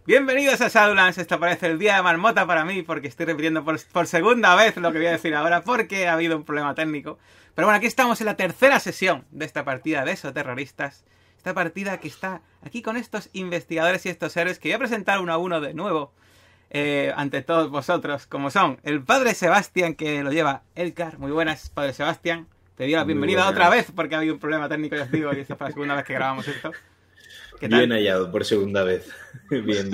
Bienvenidos a Shadowlands. Esto parece el día de marmota para mí porque estoy repitiendo por segunda vez lo que voy a decir ahora porque ha habido un problema técnico. Pero bueno, aquí estamos en la tercera sesión de esta partida de Exoterroristas. Esta partida que está aquí con estos investigadores y estos héroes que voy a presentar uno a uno de nuevo ante todos vosotros, como son el padre Sebastián, que lo lleva Elcar. Muy buenas, padre Sebastián. Te doy la bienvenida otra vez porque ha habido un problema técnico, ya os digo, y esta es la segunda vez que grabamos esto. ¿Qué tal? Bien hallado, por segunda vez. Bien.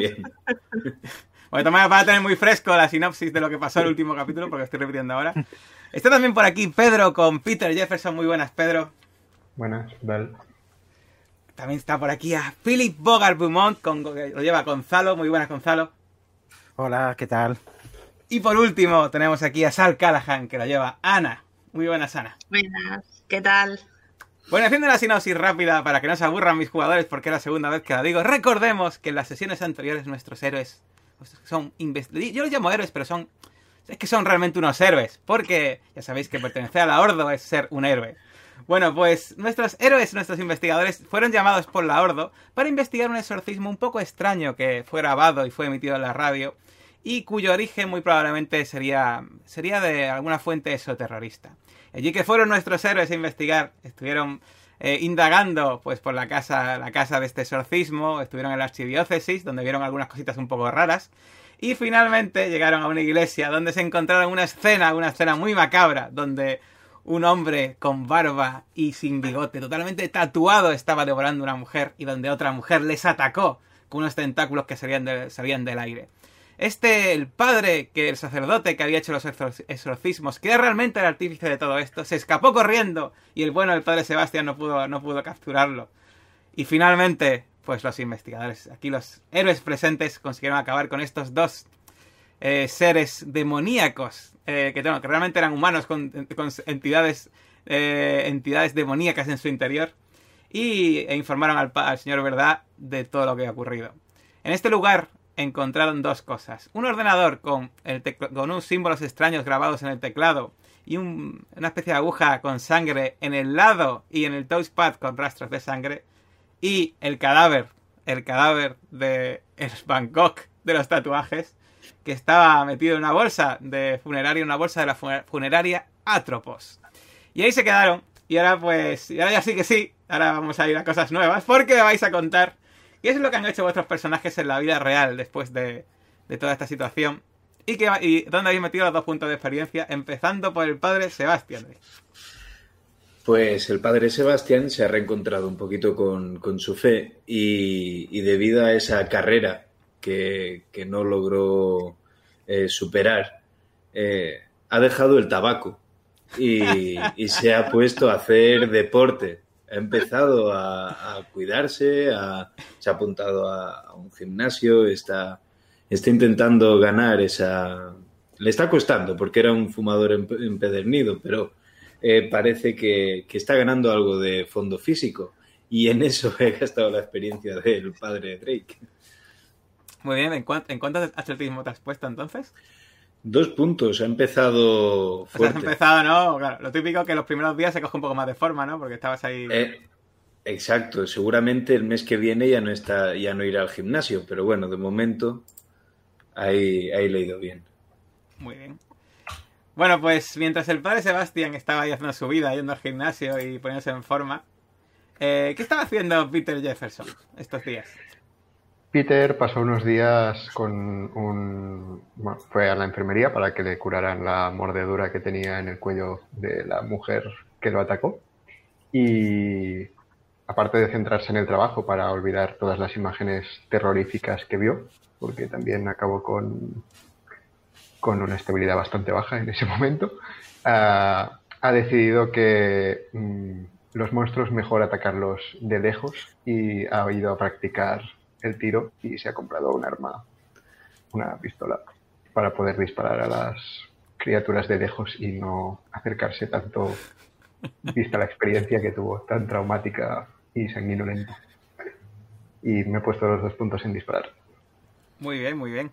Bueno, también para tener muy fresco la sinopsis de lo que pasó en el último capítulo, porque estoy repitiendo ahora. Está también por aquí Pedro con Peter Jefferson. Muy buenas, Pedro. Buenas, ¿qué tal? También está por aquí a Philip Bogart-Beaumont, que lo lleva Gonzalo. Muy buenas, Gonzalo. Hola, ¿qué tal? Y por último tenemos aquí a Sal Callahan, que lo lleva Ana. Muy buenas, Ana. Buenas, ¿qué tal? Bueno, haciendo una sinopsis rápida para que no se aburran mis jugadores, porque es la segunda vez que la digo. Recordemos que en las sesiones anteriores nuestros héroes son yo los llamo héroes, pero es que son realmente unos héroes, porque ya sabéis que pertenecer a la Ordo es ser un héroe. Bueno, pues nuestros héroes, nuestros investigadores, fueron llamados por la Ordo para investigar un exorcismo un poco extraño que fue grabado y fue emitido en la radio, y cuyo origen muy probablemente sería de alguna fuente exoterrorista. Allí que fueron nuestros héroes a investigar, estuvieron indagando pues por la casa de este exorcismo, estuvieron en la archidiócesis, donde vieron algunas cositas un poco raras, y finalmente llegaron a una iglesia donde se encontraron una escena muy macabra, donde un hombre con barba y sin bigote, totalmente tatuado, estaba devorando a una mujer, y donde otra mujer les atacó con unos tentáculos que salían del aire. El padre, el sacerdote que había hecho los exorcismos, que era realmente el artífice de todo esto, se escapó corriendo y el padre Sebastián no pudo capturarlo. Y finalmente, pues los investigadores, aquí los héroes presentes, consiguieron acabar con estos dos seres demoníacos, que realmente eran humanos con entidades demoníacas en su interior, e informaron al señor Verdad de todo lo que había ocurrido. En este lugar encontraron dos cosas: un ordenador con unos símbolos extraños grabados en el teclado y una especie de aguja con sangre en el lado y en el touchpad con rastros de sangre, y el cadáver de el Bangkok de los tatuajes, que estaba metido en una bolsa de funeraria, una bolsa de la funeraria Atropos. Y ahí se quedaron, y ahora ya sí que sí, ahora vamos a ir a cosas nuevas, porque me vais a contar ¿qué es lo que han hecho vuestros personajes en la vida real después de toda esta situación? Y dónde habéis metido los 2 puntos de experiencia, empezando por el padre Sebastián. Pues el padre Sebastián se ha reencontrado un poquito con su fe y debido a esa carrera que no logró superar, ha dejado el tabaco y se ha puesto a hacer deporte. Ha empezado a cuidarse, se ha apuntado a un gimnasio, está intentando ganar esa... Le está costando porque era un fumador empedernido, pero parece que está ganando algo de fondo físico, y en eso he gastado la experiencia del padre Drake. Muy bien, ¿en cuánto atletismo te has puesto entonces? 2 puntos, ha empezado fuerte. O sea, has empezado, ¿no? Claro, lo típico que los primeros días se coge un poco más de forma, ¿no? Porque estabas ahí... Exacto, seguramente el mes que viene ya no irá al gimnasio, pero bueno, de momento ahí le ha ido bien. Muy bien. Bueno, pues mientras el padre Sebastián estaba ahí haciendo su vida, yendo al gimnasio y poniéndose en forma, ¿qué estaba haciendo Peter Jefferson estos días? Peter pasó unos días fue a la enfermería para que le curaran la mordedura que tenía en el cuello de la mujer que lo atacó. Y aparte de centrarse en el trabajo para olvidar todas las imágenes terroríficas que vio, porque también acabó con una estabilidad bastante baja en ese momento, ha decidido que los monstruos mejor atacarlos de lejos, y ha ido a practicar el tiro y se ha comprado un arma, una pistola, para poder disparar a las criaturas de lejos y no acercarse tanto, vista la experiencia que tuvo tan traumática y sanguinolenta. Y me he puesto los 2 puntos en disparar. Muy bien, muy bien.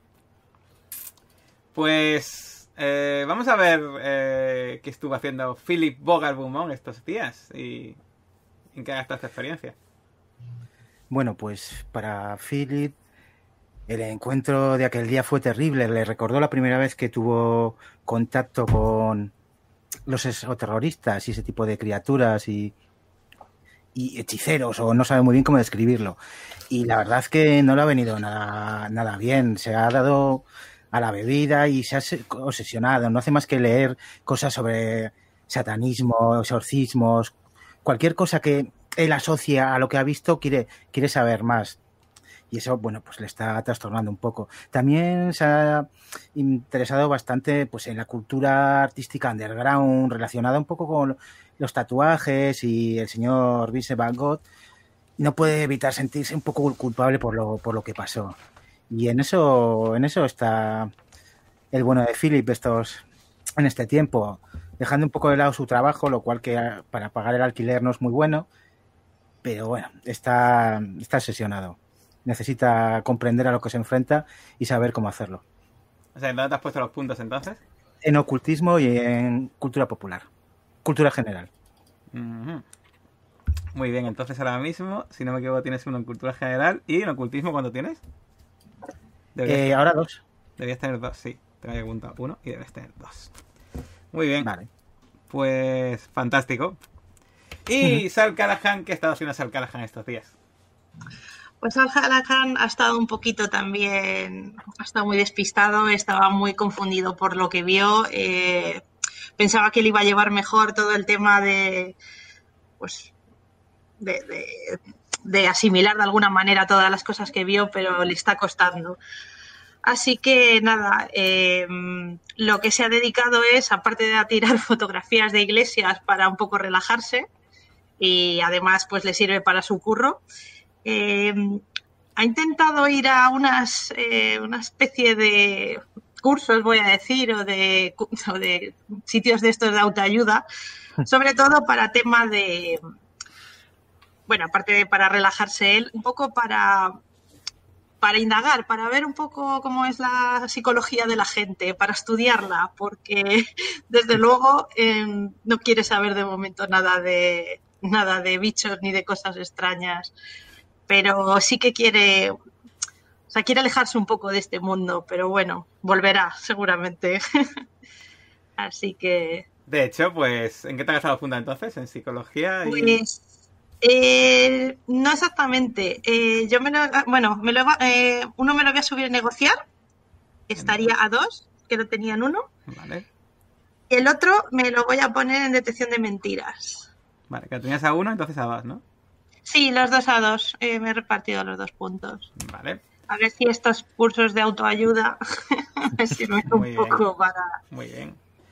Pues vamos a ver qué estuvo haciendo Philip Bogart-Beaumont estos días y en qué ha gastado esta experiencia. Bueno, pues para Philip El encuentro de aquel día fue terrible. Le recordó la primera vez que tuvo contacto con los exoterroristas y ese tipo de criaturas y hechiceros, o no sabe muy bien cómo describirlo. Y la verdad es que no le ha venido nada bien. Se ha dado a la bebida y se ha obsesionado. No hace más que leer cosas sobre satanismo, exorcismos, cualquier cosa que él asocia a lo que ha visto, quiere saber más. Y eso, bueno, pues le está trastornando un poco. También se ha interesado bastante pues en la cultura artística underground, relacionada un poco con los tatuajes, y el señor Vincent Van Gogh no puede evitar sentirse un poco culpable por lo que pasó. Y en eso está el bueno de Philip en este tiempo, dejando un poco de lado su trabajo, lo cual que para pagar el alquiler no es muy bueno, pero bueno, está obsesionado. Necesita comprender a lo que se enfrenta y saber cómo hacerlo. O sea, ¿dónde te has puesto los puntos entonces? En ocultismo y en cultura popular. Cultura general. Uh-huh. Muy bien, entonces ahora mismo, si no me equivoco, tienes uno en cultura general. ¿Y en ocultismo cuánto tienes? Ahora 2. Deberías tener 2, sí. Te había apuntado 1 y debes tener 2. Muy bien. Vale. Pues fantástico. ¿Y Sal Callahan? ¿Qué ha estado haciendo Sal Callahan estos días? Pues Sal Callahan ha estado un poquito también, ha estado muy despistado, estaba muy confundido por lo que vio. Pensaba que él iba a llevar mejor todo el tema de asimilar de alguna manera todas las cosas que vio, pero le está costando. Así que nada, lo que se ha dedicado es, aparte de a tirar fotografías de iglesias para un poco relajarse, y además pues le sirve para su curro, ha intentado ir a una especie de cursos, voy a decir, o de sitios de estos de autoayuda, sobre todo para temas de, bueno, aparte de para relajarse él, un poco para indagar, para ver un poco cómo es la psicología de la gente, para estudiarla, porque desde luego no quiere saber de momento nada de bichos ni de cosas extrañas, pero sí que quiere alejarse un poco de este mundo, pero bueno, volverá seguramente. Así que... De hecho, pues, ¿en qué te has gastado funda entonces? ¿En psicología? Pues... no exactamente. Yo uno me lo voy a subir a negociar, estaría a 2, que lo tenía en 1. Vale. El otro me lo voy a poner en detección de mentiras. Vale, que lo tenías a 1, entonces a 2, ¿no? Sí, los dos a 2. Me he repartido los 2 puntos. Vale. A ver si estos cursos de autoayuda me sirven un poco para... Muy bien.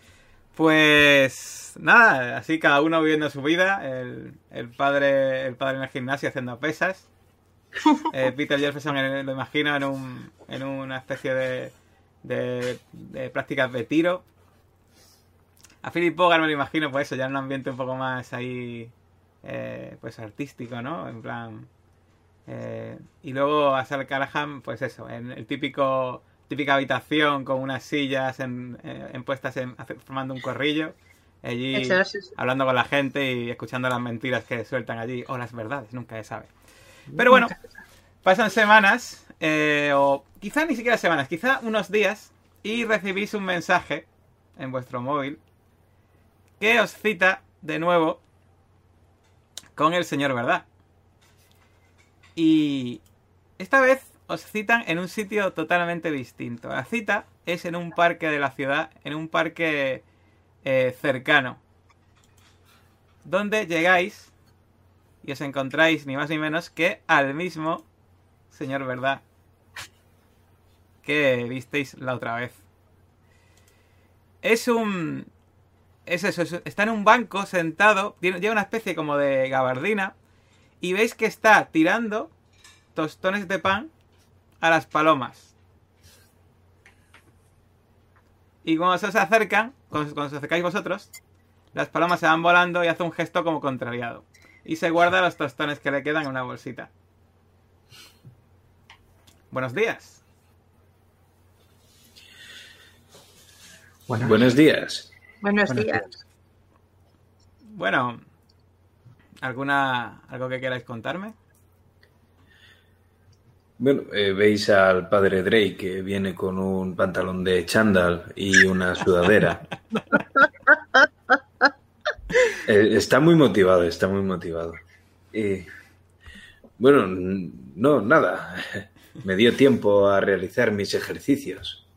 Pues nada, así cada uno viviendo su vida. El padre en el gimnasio haciendo pesas. Peter Jefferson lo imagino en una especie de prácticas de tiro. A Philip Bogart me lo imagino, pues eso, ya en un ambiente un poco más ahí, pues artístico, ¿no? En plan... y luego a Sal Callahan, pues eso, en el típica habitación con unas sillas puestas formando un corrillo, allí eso. Hablando con la gente y escuchando las mentiras que sueltan allí, o las verdades, nunca se sabe. Pero bueno, pasan semanas, o quizá ni siquiera semanas, quizá unos días, y recibís un mensaje en vuestro móvil que os cita de nuevo con el señor Verdad. Y esta vez os citan en un sitio totalmente distinto. La cita es en un parque de la ciudad, en un parque cercano, donde llegáis y os encontráis ni más ni menos que al mismo señor Verdad que visteis la otra vez. Es eso, está en un banco sentado, lleva una especie como de gabardina, y veis que está tirando tostones de pan a las palomas. Y cuando se os acercan, cuando os acercáis vosotros, las palomas se van volando y hace un gesto como contrariado. Y se guarda los tostones que le quedan en una bolsita. Buenos días. Buenos días. Buenos días. Bueno, ¿algo que queráis contarme? Bueno, veis al padre Drake que viene con un pantalón de chándal y una sudadera. Está muy motivado, está muy motivado. Bueno, no, nada. Me dio tiempo a realizar mis ejercicios.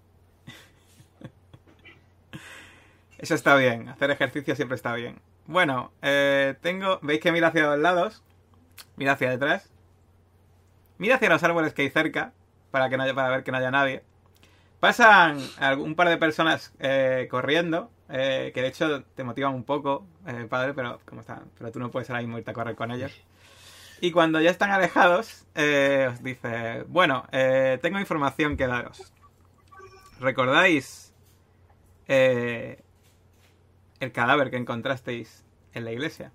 Eso está bien, hacer ejercicio siempre está bien. Bueno, veis que mira hacia los lados, mira hacia detrás, mira hacia los árboles que hay cerca, para ver que no haya nadie. Pasan un par de personas corriendo, que de hecho te motivan un poco, padre, pero tú no puedes ahora mismo irte a correr con ellos. Y cuando ya están alejados, os dice, bueno, tengo información que daros. ¿Recordáis el cadáver que encontrasteis en la iglesia?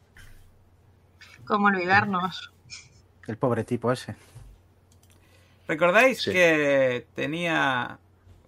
¿Cómo olvidarnos? El pobre tipo ese. ¿Recordáis Sí. que tenía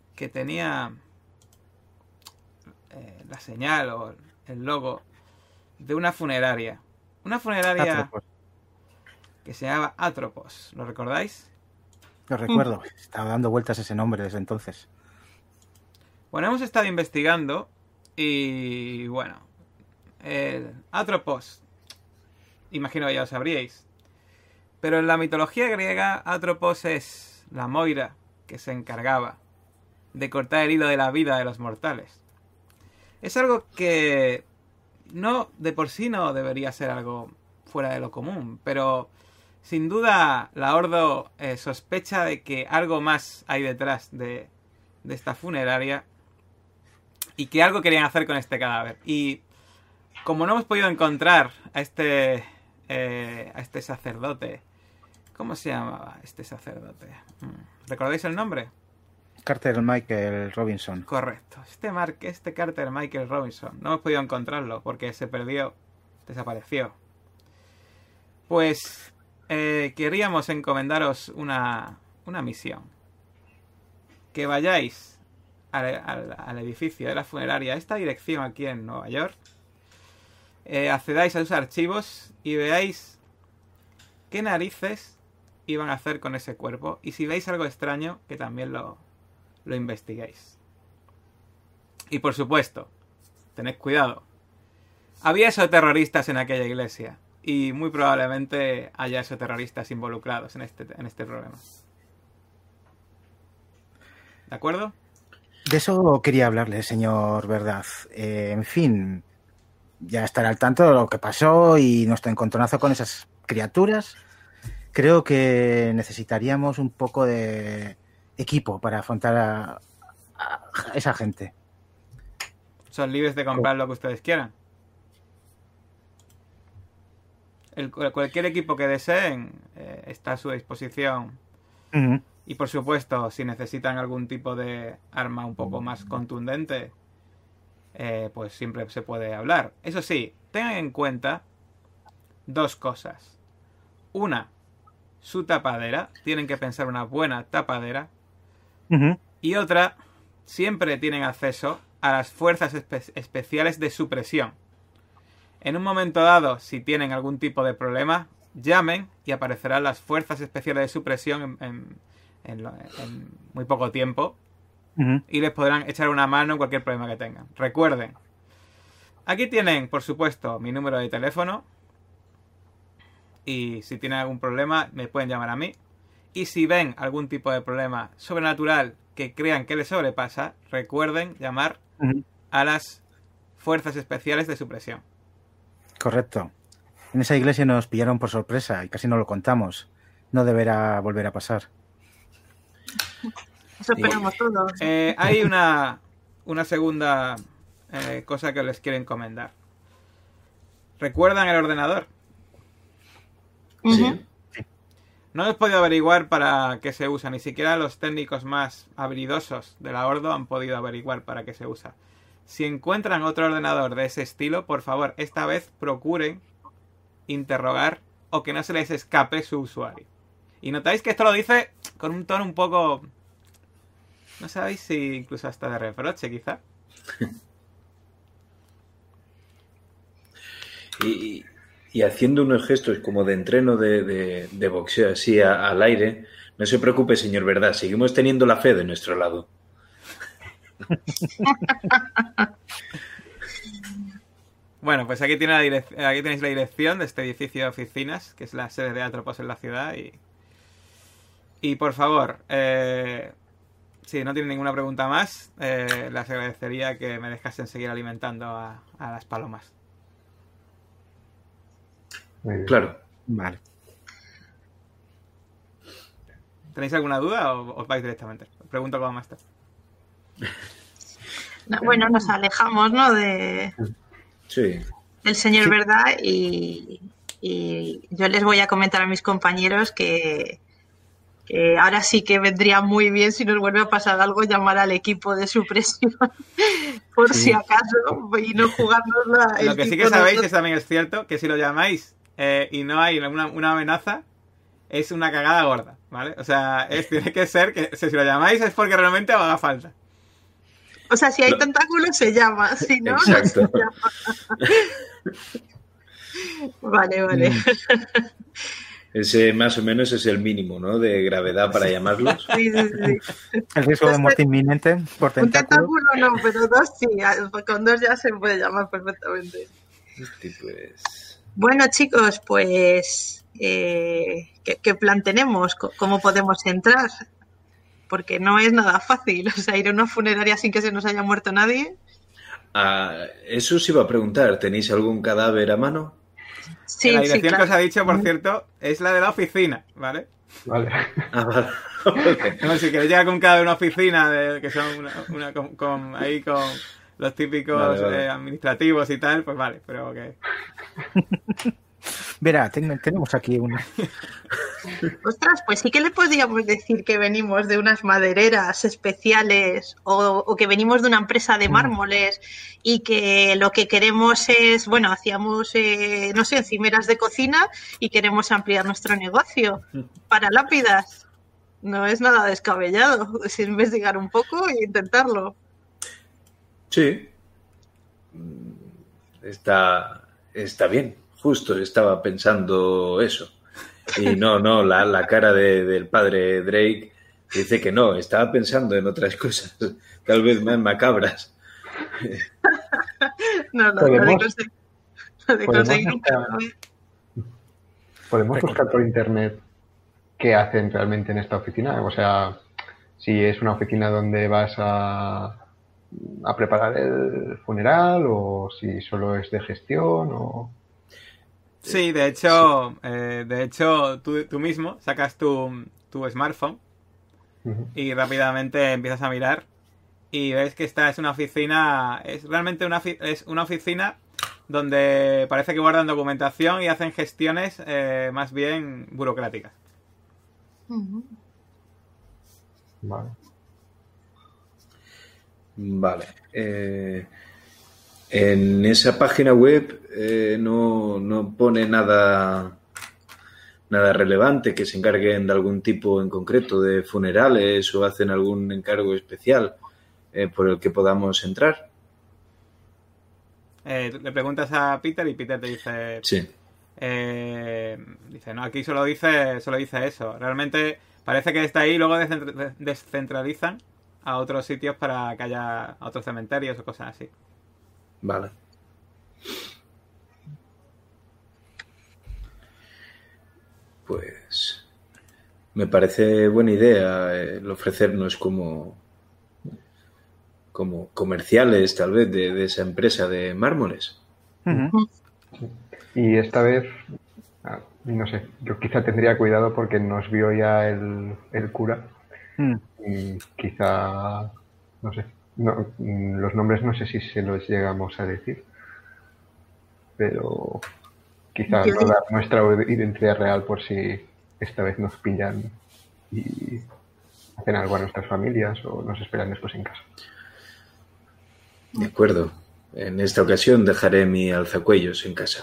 la señal o el logo de una funeraria? Una funeraria Atropos. que se llamaba Atropos. ¿Lo recordáis? Lo recuerdo. Estaba dando vueltas ese nombre desde entonces. Bueno, hemos estado investigando y bueno, Atropos, imagino que ya lo sabríais, pero en la mitología griega Atropos es la Moira que se encargaba de cortar el hilo de la vida de los mortales. Es algo que no de por sí no debería ser algo fuera de lo común, pero sin duda la Ordo sospecha de que algo más hay detrás de esta funeraria y que algo querían hacer con este cadáver. Y como no hemos podido encontrar a este sacerdote, ¿cómo se llamaba este sacerdote? ¿Recordáis el nombre? Carter Michael Robinson. Correcto. Este Carter Michael Robinson. No hemos podido encontrarlo porque se perdió, desapareció. Pues queríamos encomendaros una misión. Que vayáis al edificio de la funeraria, a esta dirección aquí en Nueva York, accedáis a sus archivos y veáis qué narices iban a hacer con ese cuerpo, y si veis algo extraño, que también lo investiguéis. Y por supuesto, tened cuidado. Había exoterroristas en aquella iglesia y muy probablemente haya exoterroristas involucrados en este problema. ¿De acuerdo? De eso quería hablarle, señor Verdad. En fin, ya estará al tanto de lo que pasó y nuestro encontronazo con esas criaturas. Creo que necesitaríamos un poco de equipo para afrontar a esa gente. Son libres de comprar lo que ustedes quieran. Cualquier equipo que deseen está a su disposición. Uh-huh. Y por supuesto, si necesitan algún tipo de arma un poco más contundente, pues siempre se puede hablar. Eso sí, tengan en cuenta dos cosas. Una, su tapadera. Tienen que pensar una buena tapadera. Uh-huh. Y otra, siempre tienen acceso a las fuerzas especiales de supresión. En un momento dado, si tienen algún tipo de problema, llamen y aparecerán las fuerzas especiales de supresión en muy poco tiempo. Uh-huh. Y les podrán echar una mano en cualquier problema que tengan. Recuerden, aquí tienen, por supuesto, mi número de teléfono. Y si tienen algún problema, me pueden llamar a mí. Y si ven algún tipo de problema sobrenatural que crean que les sobrepasa, recuerden llamar a las fuerzas especiales de supresión. Correcto. En esa iglesia nos pillaron por sorpresa y casi no lo contamos. No deberá volver a pasar. Eso esperamos todos. Hay una segunda cosa que les quiero encomendar. ¿Recuerdan el ordenador? Uh-huh. Sí. No he podido averiguar para qué se usa. Ni siquiera los técnicos más habilidosos de la Ordo han podido averiguar para qué se usa. Si encuentran otro ordenador de ese estilo, por favor, esta vez procuren interrogar o que no se les escape su usuario. Y notáis que esto lo dice con un tono un poco... No sabéis si incluso hasta de reproche, quizá. Y haciendo unos gestos como de entreno de boxeo así al aire, No se preocupe, señor Verdad, seguimos teniendo la fe de nuestro lado. Bueno, pues aquí tenéis la dirección de este edificio de oficinas, que es la sede de Atropos en la ciudad. Y por favor, si no tienen ninguna pregunta más, les agradecería que me dejasen seguir alimentando a las palomas. Muy bien. Claro. Vale. ¿Tenéis alguna duda o os vais directamente? Os pregunto cómo más está. No, bueno, nos alejamos, ¿no? Sí. Del señor Verdad y yo les voy a comentar a mis compañeros que ahora sí que vendría muy bien, si nos vuelve a pasar algo, llamar al equipo de supresión por si acaso y no jugárnosla. Lo que sí que sabéis también es cierto que si lo llamáis y no hay una amenaza, es una cagada gorda, ¿vale? O sea, tiene que ser que si lo llamáis es porque realmente os haga falta. O sea, si hay tentáculos se llama, si no, Exacto. no se llama. Vale. Ese más o menos es el mínimo, ¿no? De gravedad para llamarlos. Sí. El riesgo de muerte inminente por Un tentáculo. tentáculo no, pero dos sí. Con dos ya se puede llamar perfectamente. Pues... Bueno, chicos, pues ¿qué plan tenemos? ¿Cómo podemos entrar? Porque no es nada fácil. O sea, ir a una funeraria sin que se nos haya muerto nadie. Eso os iba a preguntar. ¿Tenéis algún cadáver a mano? Sí, la dirección claro. que os ha dicho, por cierto, es la de la oficina, ¿vale? Vale. Vale. Okay. No, si queréis llegar con cada una oficina que son con los típicos Vale. administrativos y tal, pues vale, pero que... Verá, tenemos aquí una. Ostras, pues sí que le podríamos decir que venimos de unas madereras especiales o que venimos de una empresa de mármoles y que lo que queremos es, bueno, hacíamos, no sé, encimeras de cocina y queremos ampliar nuestro negocio para lápidas. No es nada descabellado, es investigar un poco e intentarlo. Sí. Está bien. Justo estaba pensando eso. Y no, la cara del padre Drake dice que no, estaba pensando en otras cosas, tal vez más macabras. No, de conseguir un cadáver. ¿Podemos buscar por internet qué hacen realmente en esta oficina? O sea, si es una oficina donde vas a preparar el funeral o si solo es de gestión o... Sí, de hecho, tú mismo sacas tu smartphone y rápidamente empiezas a mirar y ves que esta es una oficina, es realmente una oficina donde parece que guardan documentación y hacen gestiones más bien burocráticas. Vale. En esa página web no pone nada relevante que se encarguen de algún tipo en concreto de funerales o hacen algún encargo especial por el que podamos entrar. Le preguntas a Peter y Peter te dice... Sí. Dice, no, aquí solo dice eso. Realmente parece que está ahí y luego descentralizan a otros sitios para que haya a otros cementerios o cosas así. Vale. Pues me parece buena idea el ofrecernos como comerciales, tal vez, de esa empresa de mármoles. Y esta vez, no sé, yo quizá tendría cuidado porque nos vio ya el cura. Y quizá, no sé, los nombres no sé si se los llegamos a decir, pero quizá no dar nuestra identidad real por si esta vez nos pillan y hacen algo a nuestras familias o nos esperan después en casa. De acuerdo. En esta ocasión dejaré mi alzacuellos en casa.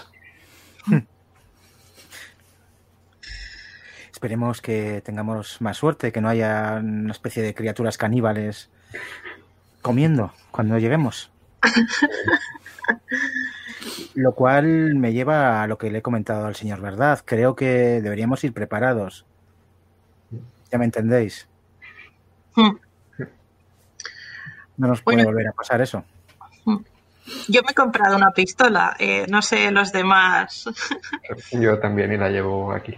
Esperemos que tengamos más suerte, que no haya una especie de criaturas caníbales comiendo cuando lleguemos. Lo cual me lleva a lo que le he comentado al señor Verdad. Creo que deberíamos ir preparados. Ya me entendéis. Mm. No nos puede volver a pasar eso. Yo me he comprado una pistola, no sé los demás. Yo también y la llevo aquí.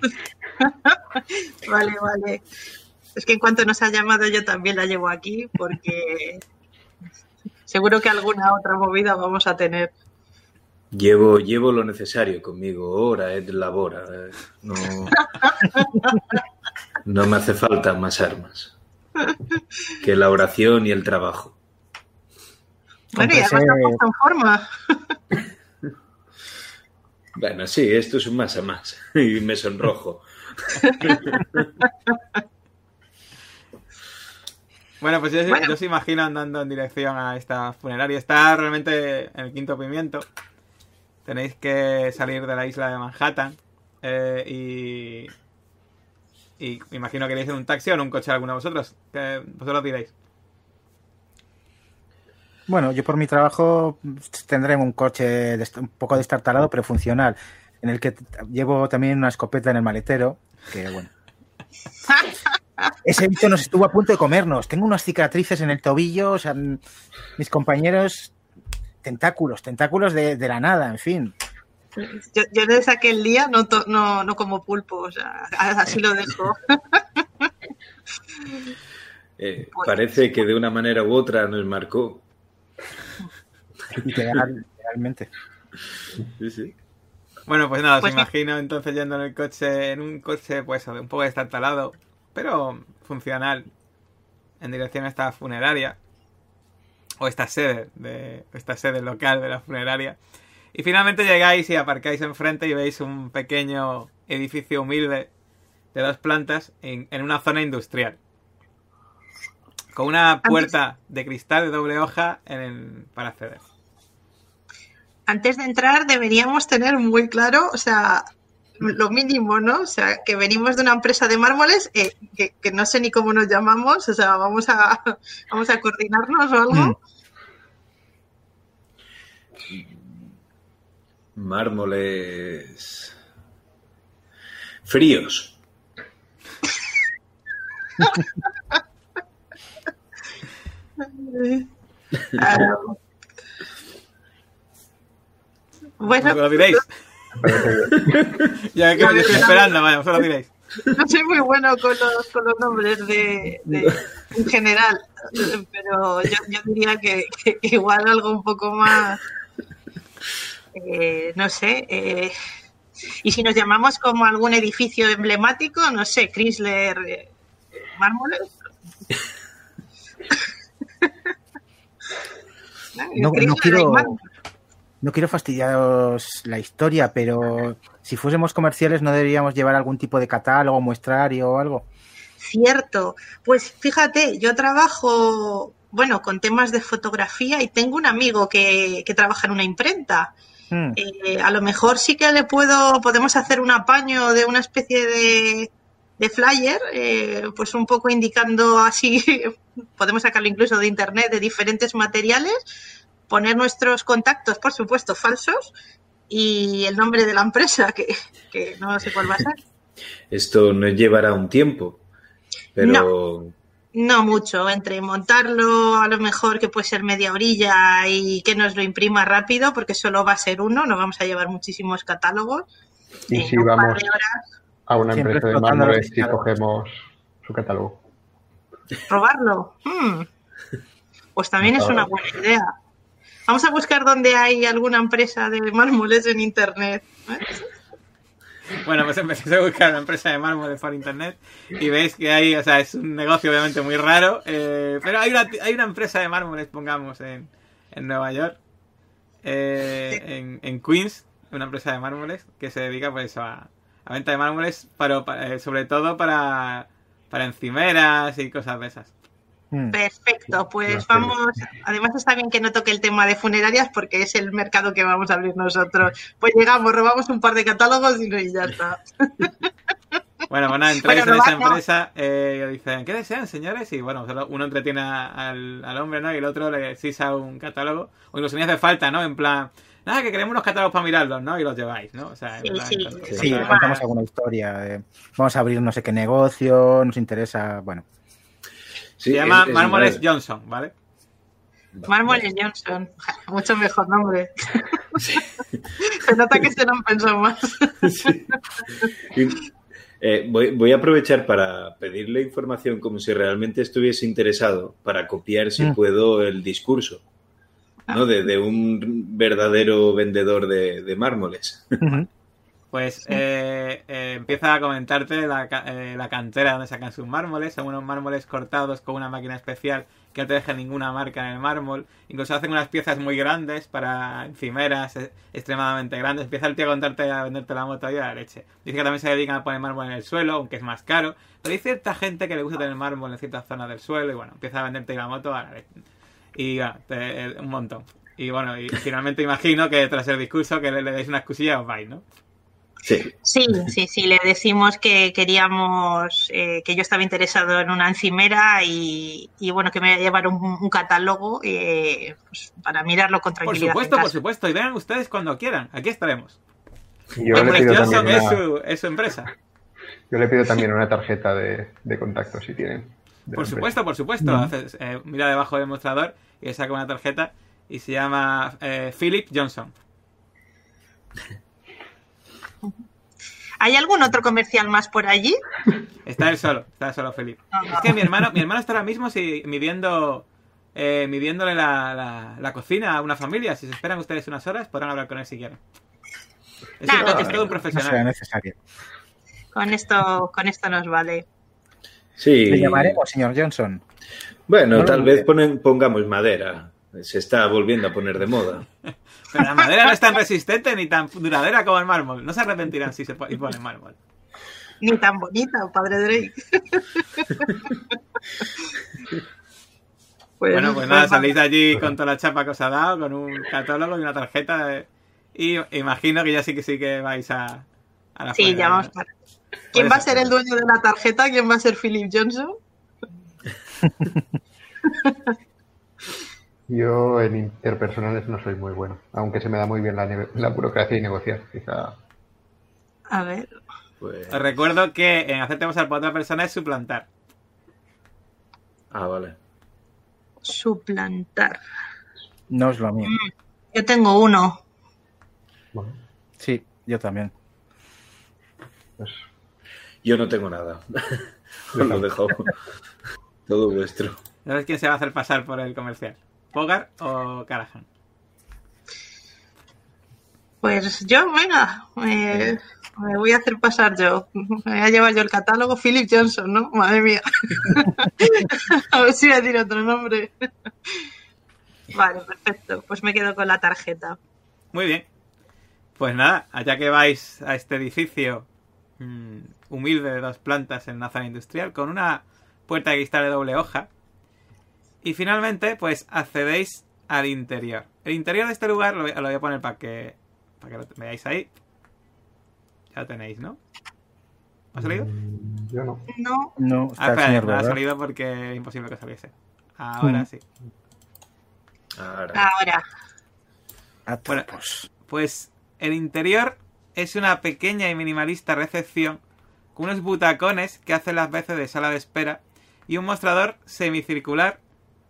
Vale. Es que en cuanto nos ha llamado yo también la llevo aquí porque seguro que alguna otra movida vamos a tener. Llevo lo necesario conmigo, ora et labora. No, no me hace falta más armas que la oración y el trabajo. Bueno, y además te has puesto en forma. Bueno, sí, esto es un más a más y me sonrojo. Bueno, pues yo os imagino andando en dirección a esta funeraria. Está realmente en el Quinto Pimiento. Tenéis que salir de la isla de Manhattan y me imagino que iréis en un taxi o en un coche alguno de vosotros. Que vosotros diréis. Bueno, yo por mi trabajo tendré un coche un poco destartalado, pero funcional, en el que llevo también una escopeta en el maletero, que bueno. Ese bicho nos estuvo a punto de comernos. Tengo unas cicatrices en el tobillo, o sea, mis compañeros, tentáculos de la nada, en fin. Yo desde aquel día no como pulpo, o sea, así lo dejo. Parece que de una manera u otra nos marcó. Literalmente. Sí. Bueno, pues nada, os imagino entonces yendo en un coche pues un poco destartalado, pero funcional, en dirección a esta funeraria, o esta sede local de la funeraria. Y finalmente llegáis y aparcáis enfrente y veis un pequeño edificio humilde de 2 plantas en una zona industrial. Con una puerta de cristal de doble hoja para acceder. Antes de entrar deberíamos tener muy claro, o sea, lo mínimo, ¿no? O sea, que venimos de una empresa de mármoles que no sé ni cómo nos llamamos, o sea, vamos a coordinarnos o algo. Mármoles fríos. Bueno, lo diréis. Ya que me estoy esperando, vaya, solo diréis. No soy muy bueno con los nombres en general, pero yo diría que igual algo un poco más, no sé, y si nos llamamos como algún edificio emblemático, no sé, Chrysler Mármoles. No quiero fastidiaros la historia, pero si fuésemos comerciales, ¿no deberíamos llevar algún tipo de catálogo, muestrario o algo? Cierto. Pues fíjate, yo trabajo, bueno, con temas de fotografía y tengo un amigo que trabaja en una imprenta. A lo mejor sí que podemos hacer un apaño de una especie de flyer, pues un poco indicando así, podemos sacarlo incluso de internet, de diferentes materiales, poner nuestros contactos, por supuesto, falsos, y el nombre de la empresa, que no sé cuál va a ser. Esto nos llevará un tiempo, pero... No mucho, entre montarlo a lo mejor que puede ser media orilla y que nos lo imprima rápido, porque solo va a ser uno, no vamos a llevar muchísimos catálogos. Y si vamos a una empresa de mármoles y cogemos su catálogo. ¿Robarlo? Pues también es una buena idea. Vamos a buscar dónde hay alguna empresa de mármoles en internet. Bueno, pues empecéis a buscar una empresa de mármoles por internet y veis que hay, o sea, es un negocio obviamente muy raro, pero hay una empresa de mármoles, pongamos, en Nueva York, en Queens, una empresa de mármoles que se dedica pues a venta de mármoles, sobre todo para encimeras y cosas de esas. Perfecto, pues vamos. Además está bien que no toque el tema de funerarias porque es el mercado que vamos a abrir nosotros. Pues llegamos, robamos un par de catálogos y ya está. Bueno, entráis en esa empresa y dicen, ¿qué desean, señores? Y bueno, uno entretiene al hombre, ¿no? Y el otro le sisa un catálogo. O incluso ni hace falta, ¿no? En plan, nada, que queremos unos catálogos para mirarlos, ¿no? Y los lleváis, ¿no? O sea, Sí, contamos alguna historia. Vamos a abrir no sé qué negocio, nos interesa, bueno. Sí, se llama Mármoles Johnson, ¿vale? Mármoles Johnson. Mucho mejor nombre. Sí. Se nota que se lo han pensado más. Sí. Voy a aprovechar para pedirle información como si realmente estuviese interesado para copiar, si puedo, el discurso, ¿no? De un verdadero vendedor de mármoles. Pues empieza a comentarte la cantera donde sacan sus mármoles. Son unos mármoles cortados con una máquina especial que no te deja ninguna marca en el mármol. Incluso hacen unas piezas muy grandes para encimeras extremadamente grandes. Empieza el tío a venderte la moto y a la leche. Dice que también se dedican a poner mármol en el suelo, aunque es más caro. Pero hay cierta gente que le gusta tener mármol en ciertas zonas del suelo y bueno, empieza a venderte la moto a la leche. Y bueno, un montón. Y bueno, y finalmente imagino que tras el discurso que le deis una excusilla os vais, ¿no? Sí, le decimos que queríamos, que yo estaba interesado en una encimera y bueno, que me iba a llevar un catálogo pues, para mirarlo con tranquilidad. Por supuesto, y vengan ustedes cuando quieran, aquí estaremos. Yo le pido también es su empresa. Yo le pido también una tarjeta de contacto si tienen. Por supuesto. Haces, mira debajo del mostrador y le saca una tarjeta y se llama Philip Johnson. ¿Hay algún otro comercial más por allí? Está solo Felipe. No. Es que mi hermano está ahora mismo midiéndole la cocina a una familia. Si se esperan ustedes unas horas, podrán hablar con él si quieren. Es todo un profesional. No será necesario. Con esto nos vale. Sí. ¿Le llamaremos, señor Johnson? Bueno, tal vez pongamos madera. Se está volviendo a poner de moda. Pero la madera no es tan resistente ni tan duradera como el mármol. No se arrepentirán si se ponen mármol. Ni tan bonita, padre Drake. Bueno, pues nada, salís de allí con toda la chapa que os ha dado, con un catálogo y una tarjeta. Y imagino que ya sí que vais a la Sí, ya vamos para... ¿Quién va a ser el dueño de la tarjeta? ¿Quién va a ser Philip Johnson? Yo en interpersonales no soy muy bueno, aunque se me da muy bien la burocracia y negociar, quizá. A ver. Pues... Os recuerdo que en hacerte pasar por otra persona es suplantar. Ah, vale. Suplantar. No es lo mío. Yo tengo uno. Bueno. Sí, yo también. Pues... Yo no tengo nada. Os lo dejo. Todo vuestro. ¿Sabes quién se va a hacer pasar por el comercial? ¿Bogart o Callahan? Pues yo, venga, me voy a hacer pasar yo. Me voy a llevar yo el catálogo. Philip Johnson, ¿no? Madre mía. A ver si voy a decir otro nombre. Vale, perfecto. Pues me quedo con la tarjeta. Muy bien. Pues nada, allá que vais a este edificio humilde de 2 plantas en una zona industrial con una puerta de cristal de doble hoja. Y finalmente, pues accedéis al interior. El interior de este lugar lo voy a poner para que lo veáis ahí. Ya lo tenéis, ¿no? ¿Ha salido? Yo no. No. Espera, no ha salido porque es imposible que saliese. Ahora sí. Ahora. Bueno, pues el interior es una pequeña y minimalista recepción con unos butacones que hacen las veces de sala de espera y un mostrador semicircular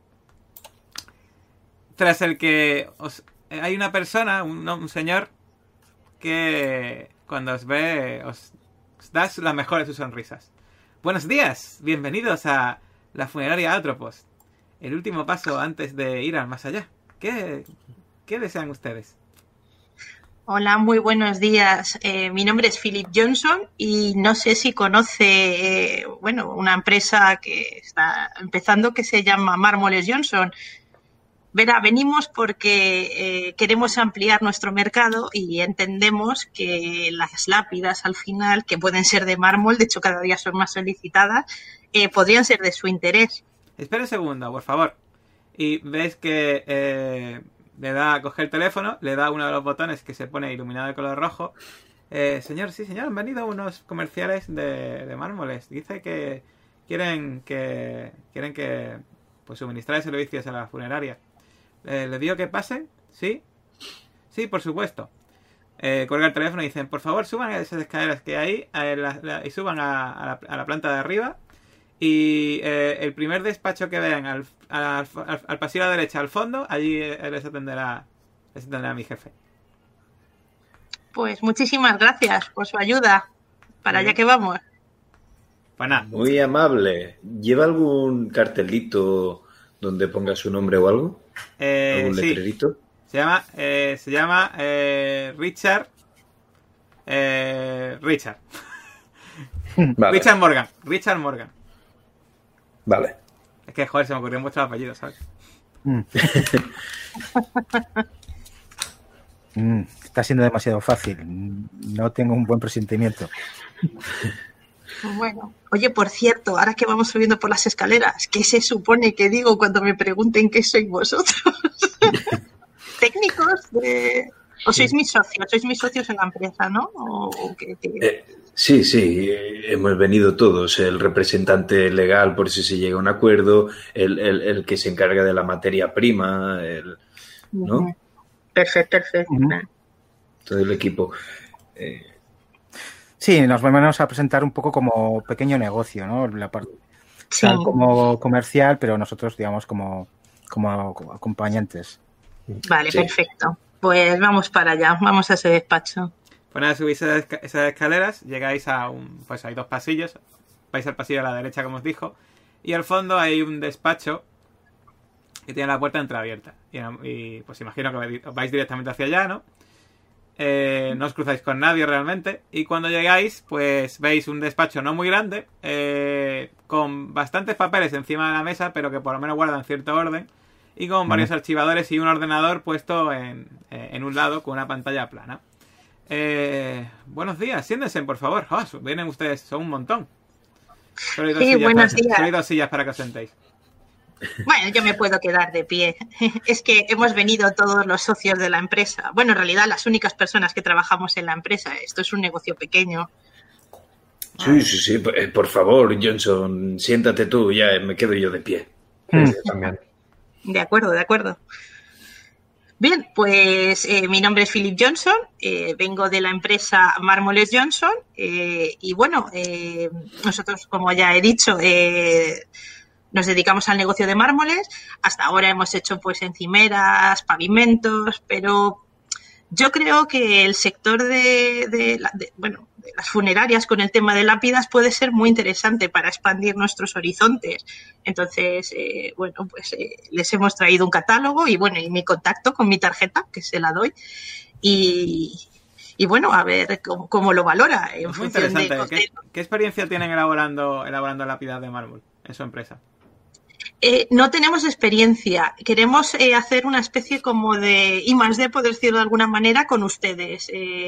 tras el que hay una persona, un señor, que cuando os ve os da la mejor de sus sonrisas. Buenos días, bienvenidos a la funeraria Atropos. El último paso antes de ir al más allá. ¿Qué desean ustedes? Hola, muy buenos días. Mi nombre es Philip Johnson y no sé si conoce, una empresa que está empezando que se llama Mármoles Johnson. Verá, venimos porque queremos ampliar nuestro mercado y entendemos que las lápidas al final, que pueden ser de mármol, de hecho cada día son más solicitadas, podrían ser de su interés. Espera un segundo, por favor. Y ves que le da a coger el teléfono, le da uno de los botones que se pone iluminado de color rojo. Señor, han venido unos comerciales de mármoles. Dice que quieren que pues suministrar servicios a la funeraria. ¿Le digo que pasen? ¿Sí? Sí, por supuesto. Cuelga el teléfono y dicen, por favor, suban a esas escaleras que hay y suban a la planta de arriba. Y el primer despacho que vean al pasillo a la derecha, al fondo, allí les atenderá mi jefe. Pues muchísimas gracias por su ayuda. Para allá que vamos. Pues nada. Muy amable. ¿Lleva algún cartelito donde ponga su nombre o algo? ¿Algún Sí. letrerito? Se llama Richard. Richard. Vale. Richard Morgan. Vale. Es que, joder, se me ocurrió vuestro apellido, ¿sabes? Está siendo demasiado fácil. No tengo un buen presentimiento. Bueno, oye, por cierto, ahora que vamos subiendo por las escaleras, ¿qué se supone que digo cuando me pregunten qué sois vosotros? ¿Técnicos? ¿O sois mis socios? ¿Sois mis socios en la empresa, no? ¿O qué? Sí, hemos venido todos. El representante legal, por si se llega a un acuerdo, el que se encarga de la materia prima, ¿no? Perfecto. Todo el equipo. Sí, nos vamos a presentar un poco como pequeño negocio, ¿no? La parte tal como comercial, pero nosotros, digamos, como acompañantes. Vale, sí. Perfecto. Pues vamos para allá, vamos a ese despacho. Pues nada, subís esas escaleras, llegáis pues hay 2 pasillos, vais al pasillo a la derecha, como os dijo, y al fondo hay un despacho que tiene la puerta entreabierta. Y pues imagino que vais directamente hacia allá, ¿no? No os cruzáis con nadie realmente. Y cuando llegáis, pues veis un despacho no muy grande, con bastantes papeles encima de la mesa, pero que por lo menos guardan cierto orden, y con varios archivadores y un ordenador puesto en un lado con una pantalla plana. Buenos días, siéntense, por favor. Oh, vienen ustedes, son un montón. Solo hay 2 sillas para que os sentéis. Bueno, yo me puedo quedar de pie. Es que hemos venido todos los socios de la empresa. Bueno, en realidad las únicas personas que trabajamos en la empresa. Esto es un negocio pequeño. Sí. Por favor, Johnson, siéntate tú, ya me quedo yo de pie. Sí, también. De acuerdo. Bien, pues mi nombre es Philip Johnson, vengo de la empresa Mármoles Johnson y bueno, nosotros, como ya he dicho, nos dedicamos al negocio de mármoles. Hasta ahora hemos hecho pues encimeras, pavimentos, pero yo creo que el sector de las funerarias con el tema de lápidas puede ser muy interesante para expandir nuestros horizontes. Entonces, les hemos traído un catálogo y mi contacto con mi tarjeta, que se la doy, y bueno, a ver cómo lo valora. Es muy interesante. ¿Qué experiencia tienen elaborando lápidas de mármol en su empresa? No tenemos experiencia. Queremos hacer una especie como de I+D, por decirlo de alguna manera, con ustedes.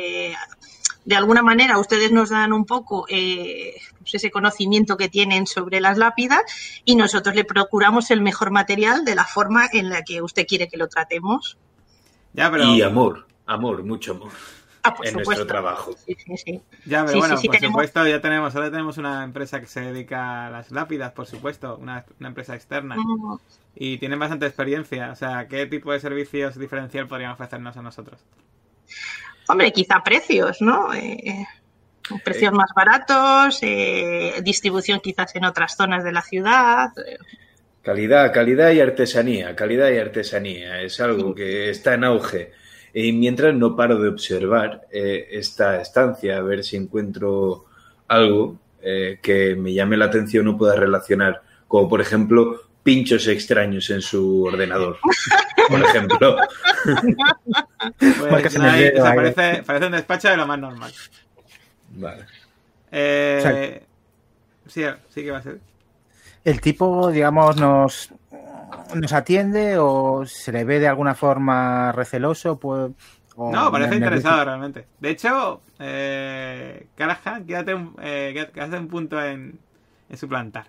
De alguna manera, ustedes nos dan un poco ese conocimiento que tienen sobre las lápidas y nosotros le procuramos el mejor material de la forma en la que usted quiere que lo tratemos. Y amor, mucho amor. Por en supuesto. Nuestro trabajo. Sí. Ya, pero por tenemos... supuesto, ahora tenemos una empresa que se dedica a las lápidas, por supuesto, una empresa externa. Y tienen bastante experiencia. O sea, ¿qué tipo de servicios diferencial podrían ofrecernos a nosotros? Hombre, quizá precios, ¿no? Precios más baratos, distribución quizás en otras zonas de la ciudad. Calidad y artesanía. Es algo que está en auge. Y mientras no paro de observar esta estancia, a ver si encuentro algo que me llame la atención o pueda relacionar, como por ejemplo pinchos extraños en su ordenador, por ejemplo. Pues parece un despacho de lo más normal. Vale. Sí, que va a ser. ¿El tipo, digamos, nos atiende o se le ve de alguna forma receloso? No, parece interesado realmente. De hecho, Callahan, quédate un punto en suplantar.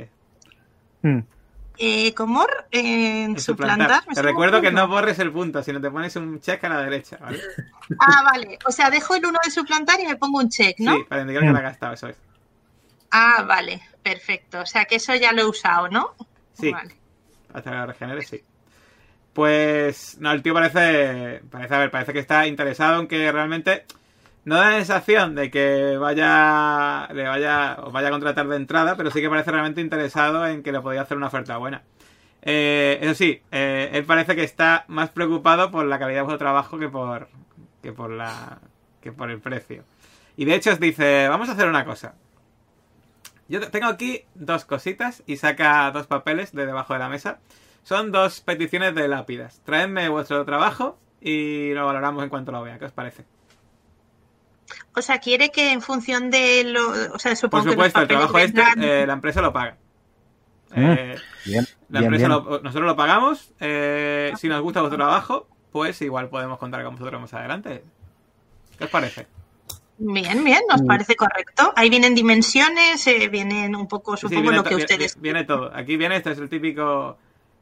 ¿Cómo? ¿En suplantar? Te recuerdo que no borres el punto, sino te pones un check a la derecha, ¿vale? Vale. O sea, dejo el 1 de suplantar y me pongo un check, ¿no? Sí, para indicar que lo ha gastado, eso es. Vale. Perfecto. O sea, que eso ya lo he usado, ¿no? Sí. Vale. Hasta que lo regenere, sí. Pues, no, el tío parece que está interesado en que realmente no da la sensación de que os vaya a contratar de entrada, pero sí que parece realmente interesado en que le podía hacer una oferta buena. Eso sí, él parece que está más preocupado por la calidad de vuestro trabajo que por el precio. Y de hecho os dice, vamos a hacer una cosa. Yo tengo aquí 2 cositas y saca 2 papeles de debajo de la mesa. Son 2 peticiones de lápidas. Traedme vuestro trabajo y lo valoramos en cuanto lo vea. ¿Qué os parece? O sea, quiere que en función de lo... O sea, Por supongo que los supuesto, el papeles trabajo vendrán- la empresa lo paga. Bien, La bien, empresa bien. nosotros lo pagamos. Si nos gusta vuestro trabajo, pues igual podemos contar con vosotros más adelante. ¿Qué os parece? Bien, nos parece correcto. Ahí vienen dimensiones, vienen un poco, Sí, supongo, viene lo que ustedes... viene todo. Aquí viene, este es el típico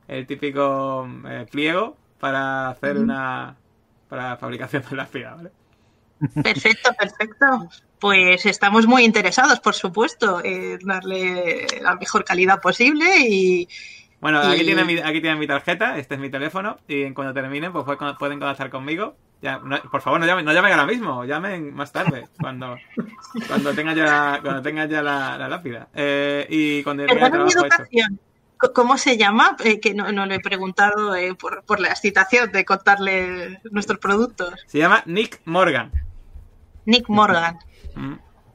pliego para hacer para fabricación de lápida, ¿vale? Perfecto. Pues estamos muy interesados, por supuesto, en darle la mejor calidad posible y... Bueno, Y- aquí tienen mi tarjeta, este es mi teléfono, y en cuando terminen, pues pueden contactar conmigo. Ya, por favor, no llamen ahora mismo, llamen más tarde, cuando tengan ya la lápida. Y cuando tengan el Perdón mi trabajo hecho. educación. ¿Cómo se llama? Que no le he preguntado por la excitación de contarle nuestros productos. Se llama Nick Morgan. Nick Morgan. Mm.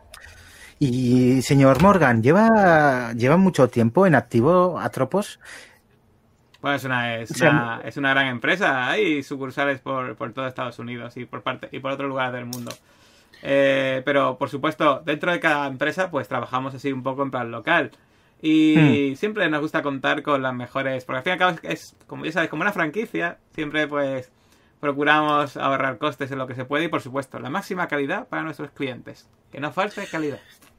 Y señor Morgan, ¿lleva mucho tiempo en activo Atropos? Bueno, es una gran empresa. Hay sucursales por todo Estados Unidos y por otros lugares del mundo. Pero, por supuesto, dentro de cada empresa, pues trabajamos así un poco en plan local. Y siempre nos gusta contar con las mejores... Porque al fin y al cabo es, como ya sabes, como una franquicia. Siempre, pues, procuramos ahorrar costes en lo que se puede. Y, por supuesto, la máxima calidad para nuestros clientes. Que no falte calidad.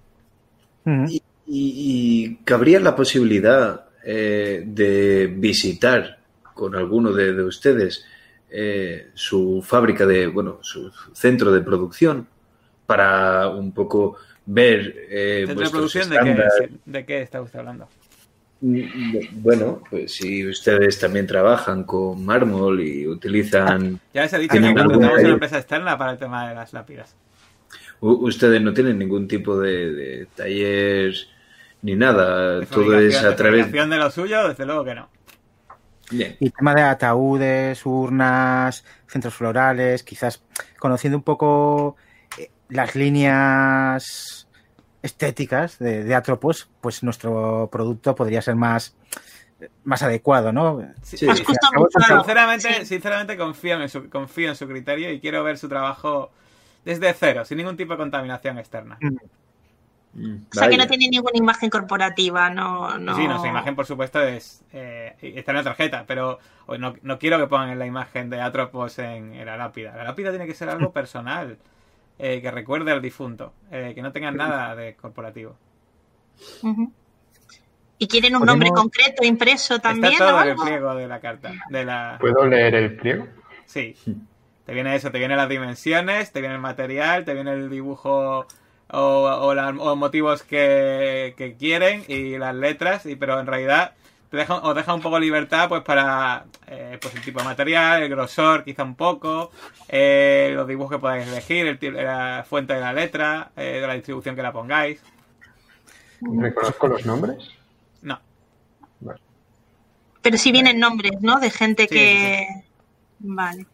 Y cabría la posibilidad de visitar con alguno de ustedes su fábrica su centro de producción para un poco ver ¿Centro de vuestros producción estándares. de qué está usted hablando? Bueno, pues si ustedes también trabajan con mármol y utilizan... Ya les he dicho ¿Tienen que algún contratamos taller? una empresa externa para el tema de las lápidas. Ustedes no tienen ningún tipo de taller ni nada, De todo es fabricación- a través... de fabricación de lo suyo, desde luego que no. Bien. Y tema de ataúdes, urnas, centros florales, quizás conociendo un poco las líneas estéticas de Atropos, pues nuestro producto podría ser más adecuado, ¿no? Sí. Más customizado. Sinceramente confío en su criterio y quiero ver su trabajo desde cero, sin ningún tipo de contaminación externa. O sea, que no tiene ninguna imagen corporativa, no... Sí, nuestra imagen, por supuesto, está en la tarjeta, pero no quiero que pongan la imagen de Atropos en la lápida. La lápida tiene que ser algo personal, que recuerde al difunto, que no tengan nada de corporativo. Ujú. ¿Y quieren un nombre concreto impreso también? Está todo o en el algo? pliego de la carta. ¿Puedo leer el pliego? Sí. Te viene eso, te vienen las dimensiones, te viene el material, te viene el dibujo o motivos que quieren y las letras, pero en realidad os deja un poco libertad pues para pues el tipo de material, el grosor quizá un poco, los dibujos que podáis elegir, la fuente de la letra, de la distribución que la pongáis. ¿Reconozco los nombres? No. Vale. Pero sí vienen nombres, ¿no? De gente Sí, que... Vale.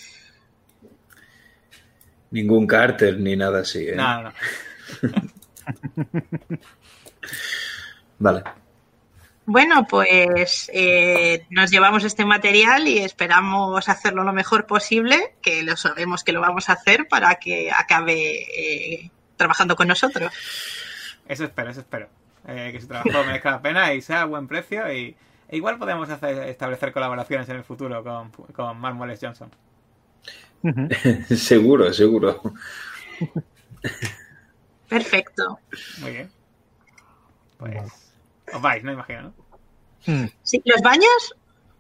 Ningún cárter ni nada así, ¿eh? No. Vale. Bueno, pues nos llevamos este material y esperamos hacerlo lo mejor posible, que lo sabemos que lo vamos a hacer para que acabe trabajando con nosotros. Eso espero. Que su trabajo merezca la pena y sea a buen precio e igual podemos establecer colaboraciones en el futuro con Mármoles Johnson. Seguro. Perfecto. Muy bien. Pues os vais, ¿no? Imagino, ¿no? Sí, ¿los baños?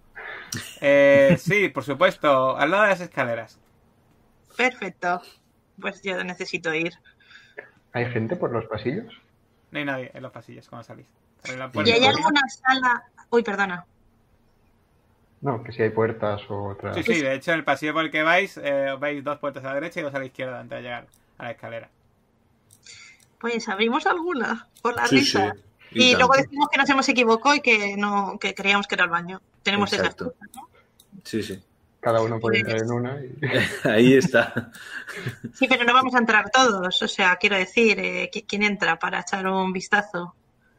Sí, por supuesto, al lado de las escaleras. Perfecto. Pues yo necesito ir. ¿Hay gente por los pasillos? No hay nadie en los pasillos cuando salís. Abrís la ¿Y puerta. hay alguna sala? Uy, perdona. No, que si hay puertas o otras. Sí, sí, de hecho en el pasillo por el que vais, veis 2 puertas a la derecha y 2 a la izquierda antes de llegar a la escalera. Pues abrimos alguna por la Sí, risa. sí. Y luego tanto. decimos que nos hemos equivocado y que no, que creíamos que era el baño. Tenemos esa Exacto. excusa, ¿no? Sí, sí. Cada uno puede entrar en una y... Ahí está. Sí, pero no vamos a entrar todos. O sea, quiero decir, ¿quién entra para echar un vistazo?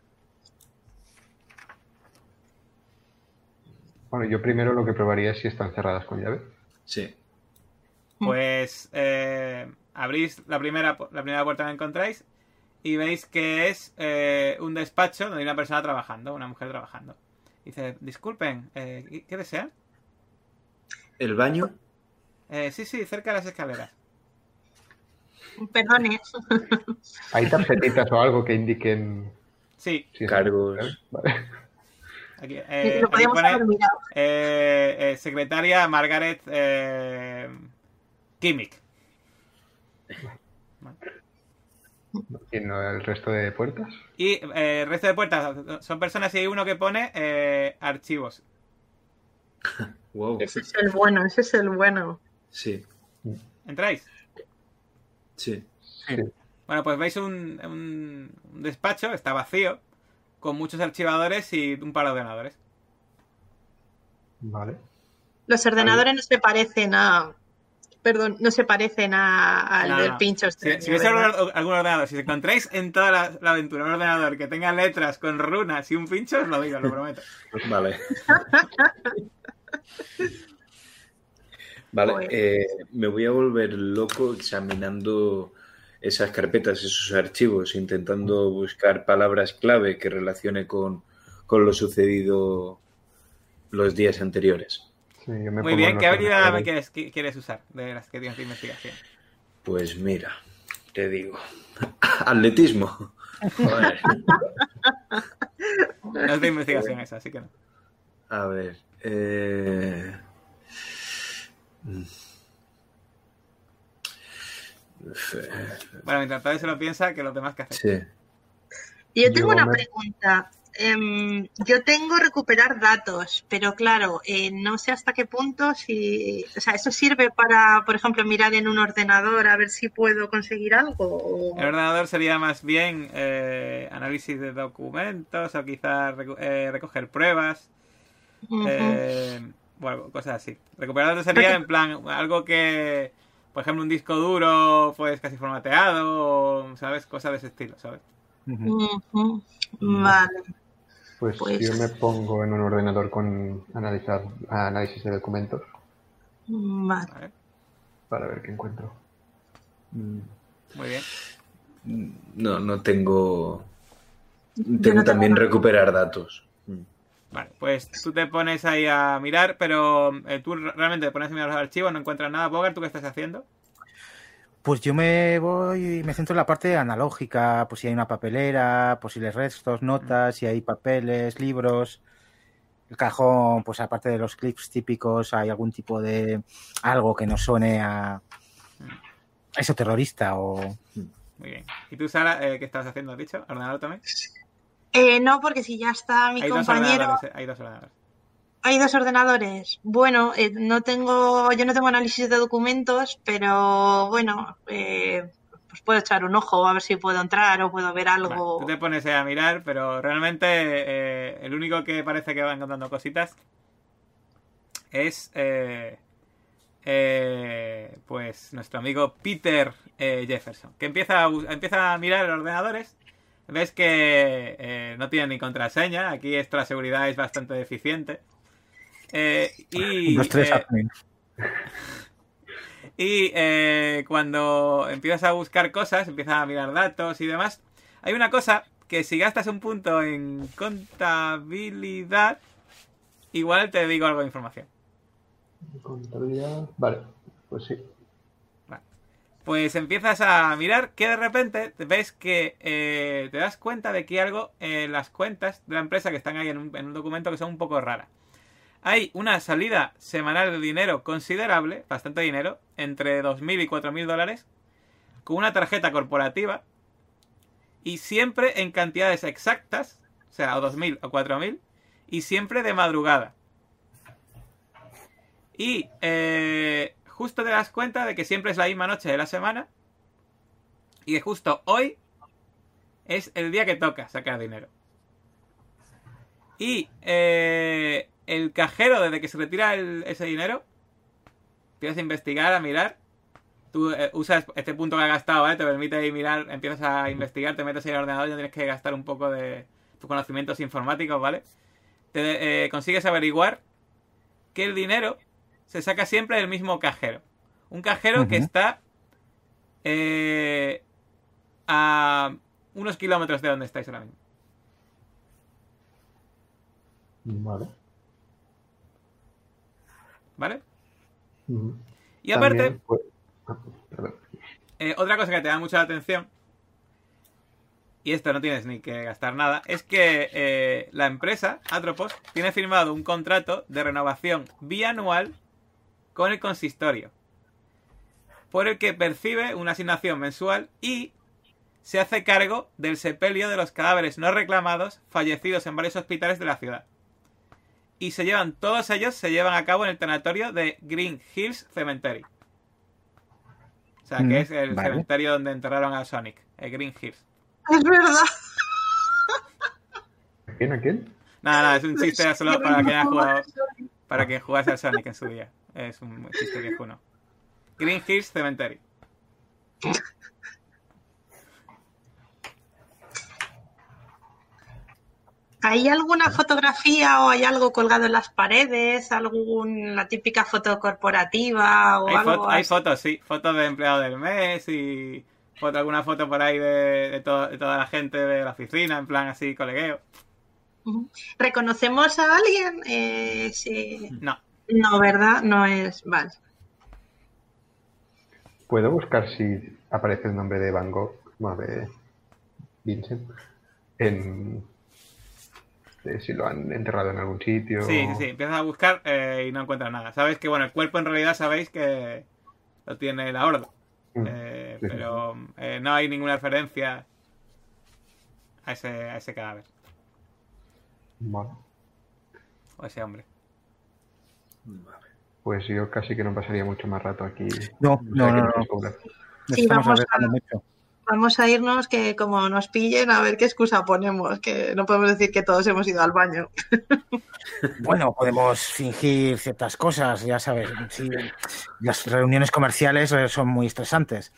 Bueno, yo primero lo que probaría es si están cerradas con llave. Sí. Pues abrís la primera puerta que encontráis y veis que es un despacho donde hay una persona trabajando, una mujer trabajando. Dice, disculpen, ¿qué desean? ¿El baño? Sí, cerca de las escaleras. Perdone. ¿Hay tarjetitas o algo que indiquen Sí, si es Cargos. Vale. aquí, Lo aquí podíamos pone haber mirado. secretaria Margaret Kimmich. ¿Y no el resto de puertas? Y el resto de puertas son personas y hay uno que pone archivos. Wow. Ese es el bueno, ese es el bueno. Sí. ¿Entráis? Sí. Sí. Bueno, pues veis un despacho, está vacío, con muchos archivadores y un par de ordenadores. Vale. Los ordenadores no se parecen a... Perdón, no se parecen al No, del no. pincho. Si veis algún ordenador, si encontráis en toda la aventura un ordenador que tenga letras con runas y un pincho, os lo digo, os lo prometo. Vale. Vale, me voy a volver loco examinando esas carpetas, esos archivos, intentando buscar palabras clave que relacione con lo sucedido los días anteriores. Sí, yo me Muy pongo bien, en ¿qué los habilidad ordenadores. quieres usar de las que tienes de investigación? Pues mira, te digo. Atletismo. Joder. No es de investigación esa, así que no. A ver. Bueno, mientras todavía se lo piensa, que los demás que hacen. Sí. Yo tengo Yo una me- pregunta. Yo tengo recuperar datos, pero claro, no sé hasta qué punto si, o sea, eso sirve para, por ejemplo, mirar en un ordenador a ver si puedo conseguir algo. El ordenador sería más bien análisis de documentos o quizás recoger pruebas. Ujú. Bueno, cosas así. Recuperar datos sería en plan algo que, por ejemplo, un disco duro pues casi formateado o, ¿sabes? Cosas de ese estilo, ¿sabes? Ujú. Vale. Pues Pues- yo me pongo en un ordenador con análisis de documentos Vale. ¿Vale? para ver qué encuentro. Muy bien. No tengo. Yo Tengo no tengo también nada. recuperar datos. Vale, pues tú te pones ahí a mirar, pero tú realmente te pones a mirar los archivos, no encuentras nada. Bogart, ¿tú qué estás haciendo? Pues yo me voy y me centro en la parte analógica, pues si hay una papelera, posibles restos, notas, si hay papeles, libros. El cajón, pues aparte de los clips típicos, hay algún tipo de algo que nos suene a eso terrorista o... Muy bien. ¿Y tú, Sara, qué estás haciendo? ¿Has dicho? ¿Ordenador también? No, porque si ya está mi Hay dos compañero. ordenadores. Hay dos ordenadores. Hay dos ordenadores. Bueno, yo no tengo análisis de documentos, pero bueno, pues puedo echar un ojo a ver si puedo entrar o puedo ver Vale, algo. tú te pones a mirar, pero realmente el único que parece que va encontrando cositas es pues nuestro amigo Peter Jefferson, que empieza a mirar los ordenadores. Ves que no tiene ni contraseña. Aquí esto la seguridad es bastante deficiente. Y Los tres admin. cuando empiezas a buscar cosas, empiezas a mirar datos y demás, hay una cosa que si gastas un punto en contabilidad, igual te digo algo de información. Contabilidad. Vale, pues sí. Vale. Pues empiezas a mirar que de repente ves que te das cuenta de que hay algo en las cuentas de la empresa que están ahí en un documento que son un poco raras. Hay una salida semanal de dinero considerable, bastante dinero, entre 2.000 y 4.000 dólares, con una tarjeta corporativa y siempre en cantidades exactas, o sea, o 2.000 o 4.000, y siempre de madrugada. Y justo te das cuenta de que siempre es la misma noche de la semana y que justo hoy es el día que toca sacar dinero. Y el cajero, desde que se retira ese dinero, empiezas a investigar, a mirar. Tú usas este punto que has gastado, ¿vale? Te permite ir mirar, empiezas a investigar, te metes en el ordenador y no tienes que gastar un poco de tus conocimientos informáticos, ¿vale? Consigues averiguar que el dinero se saca siempre del mismo cajero. Un cajero que está a unos kilómetros de donde estáis ahora mismo. Vale. ¿Vale? Ujú. Y aparte, También, pues, perdón. otra cosa que te da mucha la atención, y esto no tienes ni que gastar nada, es que la empresa, Atropos, tiene firmado un contrato de renovación bianual con el consistorio, por el que percibe una asignación mensual y se hace cargo del sepelio de los cadáveres no reclamados fallecidos en varios hospitales de la ciudad. Y todos ellos se llevan a cabo en el tanatorio de Green Hills Cemetery. O sea, que es el cementerio donde enterraron a Sonic, el Green Hills. Es verdad. ¿A quién? Nada, es un chiste solo para quien haya jugado, para quien jugase al Sonic en su día. Es un chiste viejuno. Green Hills Cemetery. ¿Hay alguna fotografía o hay algo colgado en las paredes? La típica foto corporativa o algo Hay así? fotos, sí. Fotos de empleado del mes y alguna foto por ahí de toda la gente de la oficina, en plan así, colegueo. ¿Reconocemos a alguien? Sí. No. No, ¿verdad? No es... Vale. ¿Puedo buscar si aparece el nombre de Van Gogh, bueno, de Vincent, si lo han enterrado en algún sitio? Sí. Empiezas a buscar y no encuentras nada. Sabes que, bueno, el cuerpo en realidad sabéis que lo tiene la Horda. Sí. Pero no hay ninguna referencia a ese cadáver. Vale. O a ese hombre. Pues yo casi que no pasaría mucho más rato aquí. No. Sí, Estamos vamos arriesgando mucho. Vamos a irnos, que como nos pillen, a ver qué excusa ponemos, que no podemos decir que todos hemos ido al baño. Bueno, podemos fingir ciertas cosas, ya sabes. Sí, las reuniones comerciales son muy estresantes.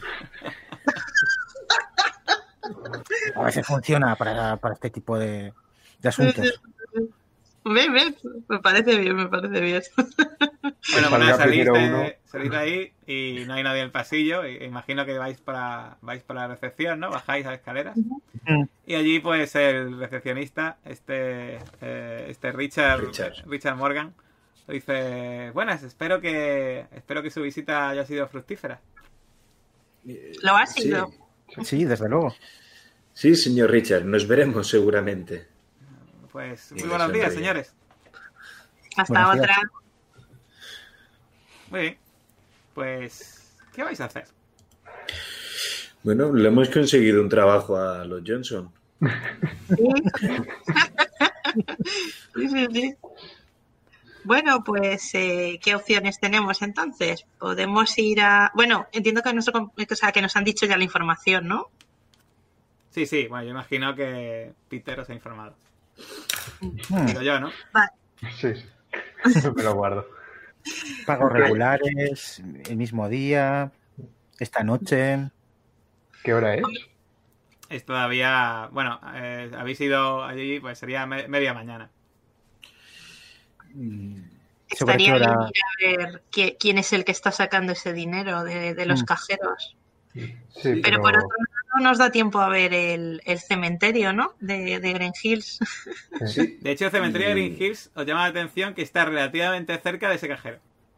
A veces funciona para este tipo de asuntos. ¿Ves? Me parece bien. Bueno, pues nada, salís de ahí y no hay nadie en el pasillo. Imagino que vais para la recepción, ¿no? Bajáis a las escaleras. Y allí, pues, el recepcionista, Richard Morgan, dice: buenas, espero que su visita haya sido fructífera. ¿Lo ha sido? Sí, desde luego. Sí, señor Richard, nos veremos seguramente. Pues muy buenos días, señores. Hasta otra. Muy bien. Pues, ¿qué vais a hacer? Bueno, le hemos conseguido un trabajo a los Johnson. Sí. Bueno, pues, ¿qué opciones tenemos entonces? Podemos ir a... Bueno, entiendo que que nos han dicho ya la información, ¿no? Sí. Bueno, yo imagino que Peter os ha informado. Digo yo, ¿no? Vale. Sí. Me lo guardo. Pagos regulares, el mismo día, esta noche. ¿Qué hora es? Es todavía... Bueno, habéis ido allí, pues sería media mañana. Estaría bien ir a ver quién es el que está sacando ese dinero de los cajeros. Sí, Pero por otro lado nos da tiempo a ver el cementerio, ¿no? De Green Hills. Sí. De hecho, el cementerio de Green Hills os llama la atención que está relativamente cerca de ese cajero.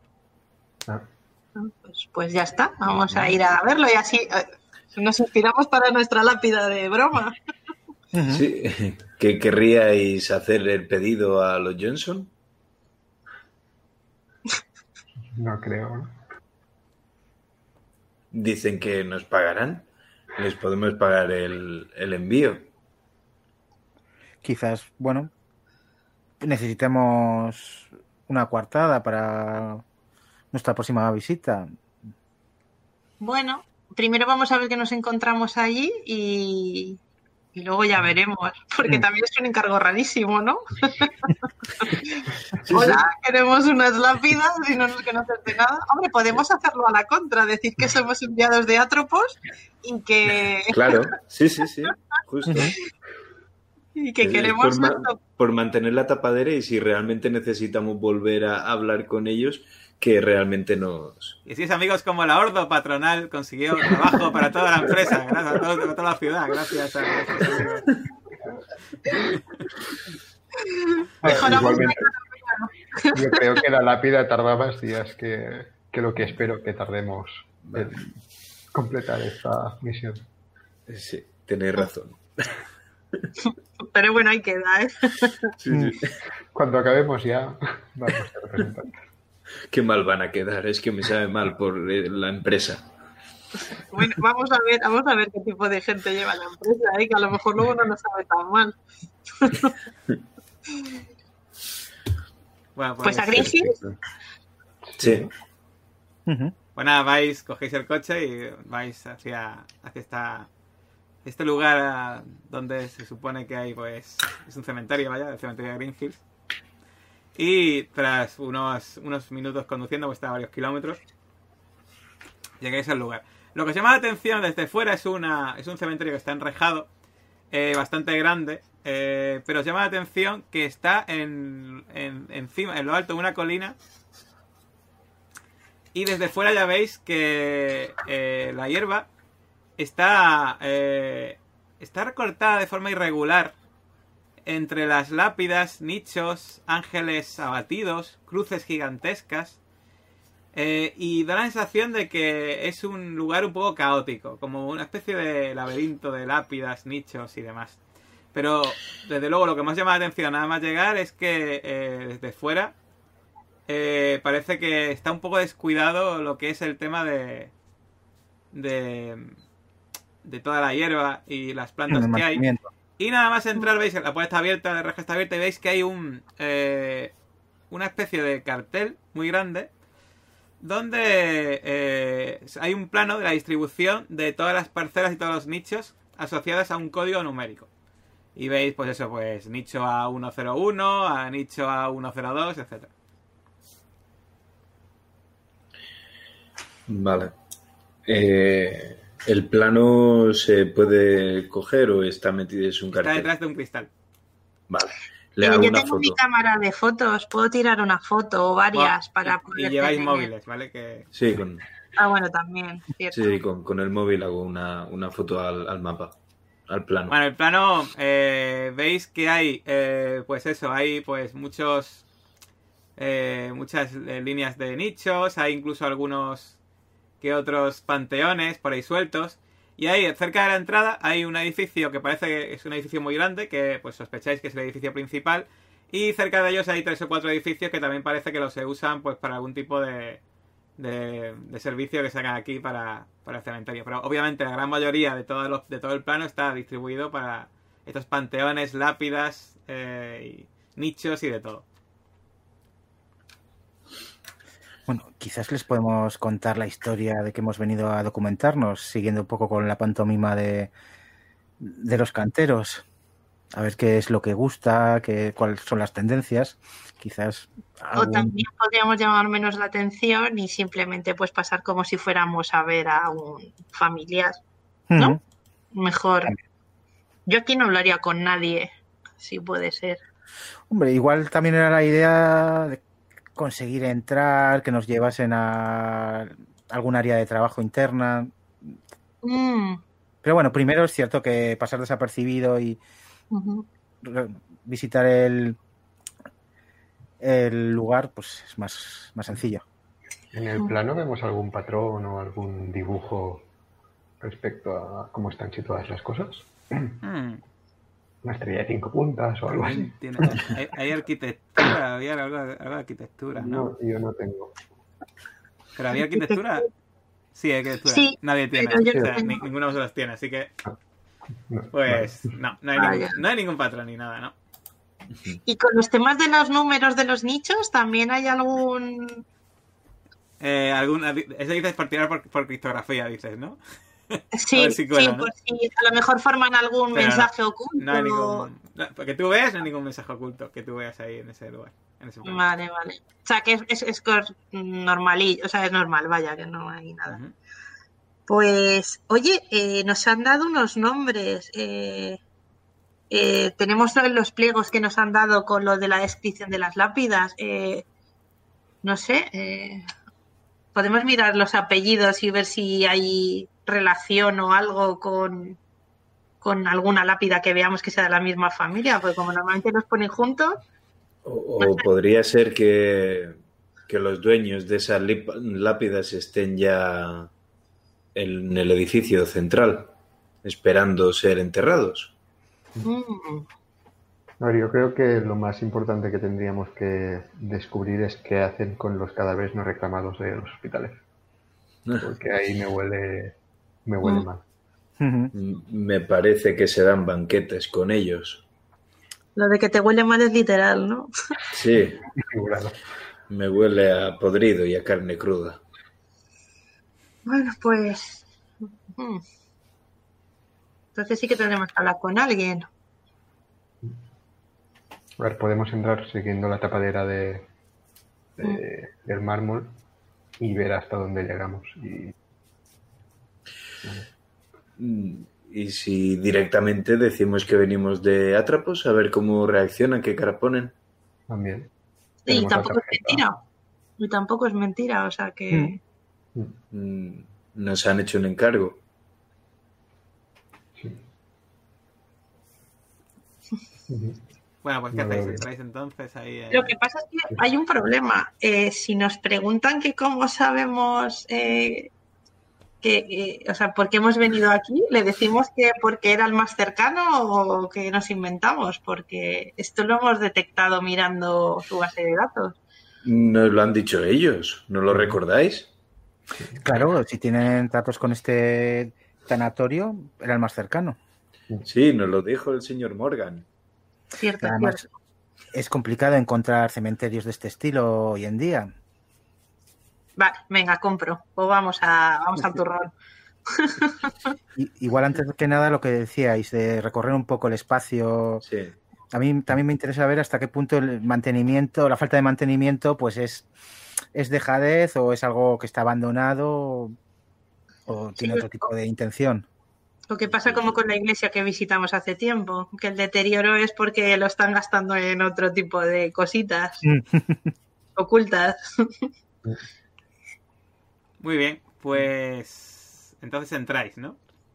Pues ya está, vamos a ir a verlo y así nos inspiramos para nuestra lápida de broma. Sí. ¿Qué querríais hacer el pedido a los Johnson? No creo, ¿no? Dicen que nos pagarán. Les podemos pagar el envío. Quizás, bueno, necesitemos una coartada para nuestra próxima visita. Bueno, primero vamos a ver qué nos encontramos allí y luego ya veremos, porque también es un encargo rarísimo, ¿no? Sí, Hola, queremos unas lápidas y no nos conocen de nada. Hombre, podemos hacerlo a la contra, decir que somos enviados de Atropos y que, Claro, sí, justo. y que Es queremos por mantener la tapadera y si realmente necesitamos volver a hablar con ellos, que realmente nos... Y así es, amigos, como la Ordo Patronal consiguió trabajo para toda la empresa, gracias a toda la ciudad, gracias a nuestros amigos. mejoramos la Igualmente, yo creo que la lápida tarda más días que lo que espero que tardemos en completar esta misión. Sí, tenéis razón. Pero bueno, ahí queda, ¿eh? Sí. Cuando acabemos ya vamos a representar. Qué mal van a quedar, es que me sabe mal por la empresa. Bueno, vamos a ver qué tipo de gente lleva la empresa, ¿eh? Que a lo mejor luego no nos sabe tan mal. Bueno, Pues a Greenfield. Sí. Ujú. Pues nada, vais, cogéis el coche y vais hacia este lugar donde se supone que hay, pues, es un cementerio, vaya, el cementerio de Greenfield. Y tras unos minutos conduciendo, pues está a varios kilómetros, llegáis al lugar. Lo que os llama la atención desde fuera es un cementerio que está enrejado, bastante grande, pero os llama la atención que está encima, en lo alto de una colina. Y desde fuera ya veis que la hierba está recortada de forma irregular entre las lápidas, nichos, ángeles abatidos, cruces gigantescas. Y da la sensación de que es un lugar un poco caótico, como una especie de laberinto de lápidas, nichos y demás. Pero desde luego lo que más llama la atención nada más llegar es que desde fuera parece que está un poco descuidado lo que es el tema de toda la hierba y las plantas que hay. Y nada más entrar, veis que la puerta está abierta, la reja está abierta y veis que hay una especie de cartel muy grande donde hay un plano de la distribución de todas las parcelas y todos los nichos asociadas a un código numérico. Y veis, pues eso, pues nicho A101, a nicho A102, etc. Vale. ¿El plano se puede coger o está metido en un cartel? Está detrás de un cristal. Vale. Le hago Yo una tengo mi foto. cámara de fotos, puedo tirar una foto o varias para Y poder lleváis tener. móviles, ¿vale? Que... Sí, Bueno, también, cierto. con el móvil hago una foto al mapa, al plano. Bueno, el plano, veis que hay, pues eso, hay pues muchas líneas de nichos, hay incluso algunos que otros panteones por ahí sueltos. Y ahí, cerca de la entrada, hay un edificio que parece que es un edificio muy grande, que pues sospecháis que es el edificio principal. Y cerca de ellos hay 3 o 4 edificios que también parece que los se usan pues para algún tipo de servicio que sacan aquí para el cementerio. Pero obviamente la gran mayoría de todo el plano está distribuido para estos panteones, lápidas, y nichos y de todo. Bueno, quizás les podemos contar la historia de que hemos venido a documentarnos, siguiendo un poco con la pantomima de los canteros. A ver qué es lo que gusta, cuáles son las tendencias. Quizás O también podríamos llamar menos la atención y simplemente pues pasar como si fuéramos a ver a un familiar, ¿no? Mejor. Yo aquí no hablaría con nadie, si puede ser. Hombre, igual también era la idea de conseguir entrar, que nos llevasen a algún área de trabajo interna. Pero bueno, primero es cierto que pasar desapercibido y visitar el lugar pues es más sencillo. ¿En el plano vemos algún patrón o algún dibujo respecto a cómo están situadas las cosas? Una estrella de 5 puntas o algo así. Hay arquitectura, había algo de arquitectura, ¿no? No, yo no tengo. ¿Pero había arquitectura? Sí, hay arquitectura. Sí, Nadie tiene. pero yo O sea, no tengo. ninguno de vosotros tiene, así que... No, Pues vale. no hay ningún patrón ni nada, ¿no? Y con los temas de los números de los nichos, ¿también hay algún...? Eso dices por tirar por criptografía, dices, ¿no? Sí, A ver si cuela, sí, ¿no? por si a lo mejor forman algún Pero mensaje oculto. No hay ningún... que tú veas, no hay ningún mensaje oculto que tú veas ahí en ese lugar. En ese momento. Vale. O sea, que es normalillo, o sea, es normal, vaya, que no hay nada. Ujú. Pues, oye, nos han dado unos nombres. Tenemos los pliegos que nos han dado con lo de la descripción de las lápidas. No sé, podemos mirar los apellidos y ver si hay relación o algo con alguna lápida que veamos que sea de la misma familia, porque como normalmente los ponen juntos. O podría ser que los dueños de esas lápidas estén ya en el edificio central, esperando ser enterrados. A ver, yo creo que lo más importante que tendríamos que descubrir es qué hacen con los cadáveres no reclamados de los hospitales. Porque ahí me huele mal. Me parece que se dan banquetes con ellos. Lo de que te huele mal es literal, ¿no? Sí, Figurado. me huele a podrido y a carne cruda. Bueno, pues... Entonces sí que tendremos que hablar con alguien. A ver, podemos entrar siguiendo la tapadera del mármol y ver hasta dónde llegamos. Y si directamente decimos que venimos de Atrapos, a ver cómo reaccionan, qué cara ponen. También. Y Tenemos tampoco la es tarjeta. mentira. Y tampoco es mentira, o sea que... Nos han hecho un encargo. Sí. Bueno, pues ¿qué No lo hacéis? veo. ¿Entráis entonces ahí? Lo que pasa es que hay un problema. Si nos preguntan que cómo sabemos o sea, por qué hemos venido aquí, le decimos que porque era el más cercano o que nos inventamos, porque esto lo hemos detectado mirando su base de datos. Nos lo han dicho ellos, ¿no lo recordáis? Claro, si tienen tratos con este tanatorio, era el más cercano. Sí, nos lo dijo el señor Morgan. Cierto, Además, cierto. es complicado encontrar cementerios de este estilo hoy en día. Vale, venga, compro. Pues vamos al turrón. Igual antes que nada lo que decíais de recorrer un poco el espacio. Sí. A mí también me interesa ver hasta qué punto el mantenimiento, la falta de mantenimiento, pues es dejadez o es algo que está abandonado o tiene otro tipo de intención. Lo que pasa como con la iglesia que visitamos hace tiempo, que el deterioro es porque lo están gastando en otro tipo de cositas ocultas. Muy bien, pues entonces entráis, ¿no?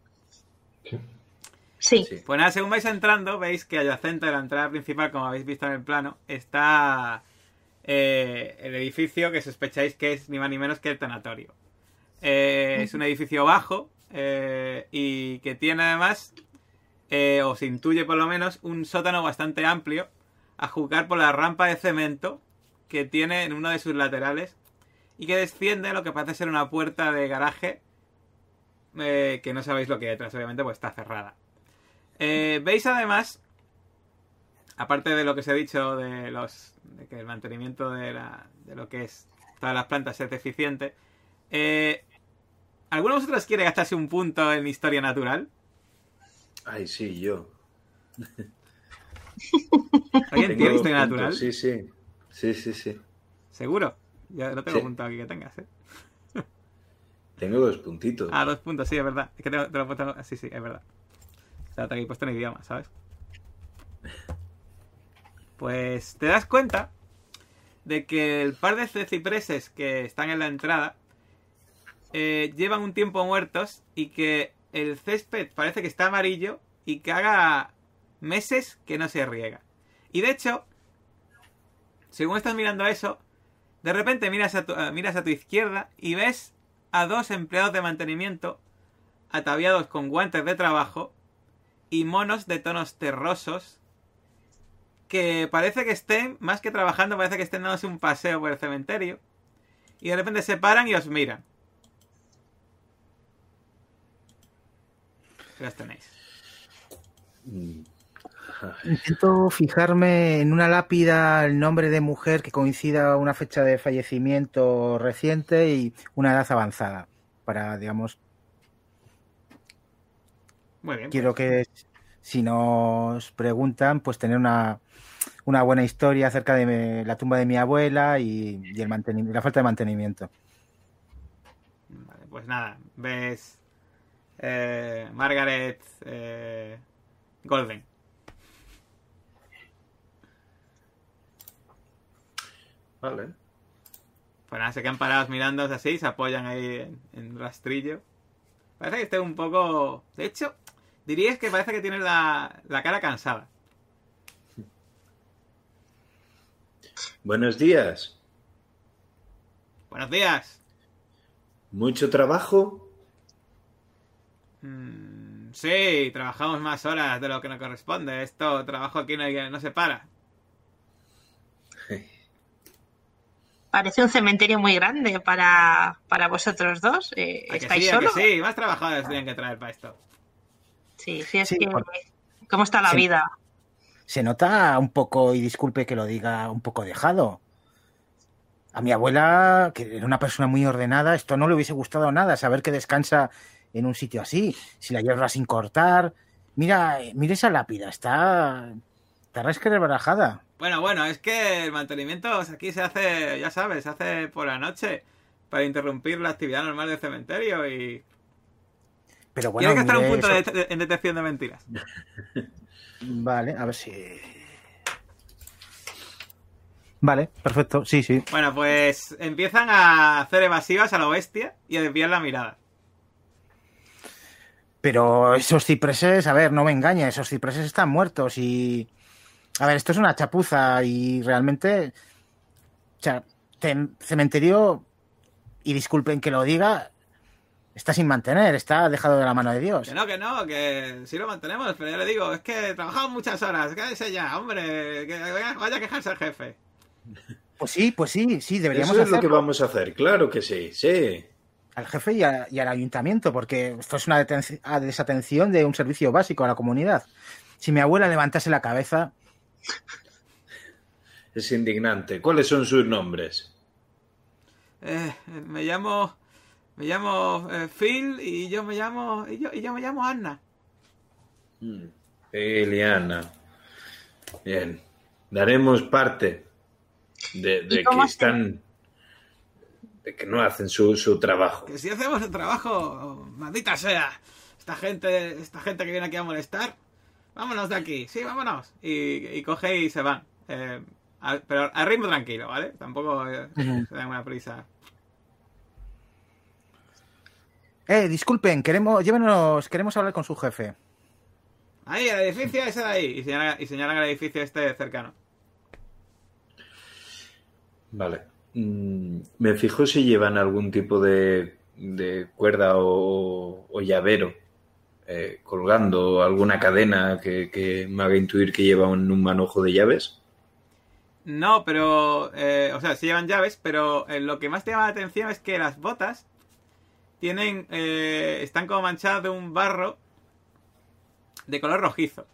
Sí. Pues nada, según vais entrando, veis que adyacente a la entrada principal, como habéis visto en el plano, está el edificio que sospecháis que es ni más ni menos que el tanatorio. Es un edificio bajo y que tiene además, o se intuye por lo menos, un sótano bastante amplio a juzgar por la rampa de cemento que tiene en uno de sus laterales y que desciende lo que parece ser una puerta de garaje que no sabéis lo que hay detrás, obviamente, pues está cerrada. Veis además, aparte de lo que os he dicho de que el mantenimiento de lo que es todas las plantas es deficiente, ¿alguno de vosotros quiere gastarse un punto en historia natural? Ay, sí, yo. ¿Alguien tiene historia natural? Sí. ¿Seguro? Ya lo tengo Sí. apuntado aquí que tengas, ¿eh? Tengo 2 puntitos. 2 puntos, sí, es verdad. Es que te lo he puesto... Sí, es verdad. O sea, te lo he puesto en idioma, ¿sabes? Pues te das cuenta de que el par de cipreses que están en la entrada llevan un tiempo muertos y que el césped parece que está amarillo y que haga meses que no se riega. Y de hecho, según estás mirando eso, de repente miras a tu izquierda y ves a 2 empleados de mantenimiento ataviados con guantes de trabajo y monos de tonos terrosos que parece que estén, más que trabajando, parece que estén dándose un paseo por el cementerio y de repente se paran y os miran. ¿Qué los tenéis? Intento fijarme en una lápida el nombre de mujer que coincida una fecha de fallecimiento reciente y una edad avanzada. Para, digamos, Muy bien. quiero pues. que si nos preguntan, pues tener una buena historia acerca de la tumba de mi abuela y la falta de mantenimiento. Vale, pues nada, ves Margaret Golden. Vale. Pues nada, se quedan parados mirándose así, se apoyan ahí en un rastrillo. Parece que esté un poco... De hecho, dirías que parece que tiene la cara cansada. Buenos días. Buenos días. ¿Mucho trabajo? Sí, trabajamos más horas de lo que nos corresponde. Esto, trabajo aquí no se para. Parece un cementerio muy grande para vosotros dos. ¿A que ¿Estáis sí, a que solos? sí? Más trabajadores tienen que traer para esto. Sí, sí, es Sí, que... ¿Cómo está la Sí. vida? Se nota un poco, y disculpe que lo diga, un poco dejado. A mi abuela, que era una persona muy ordenada, esto no le hubiese gustado nada, saber que descansa en un sitio así, si la hierba sin cortar. Mira esa lápida, está resquebrajada. Bueno, es que el mantenimiento aquí se hace, ya sabes, se hace por la noche para interrumpir la actividad normal del cementerio y... Pero bueno, Tienes que estar un mire punto eso. en detección de mentiras. Vale, a ver si... Vale, perfecto, sí. Bueno, pues empiezan a hacer evasivas a la bestia y a desviar la mirada. Pero esos cipreses, a ver, no me engaña, esos cipreses están muertos y... A ver, esto es una chapuza y realmente... O sea, cementerio, y disculpen que lo diga, está sin mantener, está dejado de la mano de Dios. Que no, que sí lo mantenemos, pero ya le digo, es que trabajamos muchas horas, quédese ya, hombre, que vaya a quejarse el jefe. Pues sí, deberíamos Eso es lo hacerlo. que vamos a hacer, claro que sí, sí. Al jefe y al ayuntamiento, porque esto es una desatención de un servicio básico a la comunidad. Si mi abuela levantase la cabeza... Es indignante. ¿Cuáles son sus nombres? Me llamo Phil y yo me llamo Anna. Eliana. Bien. Daremos parte de ¿Y que cómo están... de que no hacen su trabajo. Que si hacemos el trabajo, maldita sea, esta gente que viene aquí a molestar, vámonos de aquí, sí, vámonos. Y coge y se van. Pero al ritmo tranquilo, ¿vale? Tampoco se dan una prisa. Disculpen, queremos hablar con su jefe. Ahí, el edificio ese de ahí. Y señalan el edificio este cercano. Vale. Me fijo si llevan algún tipo de cuerda o llavero colgando, alguna cadena que me haga intuir que llevan un manojo de llaves. No, pero... o sea, sí llevan llaves, pero lo que más te llama la atención es que las botas tienen... están como manchadas de un barro de color rojizo.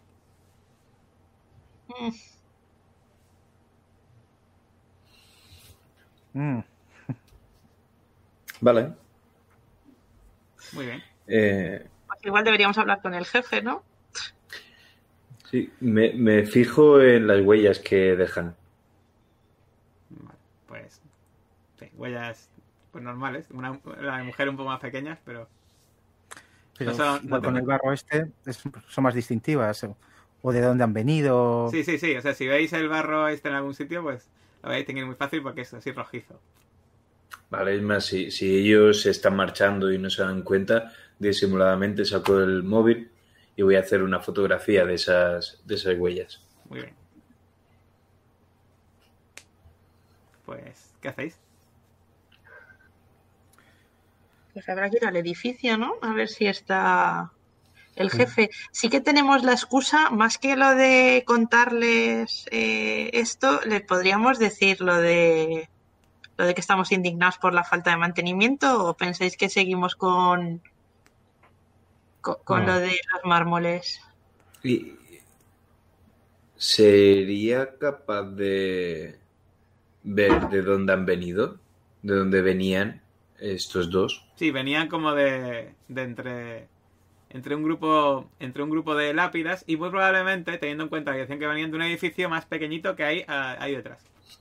Vale. Muy bien. Pues igual deberíamos hablar con el jefe, ¿no? Sí, me fijo en las huellas que dejan. Vale, pues... Sí, huellas pues normales. La de mujer un poco más pequeñas, pero... Pero Eso no igual con te- el barro son más distintivas. O de dónde han venido. Sí. O sea, si veis el barro este en algún sitio, pues lo vais a distinguir muy fácil porque es así rojizo. Vale, es más, si ellos se están marchando y no se dan cuenta, disimuladamente saco el móvil y voy a hacer una fotografía de esas huellas. Muy bien. Pues, ¿qué hacéis? Pues habrá que ir al edificio, ¿no? A ver si está el jefe. Sí que tenemos la excusa, más que lo de contarles esto, les podríamos decir lo de que estamos indignados por la falta de mantenimiento, o pensáis que seguimos con No. lo de los mármoles. Y ¿Sería capaz de ver de dónde han venido? ¿De dónde venían estos dos? Sí, venían como de entre un grupo de lápidas y muy probablemente, teniendo en cuenta la dirección que venían, de un edificio más pequeñito que hay ahí detrás.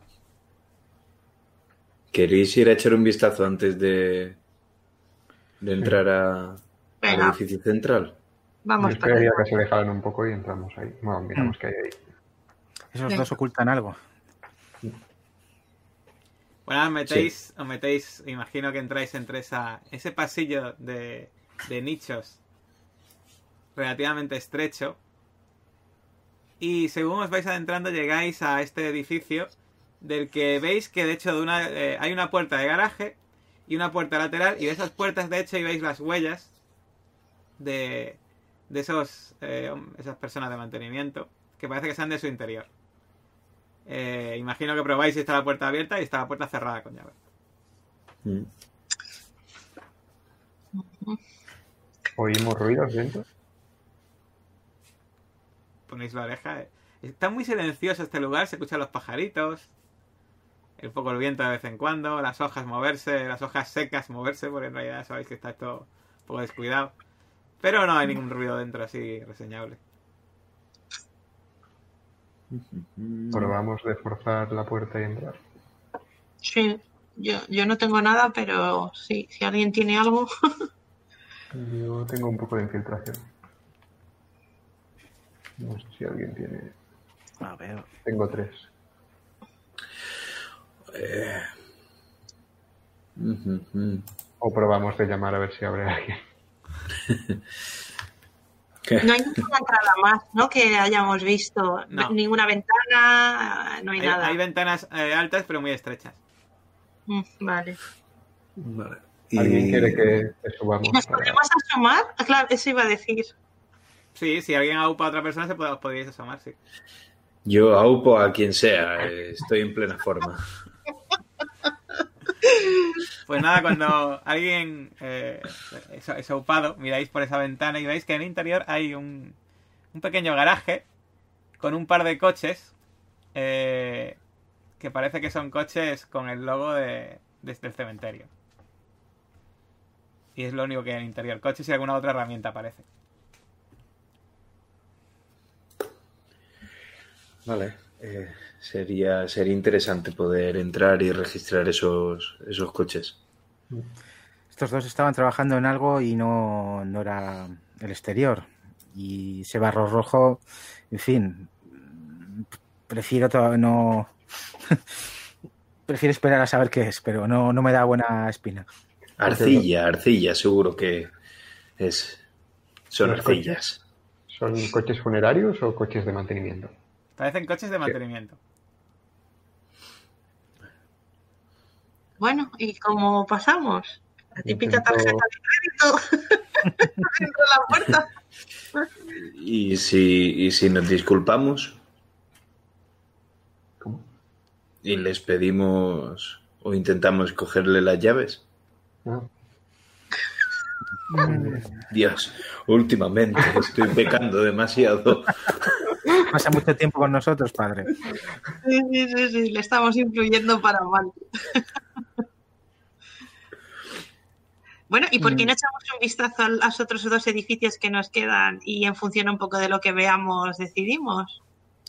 ¿Queréis ir a echar un vistazo antes de entrar al Venga, edificio central? vamos Yo para esperaría allá. que se dejaran un poco y entramos ahí. Bueno, miramos qué hay ahí. Esos Venga. dos ocultan algo. Bueno, os metéis, imagino que entráis entre ese pasillo de nichos relativamente estrecho. Y según os vais adentrando, llegáis a este edificio del que veis que de hecho hay una puerta de garaje y una puerta lateral, y de esas puertas de hecho y veis las huellas de esas personas de mantenimiento que parece que sean de su interior. Imagino que probáis si está la puerta abierta y está la puerta cerrada con llave. Mm. ¿Oímos ruidos dentro? Ponéis la oreja. Está muy silencioso este lugar, se escuchan los pajaritos, el poco el viento de vez en cuando, las hojas moverse, las hojas secas moverse, porque en realidad sabéis que está esto un poco descuidado. Pero no hay ningún ruido dentro así reseñable. Probamos de forzar la puerta y entrar. Sí, yo no tengo nada, pero sí, si alguien tiene algo. Yo tengo un poco de infiltración. No sé si alguien tiene. A ver. Tengo 3. O probamos de llamar a ver si abre alguien. No hay ninguna entrada más, ¿no? Que hayamos visto. No. Ninguna ventana, no hay nada. Hay ventanas altas pero muy estrechas. Vale. Vale. ¿Alguien quiere que subamos? ¿Y nos podemos asomar? Ah, claro, eso iba a decir. Sí, si alguien aupa a otra persona os podríais asomar, sí. Yo aupo a quien sea, estoy en plena forma. Pues nada, cuando alguien es aupado, miráis por esa ventana y veis que en el interior hay un pequeño garaje con un par de coches que parece que son coches con el logo del cementerio. Y es lo único que hay en el interior. Coches y alguna otra herramienta parece. Vale. Sería interesante poder entrar y registrar esos coches. Estos dos estaban trabajando en algo y no era el exterior. Y ese barro rojo, en fin, prefiero no... prefiero esperar a saber qué es, pero no me da buena espina. Arcilla, seguro que son ¿Los arcillas. ¿Son coches funerarios o coches de mantenimiento? Parecen coches de mantenimiento. Bueno, ¿y cómo pasamos? La típica Intento- tarjeta de crédito dentro de la puerta. ¿Y si nos disculpamos ¿Cómo? y les pedimos o intentamos cogerle las llaves? Ah, Dios, últimamente estoy pecando demasiado. Pasa mucho tiempo con nosotros, padre. Sí, le estamos influyendo para mal. Bueno, ¿y por qué no echamos un vistazo a los otros dos edificios que nos quedan y en función un poco de lo que veamos decidimos?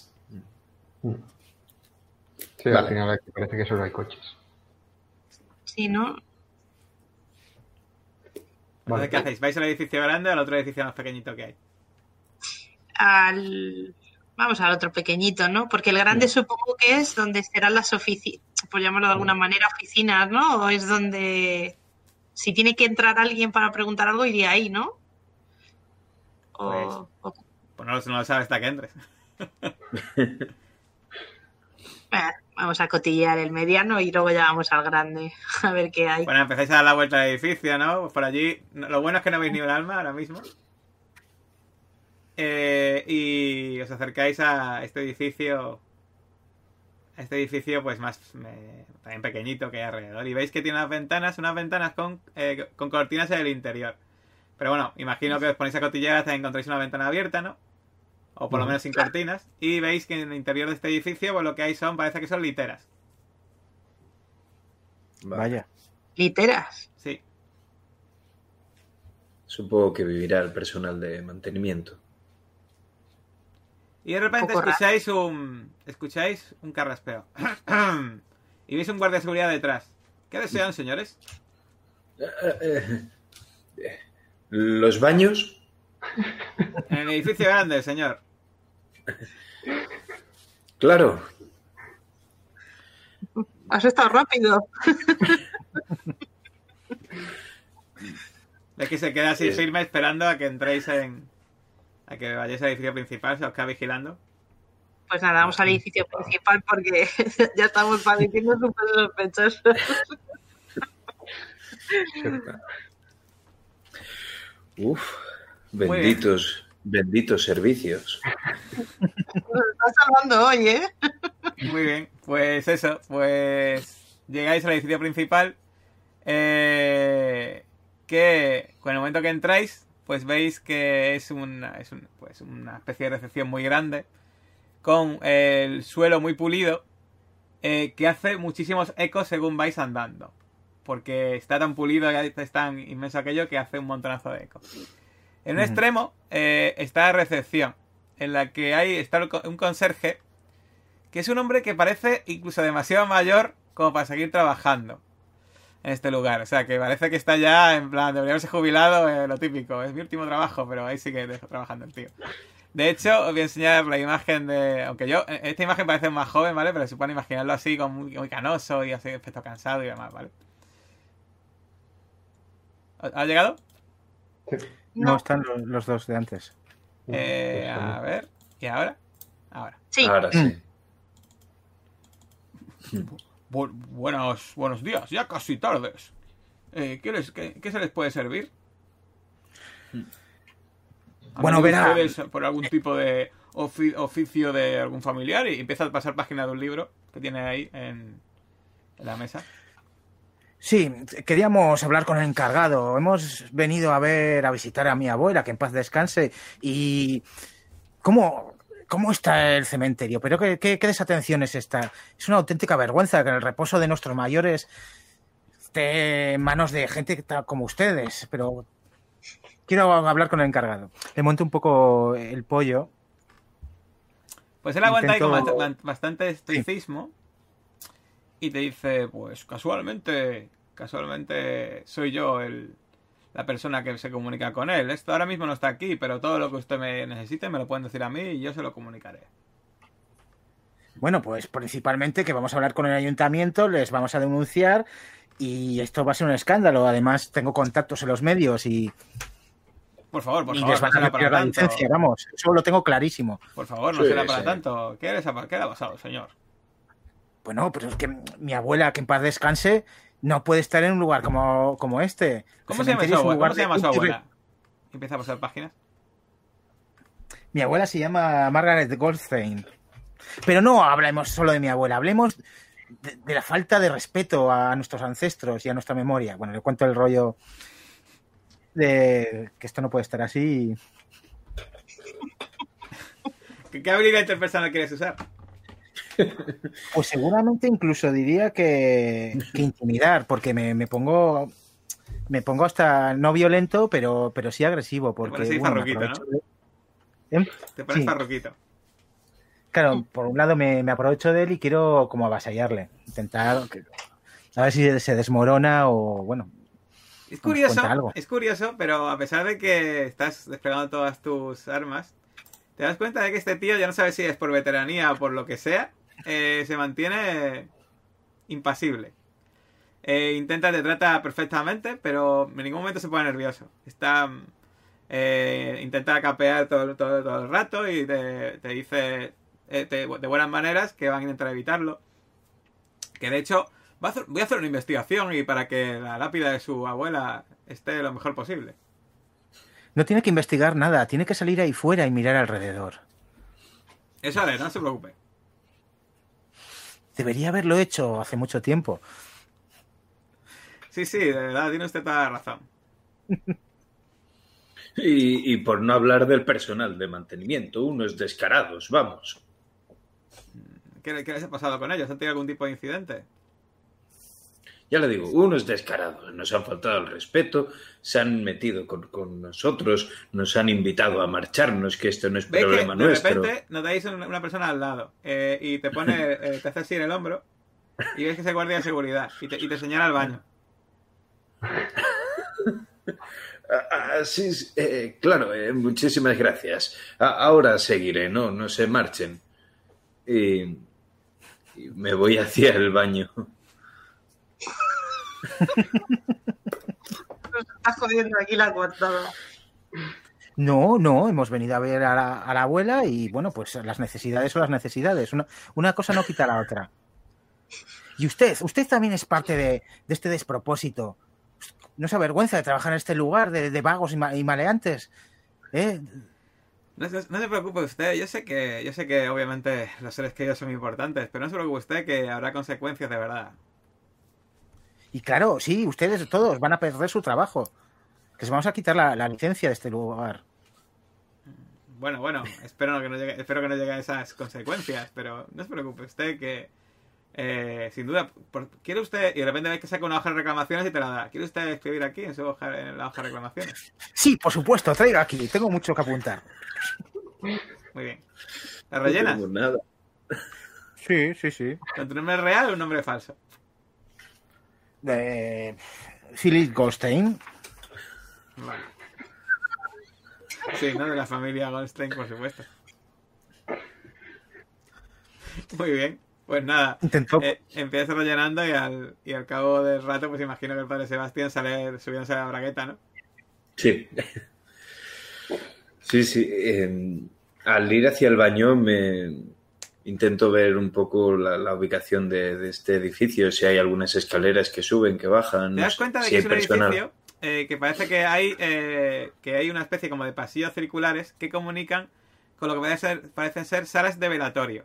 Sí, Vale. al final parece que solo hay coches. Sí, ¿no? Entonces, Vale. ¿qué hacéis? ¿Vais al edificio grande o al otro edificio más pequeñito que hay? Vamos al otro pequeñito, ¿no? Porque el grande supongo que es donde serán las oficinas, por llamarlo de alguna manera, oficinas, ¿no? O es donde, si tiene que entrar alguien para preguntar algo, iría ahí, ¿no? Pues no lo sabes hasta que entres. Vamos a cotillear el mediano y luego ya vamos al grande a ver qué hay. Bueno, empezáis a dar la vuelta al edificio, ¿no? Pues por allí, lo bueno es que no veis ni un alma ahora mismo. Y os acercáis a este edificio pues más también pequeñito que hay alrededor, y veis que tiene unas ventanas con cortinas en el interior. Pero bueno, imagino que os ponéis a cotillear hasta que encontréis una ventana abierta, ¿no? o por lo menos sin cortinas, y veis que en el interior de este edificio pues lo que hay parece que son literas. Vaya. Literas. Sí. Supongo que vivirá el personal de mantenimiento. Y de repente Poco escucháis un carraspeo. Y veis un guardia de seguridad detrás. ¿Qué desean, señores? ¿Los baños? En el edificio grande, señor. Claro. Has estado rápido. Es que se queda así firme esperando a que entréis a que vayáis al edificio principal, se os queda vigilando. Pues nada, vamos al edificio principal porque ya estamos padeciendo súper sospechosos. Uf, benditos servicios. Nos está salvando hoy, ¿eh? Muy bien, pues eso, pues llegáis al edificio principal, que con el momento que entráis, pues veis que es una especie de recepción muy grande, con el suelo muy pulido, que hace muchísimos ecos según vais andando, porque está tan pulido y es tan inmenso aquello que hace un montonazo de ecos. En un extremo está la recepción, en la que está un conserje, que es un hombre que parece incluso demasiado mayor como para seguir trabajando en este lugar. O sea, que parece que está ya en plan, debería haberse jubilado, lo típico. Es mi último trabajo, pero ahí sí que está trabajando el tío. De hecho, os voy a enseñar la imagen de... Aunque esta imagen parece más joven, ¿vale? Pero se pueden imaginarlo así, con muy canoso y así, aspecto cansado y demás, ¿vale? ¿Ha llegado? Sí. No están los dos de antes. A ver, ¿y ahora? Ahora. Sí. Ahora sí. Buenos días, ya casi tardes. ¿Qué se les puede servir? Bueno, verá. ¿Ustedes por algún tipo de oficio de algún familiar? Y empieza a pasar página de un libro que tiene ahí en la mesa. Sí, queríamos hablar con el encargado. Hemos venido a visitar a mi abuela, que en paz descanse. Y... ¿Cómo está el cementerio? ¿Pero qué desatención es esta? Es una auténtica vergüenza que el reposo de nuestros mayores esté en manos de gente como ustedes. Pero quiero hablar con el encargado. Le monto un poco el pollo. Pues él aguanta ahí con bastante estoicismo. Sí. Y te dice, pues casualmente soy yo la persona que se comunica con él. Esto ahora mismo no está aquí, pero todo lo que usted me necesite me lo pueden decir a mí y yo se lo comunicaré. Bueno, pues principalmente que vamos a hablar con el ayuntamiento, les vamos a denunciar y esto va a ser un escándalo. Además, tengo contactos en los medios y... Por favor, les van a retirar la licencia, vamos, eso lo tengo clarísimo. Por favor, no será para tanto. ¿Qué ha pasado, señor? Bueno, pero es que mi abuela, que en paz descanse, no puede estar en un lugar como este. ¿Cómo se llama su abuela? Empieza a pasar páginas. Mi abuela se llama Margaret Goldstein. Pero no hablemos solo de mi abuela, hablemos de la falta de respeto a nuestros ancestros y a nuestra memoria. Bueno, le cuento el rollo de que esto no puede estar así. ¿Qué habilidad interpersonal quieres usar? Pues seguramente incluso diría que intimidar, porque me pongo hasta no violento, pero sí agresivo, porque te pones bueno, farroquito, ¿no? Te pones farroquito. Claro, por un lado me aprovecho de él y quiero como avasallarle, intentar a ver si se desmorona o bueno. Es curioso, pero a pesar de que estás desplegando todas tus armas, te das cuenta de que este tío, ya no sabes si es por veteranía o por lo que sea, se mantiene impasible. Te trata perfectamente, pero en ningún momento se pone nervioso. Intenta capear todo el rato y te dice de buenas maneras que van a intentar evitarlo. Que de hecho voy a hacer una investigación y para que la lápida de su abuela esté lo mejor posible. No tiene que investigar nada, tiene que salir ahí fuera y mirar alrededor. Eso haré, no se preocupe. Debería haberlo hecho hace mucho tiempo. Sí, de verdad, tiene usted toda la razón. Y por no hablar del personal de mantenimiento, unos descarados, vamos. ¿Qué les ha pasado con ellos? ¿Han tenido algún tipo de incidente? Ya le digo, unos descarados. Nos han faltado el respeto, se han metido con nosotros, nos han invitado a marcharnos, que esto no es problema nuestro. De repente notáis una persona al lado y te pone, te hace así en el hombro y ves que es el guardia de seguridad y te señala al baño. Sí, claro, muchísimas gracias. Ahora seguiré, no se marchen. Y me voy hacia el baño. Nos estás jodiendo aquí la coartada. No, hemos venido a ver a la abuela y bueno, pues las necesidades son las necesidades. Una cosa no quita la otra. Y usted también es parte de este despropósito. ¿No se avergüenza de trabajar en este lugar de vagos y maleantes? No se preocupe usted, yo sé que obviamente los seres queridos son importantes, pero no se preocupe usted que habrá consecuencias de verdad. Y claro, sí, ustedes todos van a perder su trabajo. Que se vamos a quitar la licencia de este lugar. Bueno, espero que no llegue a esas consecuencias, pero no se preocupe usted que sin duda, ¿quiere usted? Y de repente ves que saca una hoja de reclamaciones y te la da. ¿Quiere usted escribir aquí en la hoja de reclamaciones? Sí, por supuesto, traigo aquí. Tengo mucho que apuntar. Muy bien. ¿La rellenas? No tengo nada. Sí. ¿Con tu nombre real o un nombre falso? Philip Goldstein. Vale. Sí, ¿no? De la familia Goldstein, por supuesto. Muy bien. Pues nada, empiezas rellenando y al cabo del rato, pues imagino que el padre Sebastián sale subiéndose a la bragueta, ¿no? Sí. Sí. Al ir hacia el baño me intento ver un poco la ubicación de este edificio, si hay algunas escaleras que suben, que bajan. ¿Te das cuenta de que es un edificio que parece que hay una especie como de pasillos circulares que comunican con lo que parecen ser salas de velatorio?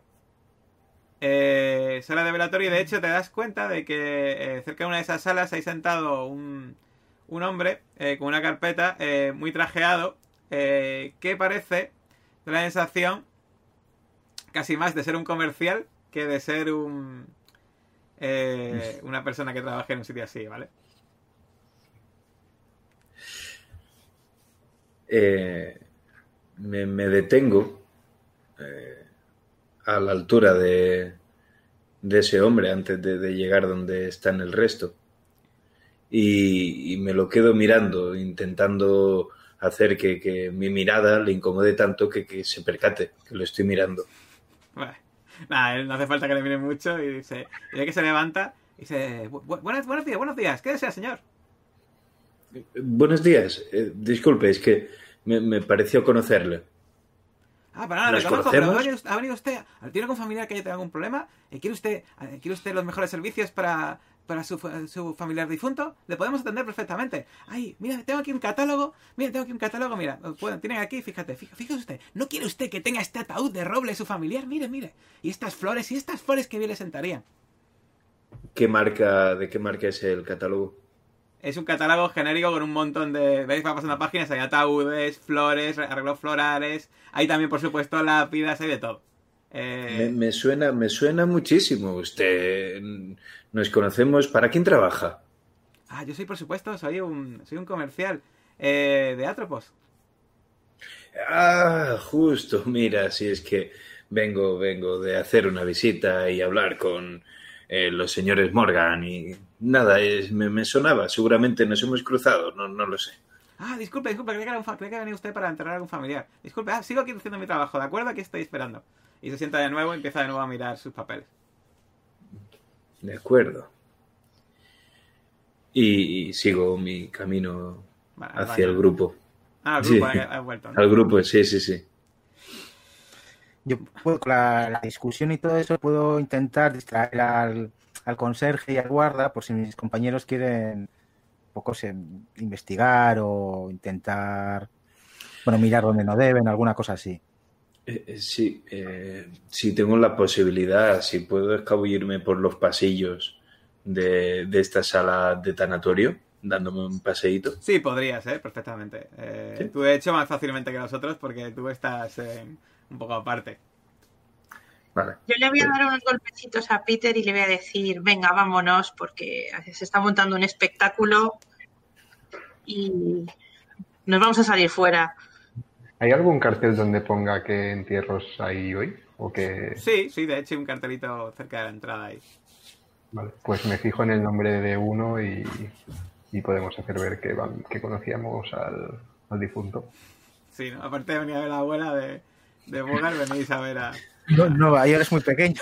Sala de velatorio, y de hecho te das cuenta de que cerca de una de esas salas hay sentado un hombre con una carpeta muy trajeado que parece de la sensación casi más de ser un comercial que de ser una persona que trabaje en un sitio así, ¿vale? Me detengo a la altura de ese hombre antes de llegar donde están el resto y me lo quedo mirando, intentando hacer que mi mirada le incomode tanto que se percate que lo estoy mirando. Vale. Nada, no hace falta que le mire mucho y ve que se levanta y dice: buenos días, ¿qué desea, señor? Buenos días, disculpe, es que me pareció conocerle. Pero no, lo conozco, pero ha venido usted, ¿tiene algún familiar que haya tenido algún problema? ¿Quiere usted los mejores servicios para su familiar difunto? Le podemos atender perfectamente. Ay, mira, tengo aquí un catálogo, mira, tienen aquí, fíjese usted, ¿no quiere usted que tenga este ataúd de roble su familiar? Mire, y estas flores que bien le sentarían. ¿De qué marca es el catálogo? Es un catálogo genérico con un montón de... ¿Veis? Va pasando páginas, hay ataúdes, flores, arreglos florales, hay también, por supuesto, lápidas, hay de todo. Me suena muchísimo. Usted... Nos conocemos. ¿Para quién trabaja? Yo soy, por supuesto, soy un comercial de Atropos. Justo, mira, si es que vengo de hacer una visita y hablar con los señores Morgan y nada, me sonaba, seguramente nos hemos cruzado, no lo sé. Disculpe, creía que venía usted para enterrar a algún familiar. Disculpe, sigo aquí haciendo mi trabajo, ¿de acuerdo? Aquí estoy esperando. Y se sienta de nuevo y empieza de nuevo a mirar sus papeles. De acuerdo. Y sigo mi camino hacia el grupo. Al grupo, sí. Has vuelto, ¿no? Al grupo, sí. Yo puedo, con la discusión y todo eso, puedo intentar distraer al conserje y al guarda por si mis compañeros quieren un poco investigar o intentar, mirar donde no deben, alguna cosa así. Sí, si tengo la posibilidad, si puedo escabullirme por los pasillos de esta sala de tanatorio. dándome un paseíto. Sí, podrías, perfectamente. ¿Sí? Tú de hecho más fácilmente que nosotros porque tú estás un poco aparte. Vale. Yo le voy a dar unos golpecitos a Peter y le voy a decir, venga, vámonos, porque se está montando un espectáculo y nos vamos a salir fuera. ¿Hay algún cartel donde ponga qué entierros hay hoy? ¿O que... Sí, de hecho hay un cartelito cerca de la entrada ahí. Vale, pues me fijo en el nombre de uno y podemos hacer ver que conocíamos al difunto. Sí, ¿no? Aparte de venir a ver a la abuela de Bogart, venís a ver a... No, Nueva York es muy pequeño.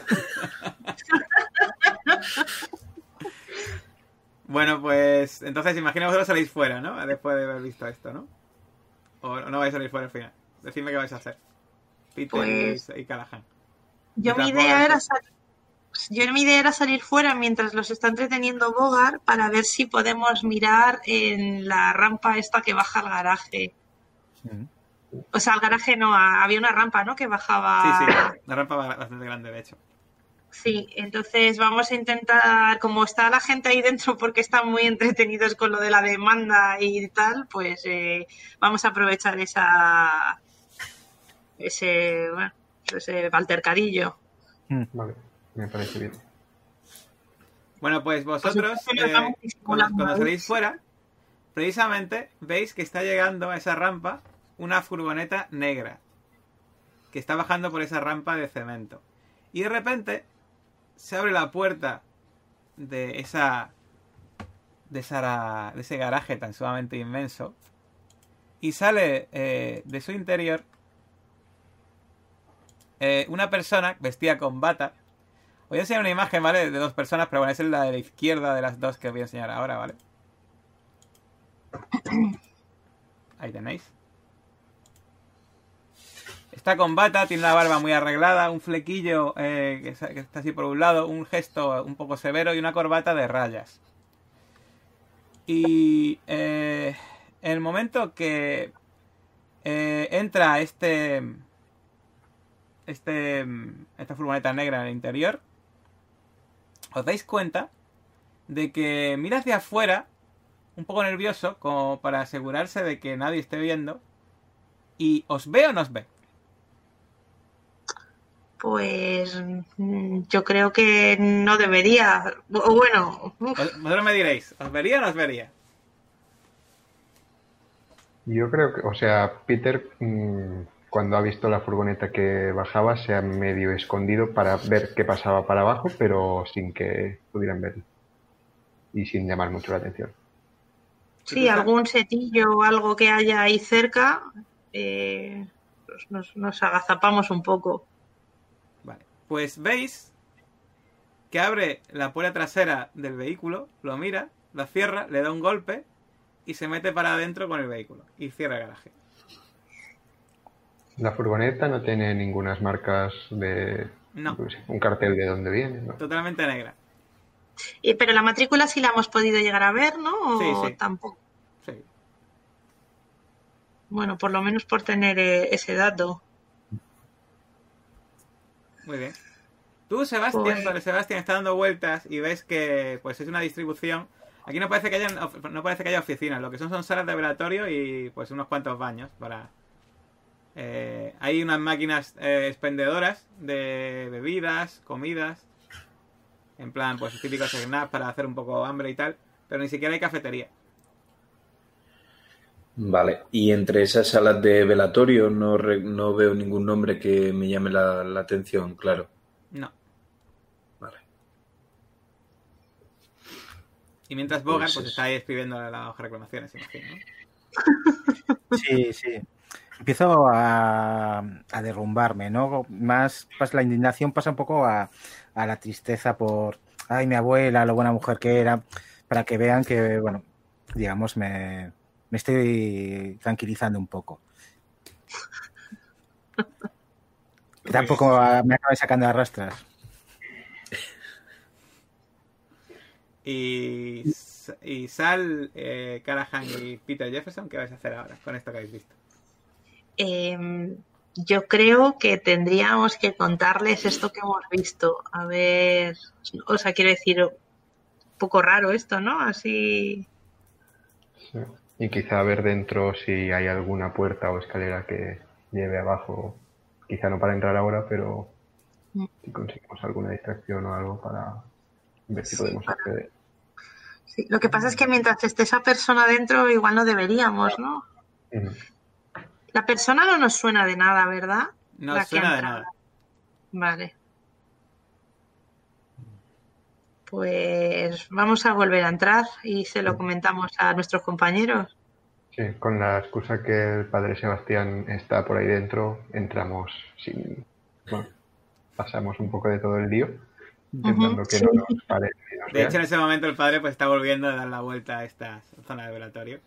Bueno, pues entonces imagino que vosotros salís fuera, ¿no? Después de haber visto esto, ¿no? ¿O no vais a salir fuera al final? Decidme qué vais a hacer. Peter Pues... y Callahan. Yo Mientras mi idea Bogart- era salir fuera mientras los está entreteniendo Bogart para ver si podemos mirar en la rampa esta que baja al garaje. O sea, al garaje no, había una rampa, ¿no? Que bajaba... Sí, la rampa bastante grande, de hecho. Sí, entonces vamos a intentar, como está la gente ahí dentro porque están muy entretenidos con lo de la demanda y tal, pues vamos a aprovechar ese altercadillo. Vale, me parece bien. Bueno, pues vosotros, cuando salís fuera, precisamente veis que está llegando a esa rampa una furgoneta negra que está bajando por esa rampa de cemento. Y de repente se abre la puerta de ese garaje tan sumamente inmenso y sale de su interior una persona vestida con bata. Os voy a enseñar una imagen, ¿vale? De dos personas, pero bueno, es la de la izquierda de las dos que os voy a enseñar ahora, ¿vale? Ahí tenéis. Está con bata, tiene la barba muy arreglada, un flequillo que está así por un lado, un gesto un poco severo y una corbata de rayas. Y en el momento que entra esta furgoneta negra en el interior, os dais cuenta de que mira hacia afuera, un poco nervioso, como para asegurarse de que nadie esté viendo, y ¿os ve o no os ve? Pues yo creo que no debería. O bueno, Vosotros me diréis, ¿os vería o no os vería? Yo creo que, o sea, Peter, cuando ha visto la furgoneta que bajaba, se ha medio escondido para ver qué pasaba para abajo, pero sin que pudieran verlo. Y sin llamar mucho la atención. sí, algún setillo o algo que haya ahí cerca, pues nos agazapamos un poco. Vale. Pues veis que abre la puerta trasera del vehículo, lo mira, la cierra, le da un golpe y se mete para adentro con el vehículo y cierra el garaje. La furgoneta no tiene ninguna marcas de... No. Pues, un cartel de dónde viene, ¿no? Totalmente negra. Pero la matrícula sí la hemos podido llegar a ver, ¿no? ¿O Sí. tampoco? Sí. Bueno, por lo menos por tener ese dato. Muy bien. Tú, Sebastián, Pues- sobre Sebastián, está dando vueltas y ves que pues es una distribución. Aquí no parece que haya oficinas, lo que son salas de velatorio y pues unos cuantos baños para... hay unas máquinas expendedoras de bebidas, comidas, en plan pues típicos snacks para hacer un poco hambre y tal, pero ni siquiera hay cafetería. Vale, y entre esas salas de velatorio no veo ningún nombre que me llame la atención, claro. No. Vale. Y mientras Bogart pues eso. está ahí escribiendo las hojas de reclamaciones, imagino, ¿no? Sí. Empiezo a derrumbarme, ¿no? Más la indignación pasa un poco a la tristeza por, ay, mi abuela, lo buena mujer que era, para que vean que, bueno, digamos, me estoy tranquilizando un poco. Que tampoco me acabe sacando a rastras. Y Sal, Callahan y Peter Jefferson, ¿qué vais a hacer ahora con esto que habéis visto? Yo creo que tendríamos que contarles esto que hemos visto. A ver, o sea, quiero decir, un poco raro esto, ¿no? Así Sí. Y quizá ver dentro si hay alguna puerta o escalera que lleve abajo. Quizá no para entrar ahora, pero si conseguimos alguna distracción o algo para ver si podemos acceder. Sí, lo que pasa es que mientras esté esa persona dentro, igual no deberíamos, ¿no? Ujú. La persona no nos suena de nada, ¿verdad? No La que suena ha de entrado. nada. Vale. Pues vamos a volver a entrar y se lo comentamos a nuestros compañeros. Sí, con la excusa que el padre Sebastián está por ahí dentro, entramos sin... Bueno, pasamos un poco de todo el lío, intentando que no nos pare ni nos De hecho, en vean. ese momento el padre pues está volviendo a dar la vuelta a esta zona de velatorio.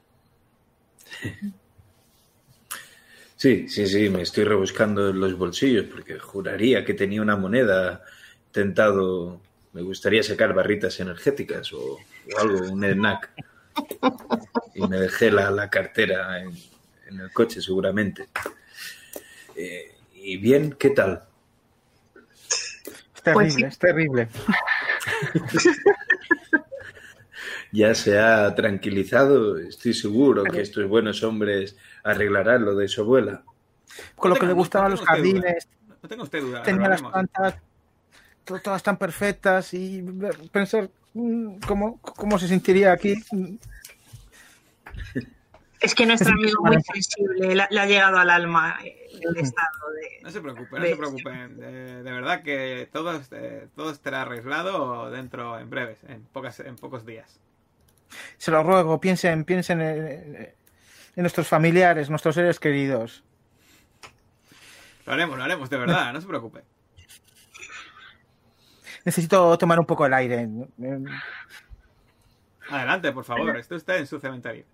Sí, me estoy rebuscando en los bolsillos porque juraría que tenía una moneda tentado. Me gustaría sacar barritas energéticas o algo, un snack. Y me dejé la cartera en el coche seguramente. Y bien, ¿qué tal? Es terrible, Pues sí. es terrible. Ya se ha tranquilizado. Estoy seguro que estos buenos hombres arreglarán lo de su abuela. Con lo que le gustaban los jardines, No tenga usted duda. tenía las hablaremos. plantas todas tan perfectas y pensar cómo se sentiría aquí. Es que nuestro amigo muy sensible, le ha llegado al alma el estado de... No se preocupe, no se preocupen. De verdad que todo estará arreglado dentro en breves, en pocos días. Se lo ruego, piensen en nuestros familiares, nuestros seres queridos. Lo haremos, de verdad, no se preocupe. Necesito tomar un poco el aire. Adelante, por favor, esté usted en su cementerio.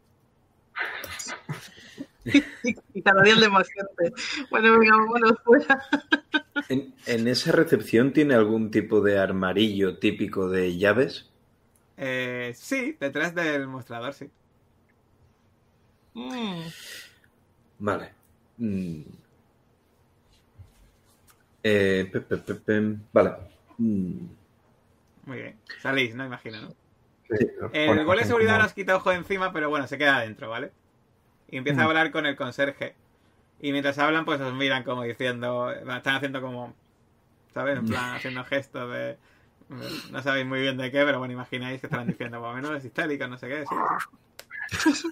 Y cada día el de más gente. Bueno, venga, vámonos fuera. ¿En esa recepción tiene algún tipo de armarillo típico de llaves? Sí, detrás del mostrador, sí. Vale. Vale. Muy bien. Salís, no imagino, ¿no? Sí, El guardia de seguridad nos quita ojo de encima, pero bueno, se queda adentro, ¿vale? Y empieza a hablar con el conserje. Y mientras hablan, pues os miran como diciendo... Están haciendo como... ¿Sabes? En plan, haciendo gestos de... No sabéis muy bien de qué, pero bueno, imagináis que estarán diciendo, por lo menos es histérico, no sé qué. Sí.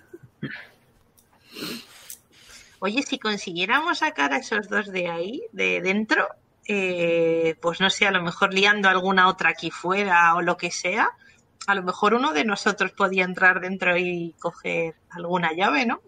Oye, si consiguiéramos sacar a esos dos de ahí, de dentro, pues no sé, a lo mejor liando alguna otra aquí fuera o lo que sea, a lo mejor uno de nosotros podía entrar dentro y coger alguna llave, ¿no?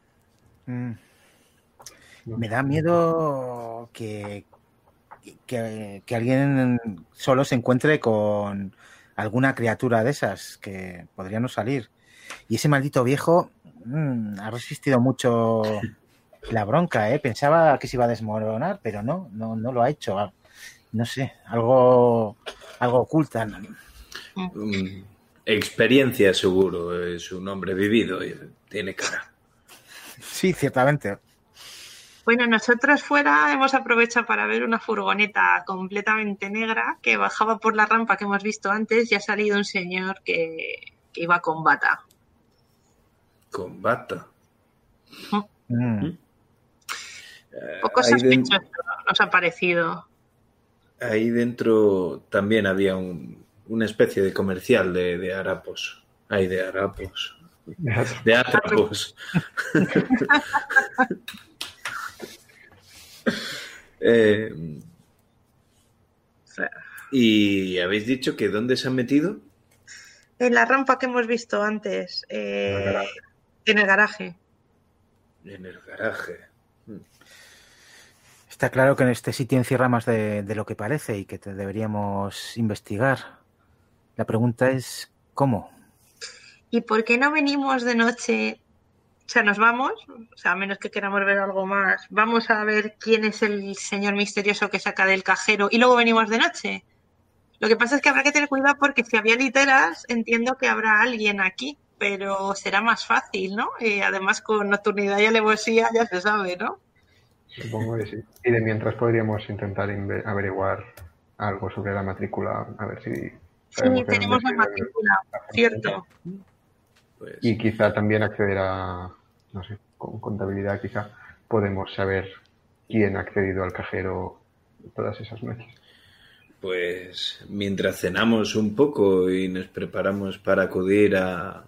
Me da miedo que alguien solo se encuentre con alguna criatura de esas que podrían no salir. Y ese maldito viejo ha resistido mucho la bronca, ¿eh? Pensaba que se iba a desmoronar, pero no lo ha hecho. No sé, algo ocultan. Experiencia, seguro. Es un hombre vivido y tiene cara. Sí, ciertamente. Bueno, nosotros fuera hemos aprovechado para ver una furgoneta completamente negra que bajaba por la rampa que hemos visto antes y ha salido un señor que iba con bata. ¿Con bata? Poco sospechoso nos ha parecido. Ahí dentro también había una especie de comercial de harapos. Ay, de harapos. De atrapos. ¿Y habéis dicho que dónde se han metido? En la rampa que hemos visto antes, en el garaje. En el garaje. Está claro que en este sitio encierra más de lo que parece y que deberíamos investigar. La pregunta es, ¿cómo? ¿Y por qué no venimos de noche? O sea, nos vamos, o sea, a menos que queramos ver algo más, vamos a ver quién es el señor misterioso que saca del cajero y luego venimos de noche. Lo que pasa es que habrá que tener cuidado porque si había literas, entiendo que habrá alguien aquí, pero será más fácil, ¿no? Además, con nocturnidad y alevosía ya se sabe, ¿no? Supongo que sí. Y de mientras podríamos intentar averiguar algo sobre la matrícula, a ver si... Sí, tenemos la matrícula, cierto. pues... Y quizá también acceder a, no sé, con contabilidad quizá podemos saber quién ha accedido al cajero todas esas noches. Pues mientras cenamos un poco y nos preparamos para acudir a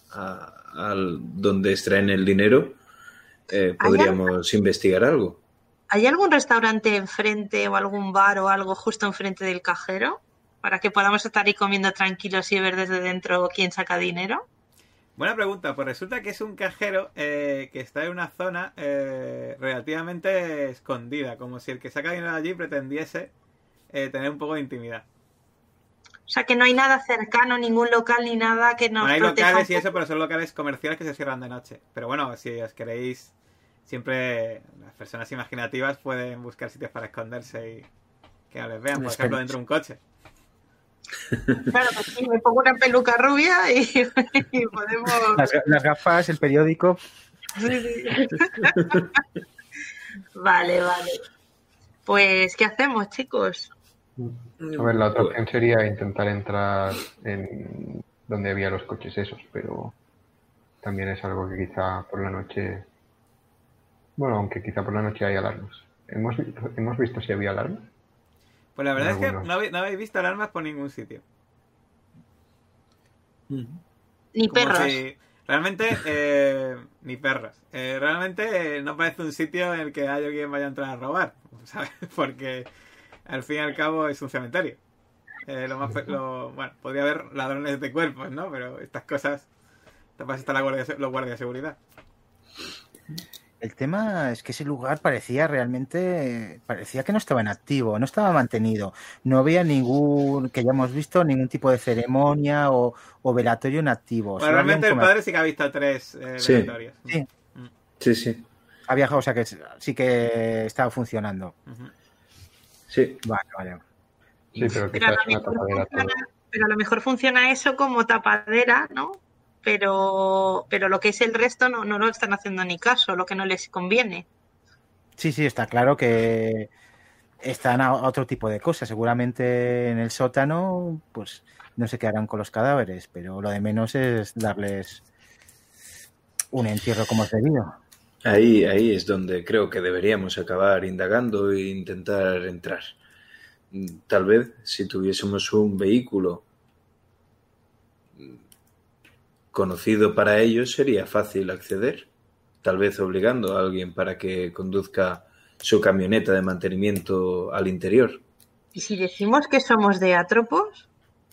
donde extraen el dinero, podríamos investigar algo. ¿Hay algún restaurante enfrente o algún bar o algo justo enfrente del cajero? Para que podamos estar ahí comiendo tranquilos y ver desde dentro quién saca dinero. Buena pregunta. Pues resulta que es un cajero que está en una zona relativamente escondida, como si el que saca dinero allí pretendiese tener un poco de intimidad. O sea, que no hay nada cercano, ningún local ni nada que nos Bueno, hay proteja locales y un poco. eso, pero son locales comerciales que se cierran de noche. Pero bueno, si os queréis, siempre las personas imaginativas pueden buscar sitios para esconderse y que no les vean, por ejemplo, dentro de un coche. Claro, pues sí, me pongo una peluca rubia y podemos... Las gafas, el periódico. Sí. Vale. Pues, ¿qué hacemos, chicos? A ver, la otra opción sería intentar entrar en donde había los coches esos, pero también es algo que quizá por la noche... Bueno, aunque quizá por la noche hay alarmas. ¿Hemos visto si había alarmas? Pues la verdad es que Algunos. no habéis visto alarmas por ningún sitio. Ni Como perros. si realmente ni perros. Realmente no parece un sitio en el que haya quien vaya a entrar a robar, ¿sabes? Porque al fin y al cabo es un cementerio. Bueno, podría haber ladrones de cuerpos, ¿no? Pero estas cosas, para eso están los guardias de seguridad. El tema es que ese lugar parecía que no estaba en activo, no estaba mantenido. No había que ya hemos visto, ningún tipo de ceremonia o velatorio en activo. Bueno, Solo había realmente un el padre sí que ha visto 3 Sí. velatorios. Sí. Sí. Ha viajado, o sea que sí que estaba funcionando. Sí. Vale. Sí, pero Pero a quizás lo es una mejor tapadera todo. pero a lo mejor funciona eso como tapadera, ¿no? Pero lo que es el resto no lo están haciendo ni caso, lo que no les conviene. Sí, está claro que están a otro tipo de cosas. Seguramente en el sótano, pues no sé qué harán con los cadáveres, pero lo de menos es darles un entierro como es debido. Ahí es donde creo que deberíamos acabar indagando e intentar entrar. Tal vez si tuviésemos un vehículo conocido para ellos sería fácil acceder. Tal vez obligando a alguien para que conduzca su camioneta de mantenimiento al interior. ¿Y si decimos que somos de Atropos?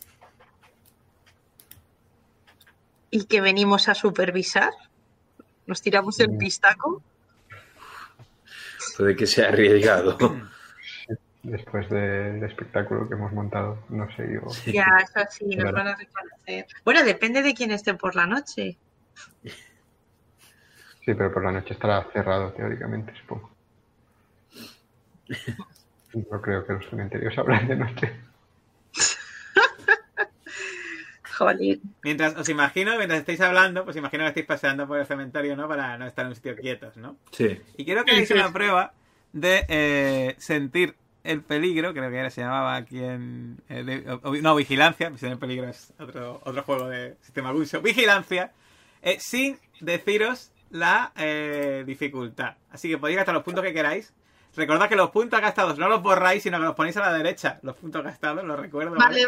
¿Y que venimos a supervisar? ¿Nos tiramos el pistaco? Puede que sea arriesgado. Después del espectáculo que hemos montado, no sé yo. Ya, eso sí, nos van a reconocer. Bueno, depende de quién esté por la noche. Sí, pero por la noche estará cerrado teóricamente, supongo. No creo que los cementerios abran de noche. Jolín. Mientras estáis hablando, pues imagino que estáis paseando por el cementerio, ¿no? Para no estar en un sitio quietos, ¿no? Sí. Y quiero que hagáis una prueba de sentir el peligro, creo que se llamaba aquí en... no, vigilancia, pues el peligro es otro juego de sistema Gunso. Vigilancia, sin deciros la dificultad. Así que podéis gastar los puntos que queráis. Recordad que los puntos gastados no los borráis, sino que los ponéis a la derecha. Los puntos gastados, los recuerdo. Vale.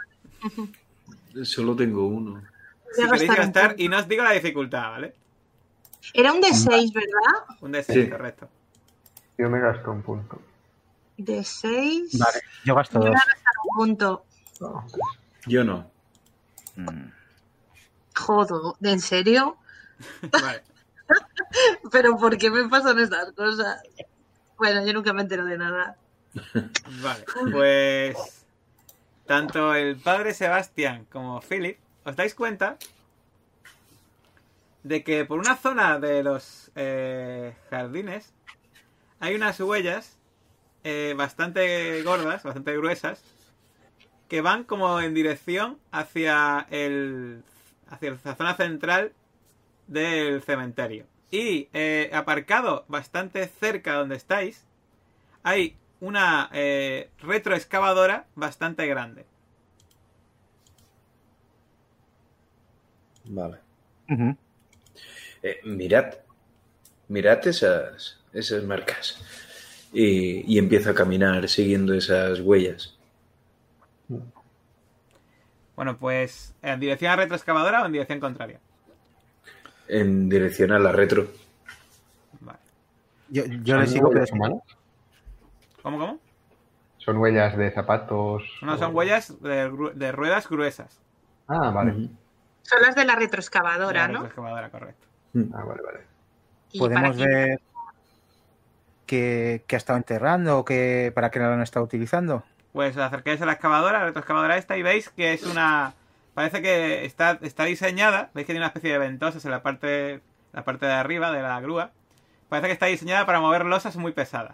Solo tengo uno. Si queréis gastar, y no os digo la dificultad, ¿vale? Era un D6, ¿verdad? Un D6, Sí. correcto. Yo me gasto un punto. D6. Vale, yo gasto Yo voy 2. a gastar un punto. No, Yo no. Joder, ¿en serio? Vale. ¿Pero por qué me pasan estas cosas? Bueno, yo nunca me entero de nada. Vale, pues tanto el padre Sebastián como Philip os dais cuenta de que por una zona de los jardines hay unas huellas bastante gordas, bastante gruesas, que van como en dirección hacia la zona central del cementerio. Y aparcado bastante cerca donde estáis, hay una retroexcavadora bastante grande. Vale. Ujú. Mirad esas marcas. Y empiezo a caminar siguiendo esas huellas. Bueno, pues ¿en dirección a la retroexcavadora o en dirección contraria? En dirección a la retro. Vale. Yo ¿Son le sigo, pero huellas humanas? ¿Cómo? ¿Son huellas de zapatos? No, o- son huellas de ruedas gruesas. Ah, vale. Ujú. Son las de la De retroexcavadora, la ¿no? retroexcavadora, correcto. Ah, vale. Y podemos para ver que ha estado enterrando o para qué lo han estado utilizando. Pues os acercáis a la excavadora, la retroexcavadora esta, y veis que es una... Parece que está diseñada, veis que tiene una especie de ventosas en la parte de arriba de la grúa. Parece que está diseñada para mover losas muy pesadas.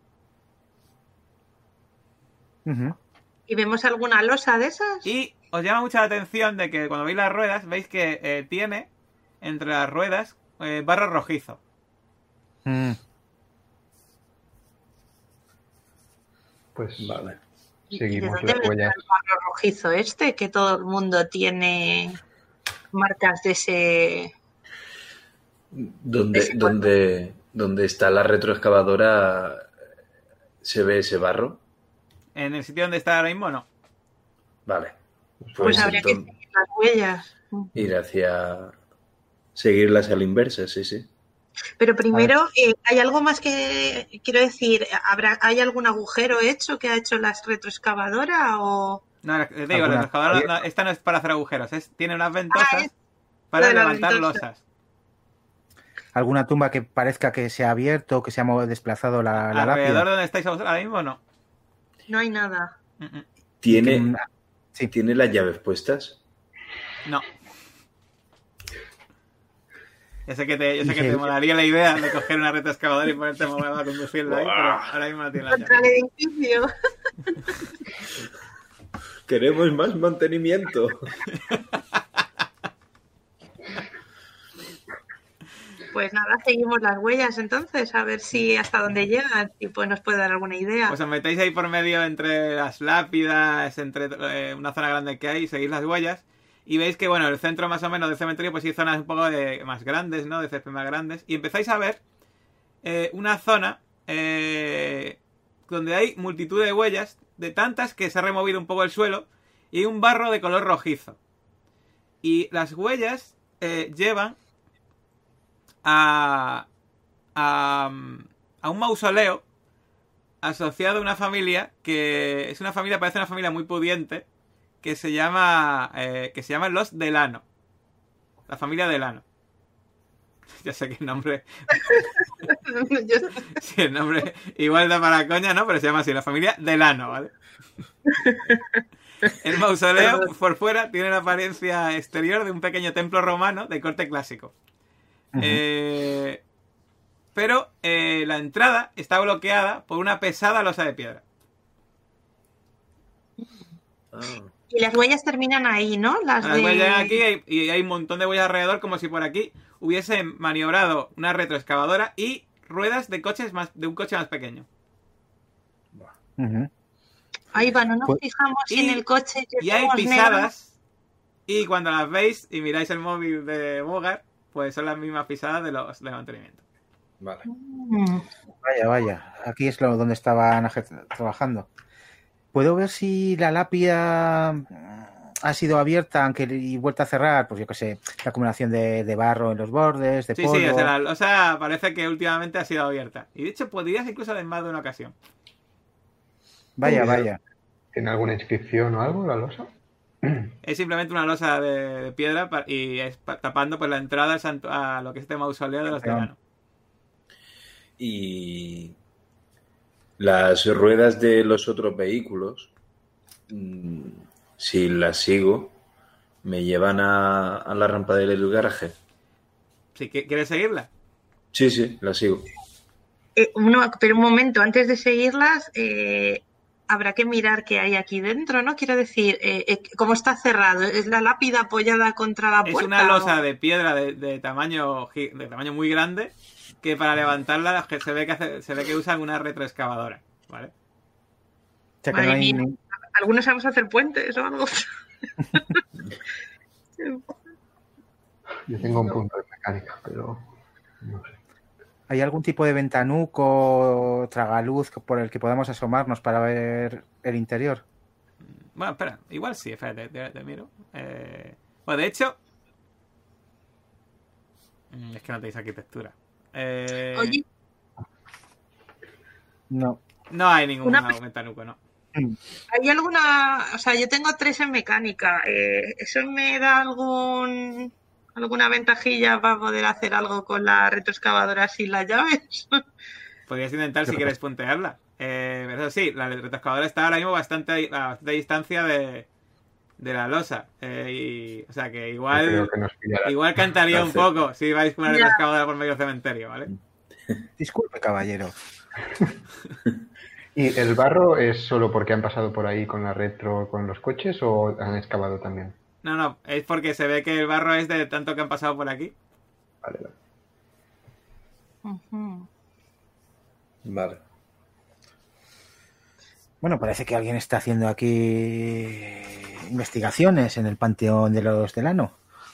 Ujú. ¿Y vemos alguna losa de esas? Y os llama mucha la atención de que cuando veis las ruedas, veis que tiene entre las ruedas barro rojizo. Mm. Pues Vale. ¿Y de seguimos dónde las vendrá huellas. el barro rojizo este? Que todo el mundo tiene marcas de ese... ¿Dónde está la retroexcavadora se ve ese barro? En el sitio donde está ahora mismo, no. Vale. Pues habría que entonces, seguir las huellas. ir hacia... Seguirlas a la inversa, sí. Pero primero, ¿hay algo más que... Quiero decir, ¿hay algún agujero hecho que ha hecho la retroexcavadora o...? No, te digo, la retroexcavadora esta no es para hacer agujeros, tiene unas ventosas es para lo de la levantar ventosa. losas. ¿Alguna tumba que parezca que se ha abierto, que se ha desplazado la Alrededor lápida? de donde estáis vosotros ahora mismo, no. No hay nada. ¿Tiene Sí. las llaves puestas? No. Yo sé que te molaría la idea de coger una retroexcavadora y ponerte a conducirla ahí, pero ahora mismo no tiene la Contra el llave. edificio. Queremos más mantenimiento. Pues nada, seguimos las huellas entonces, a ver si hasta dónde llegan y pues nos puede dar alguna idea. Pues os metéis ahí por medio entre las lápidas, entre una zona grande que hay, y seguís las huellas. Y veis que, bueno, el centro más o menos del cementerio, pues sí, zonas un poco más grandes, ¿no? De césped más grandes. Y empezáis a ver una zona donde hay multitud de huellas, de tantas que se ha removido un poco el suelo, y un barro de color rojizo. Y las huellas llevan a un mausoleo asociado a una familia que es una familia, parece una familia muy pudiente, que se llama los Delano, la familia Delano. Ya sé que el nombre, sí, el nombre igual da para coña, ¿no? Pero se llama así, la familia Delano, ¿vale? El mausoleo por fuera tiene la apariencia exterior de un pequeño templo romano de corte clásico. Pero la entrada está bloqueada por una pesada losa de piedra. Ah. Y las huellas terminan ahí, ¿no? Las Las llegan aquí y hay un montón de huellas alrededor, como si por aquí hubiese maniobrado una retroexcavadora y ruedas de un coche más pequeño. Ujú. Ahí va, no nos Pues- fijamos si en el coche Y hay tenemos pisadas, y cuando las veis y miráis el móvil de Bogart, pues son las mismas pisadas de los de mantenimiento. Vale. negro. Vaya. Aquí es donde estaba Ángel trabajando. ¿Puedo ver si la lápida ha sido abierta y vuelta a cerrar? Pues yo qué sé, la acumulación de barro en los bordes, de Sí, polvo. sí, o sea, la losa parece que últimamente ha sido abierta. Y de hecho podrías incluso en más de una ocasión. Vaya. ¿Tiene alguna inscripción o algo la losa? Es simplemente una losa de piedra y es tapando pues la entrada a lo que es este mausoleo de los Delano. Y las ruedas de los otros vehículos, si las sigo, me llevan a la rampa del garaje. Si quieres seguirla. Sí, las sigo. Pero un momento, antes de seguirlas, habrá que mirar qué hay aquí dentro, ¿no? Quiero decir, ¿cómo está cerrado? ¿Es la lápida apoyada contra la puerta? Es una losa de piedra de tamaño muy grande que para levantarla se ve que usan una retroexcavadora, ¿vale? O sea, que Madre no hay mía. Algunos sabemos hacer puentes o algo. Yo tengo un punto de mecánica, pero no sé. ¿Hay algún tipo de ventanuco o tragaluz por el que podamos asomarnos para ver el interior? Bueno, espera, igual sí, espérate, te miro. Bueno, de hecho... Es que no tenéis arquitectura. Oye, No. No hay ningún Una- ventanuco, no. ¿hay alguna? O sea, yo tengo 3 en mecánica. ¿Eso me da alguna ventajilla para poder hacer algo con la retroexcavadora sin las llaves? Podrías intentar si quieres puntearla. Pero sí, la retroexcavadora está ahora mismo a bastante distancia de la losa. O sea que Yo creo igual que nos pillará. igual cantaría un poco si vais con una Ya. retroexcavadora por medio del cementerio, ¿vale? Disculpe, caballero. ¿Y el barro es solo porque han pasado por ahí con la retro, con los coches, o han excavado también? No, es porque se ve que el barro es de tanto que han pasado por aquí. Vale, vale. Ujú. Vale. Bueno, parece que alguien está haciendo aquí investigaciones en el panteón de los Delano.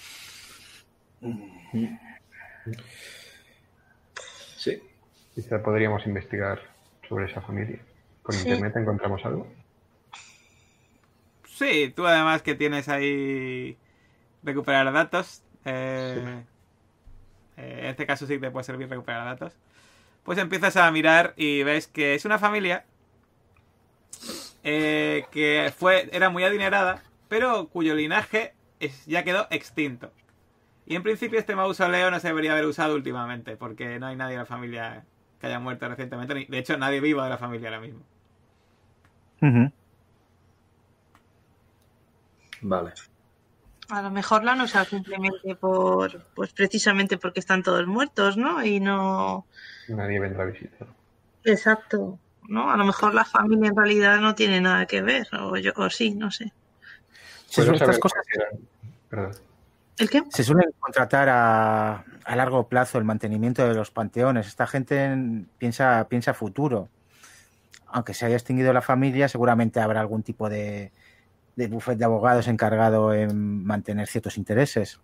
Sí. Quizá podríamos investigar sobre esa familia. ¿Por Sí. internet encontramos algo? Sí, tú además que tienes ahí recuperar datos. En este caso sí te puede servir recuperar datos. Pues empiezas a mirar y ves que es una familia que era muy adinerada, pero cuyo linaje ya quedó extinto. Y en principio este mausoleo no se debería haber usado últimamente, porque no hay nadie de la familia que haya muerto recientemente. De hecho, nadie vivo de la familia ahora mismo. Ujú. Vale. A lo mejor la han usado simplemente pues precisamente porque están todos muertos, ¿no? Y no. Nadie vendrá a visitar. Exacto. ¿No? A lo mejor la familia en realidad no tiene nada que ver, o sí, no sé. ¿Puedo Estas saber cosas por qué eran? Perdón. ¿El qué? se suelen contratar a largo plazo el mantenimiento de los panteones. Esta gente piensa futuro. Aunque se haya extinguido la familia, seguramente habrá algún tipo de bufete de abogados encargado en mantener ciertos intereses.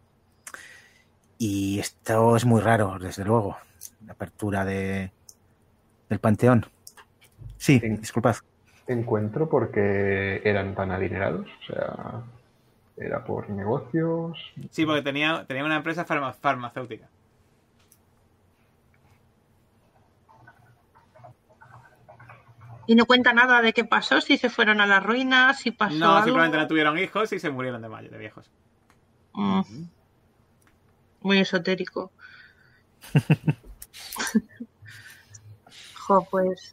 Y esto es muy raro, desde luego, la apertura del panteón. Sí, Sí. disculpad. Encuentro porque eran tan adinerados. O sea, era por negocios. Sí, porque tenía una empresa farmacéutica. Y no cuenta nada de qué pasó, si se fueron a las ruinas, si pasó No, algo. simplemente no tuvieron hijos y se murieron de viejos. Mm. Muy esotérico. Jo, pues.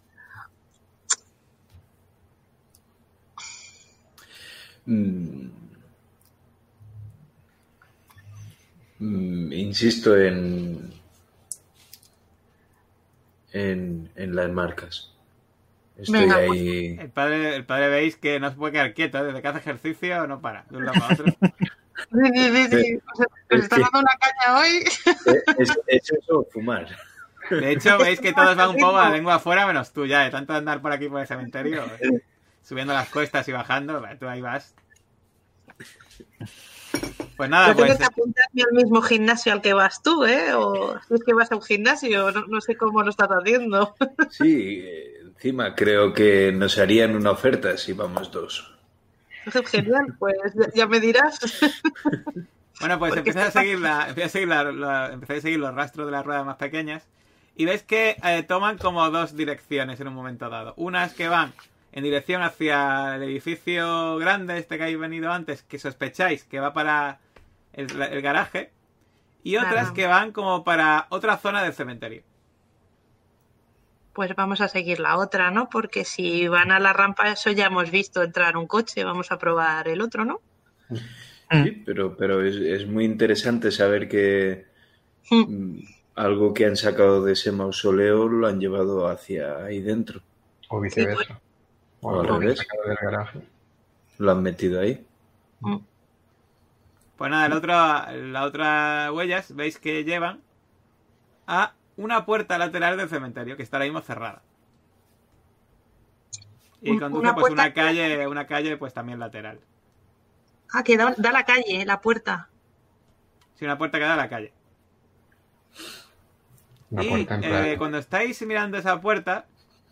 Insisto en las marcas. Estoy Venga, ahí. El padre veis que no se puede quedar quieto, desde que hace ejercicio no para, de un lado a otro. Sí. ¿Os está dando una caña hoy? Es eso, fumar. De hecho, veis que todos van un poco a la lengua afuera, menos tú ya, de tanto andar por aquí por el cementerio, subiendo las cuestas y bajando, tú ahí vas. Pues nada, Yo tengo pues que apuntarme al mismo gimnasio al que vas tú, ¿eh? O si es que vas a un gimnasio, no sé cómo lo estás haciendo. Sí, encima creo que nos harían una oferta si vamos dos. Genial, pues ya me dirás. bueno, pues Porque empezáis a seguir los rastros de las ruedas más pequeñas y ves que toman como dos direcciones en un momento dado. Unas que van en dirección hacia el edificio grande este que habéis venido antes, que sospecháis que va para el garaje, y otras Claro. que van como para otra zona del cementerio. Pues vamos a seguir la otra, ¿no? Porque si van a la rampa, eso ya hemos visto entrar un coche, vamos a probar el otro, ¿no? Sí, pero es muy interesante saber que algo que han sacado de ese mausoleo lo han llevado hacia ahí dentro. O viceversa. O al lo han revés. sacado del garaje. Lo han metido ahí. Pues nada, la otra huellas veis que llevan a una puerta lateral del cementerio que está ahora mismo cerrada. Y conduce Una pues puerta una calle pues también lateral. Ah, que da la calle, la puerta. Sí, una puerta que da a la calle. Una Y puerta en plan- cuando estáis mirando esa puerta,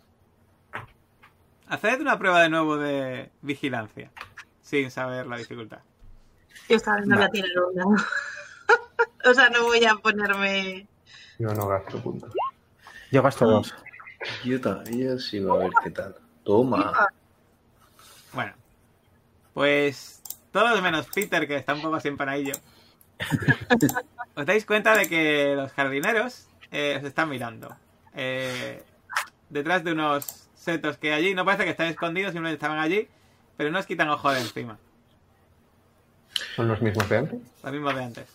haced una prueba de nuevo de vigilancia, sin saber la dificultad. Yo esta vez no voy a tirar una. O sea, no voy a ponerme... Yo no gasto puntos. Yo gasto 2. Yo sí voy a ver qué tal. Toma. Bueno, pues todos menos Peter, que está un poco así empanadillo. Os dais cuenta de que los jardineros os están mirando. Detrás de unos setos que allí, no parece que están escondidos, simplemente estaban allí, pero no os quitan ojo de encima. ¿Son los mismos de antes? Los mismos de antes.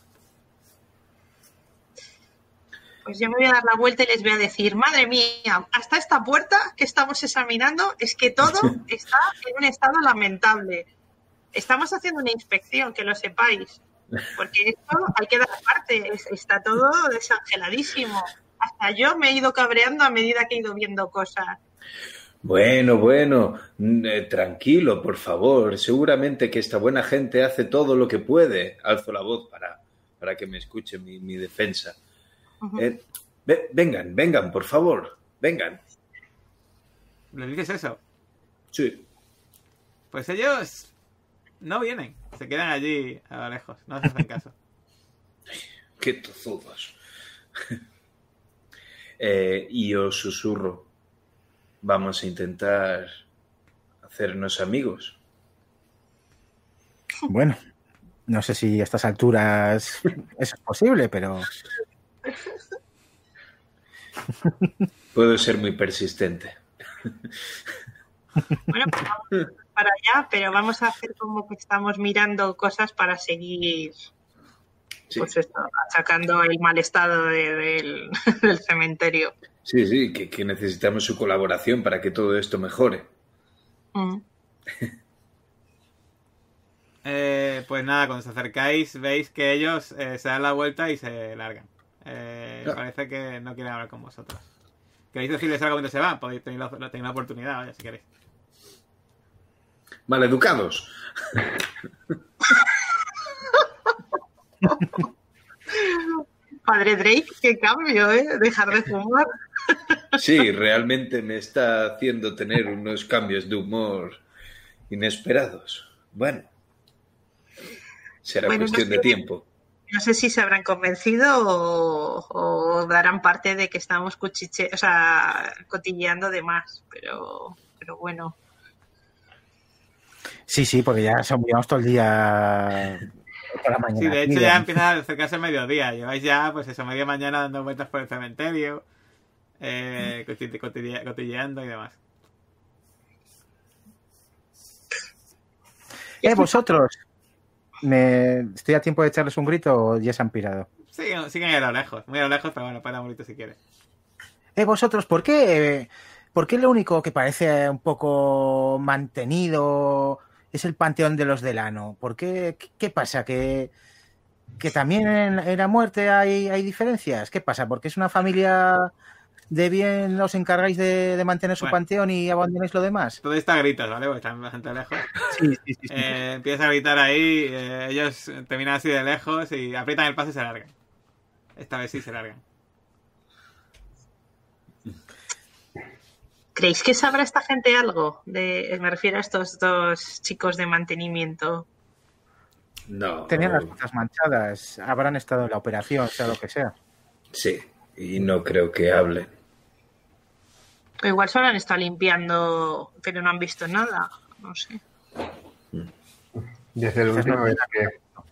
Pues yo me voy a dar la vuelta y les voy a decir, madre mía, hasta esta puerta que estamos examinando es que todo está en un estado lamentable. Estamos haciendo una inspección, que lo sepáis, porque esto hay que dar parte, está todo desangeladísimo. Hasta yo me he ido cabreando a medida que he ido viendo cosas. Bueno, tranquilo, por favor. Seguramente que esta buena gente hace todo lo que puede. Alzo la voz para que me escuche mi defensa. Ujú. Vengan, por favor. Vengan. ¿Les dices eso? Sí. Pues ellos no vienen, se quedan allí a lo lejos, no os hacen caso. Qué tozudos. Y os susurro. Vamos a intentar hacernos amigos. Bueno, no sé si a estas alturas eso es posible, pero Puedo ser muy persistente. Bueno, pues vamos para allá, pero vamos a hacer como que estamos mirando cosas para seguir, Sí, pues esto, achacando el mal estado del cementerio. sí, que necesitamos su colaboración para que todo esto mejore. Mm. Pues nada, cuando os acercáis veis que ellos se dan la vuelta y se largan. Parece que no quieren hablar con vosotros. ¿Queréis decirles algo mientras se van? Podéis tener la oportunidad, vaya, si queréis. Maleducados. Padre Drake, qué cambio, ¿eh? Dejar de fumar. Sí, realmente me está haciendo tener unos cambios de humor inesperados. Bueno, será Bueno, cuestión no de sé. tiempo. No sé si se habrán convencido o darán parte de que estamos cotilleando de más, pero bueno. sí, porque ya llevamos todo el día por la mañana. Sí, de hecho Mira, ya empieza a acercarse el mediodía. Lleváis ya, pues eso, media mañana dando vueltas por el cementerio, cotilleando y demás. vosotros, ¿estoy a tiempo de echarles un grito o ya se han pirado? Siguen a lo lejos, muy a lo lejos, pero bueno, para un grito si quieres. Vosotros, ¿por qué lo único que parece un poco mantenido es el panteón de los Delano? ¿Por qué? ¿Qué pasa? ¿Que también en la muerte hay diferencias? ¿Qué pasa? ¿Porque es una familia de bien, os encargáis de mantener su Bueno. panteón y abandonáis lo demás? Todo está a gritos, ¿vale? Porque están bastante lejos. Sí. Empiezas a gritar ahí, ellos terminan así de lejos y aprietan el paso y se largan. Esta vez sí se largan. ¿Creéis que sabrá esta gente algo? Me refiero a estos dos chicos de mantenimiento. No. Tenían las cosas manchadas, habrán estado en la operación, sea lo que sea. Sí, y no creo que hablen. O igual solo han estado limpiando, pero no han visto nada. No sé. Desde la última vez que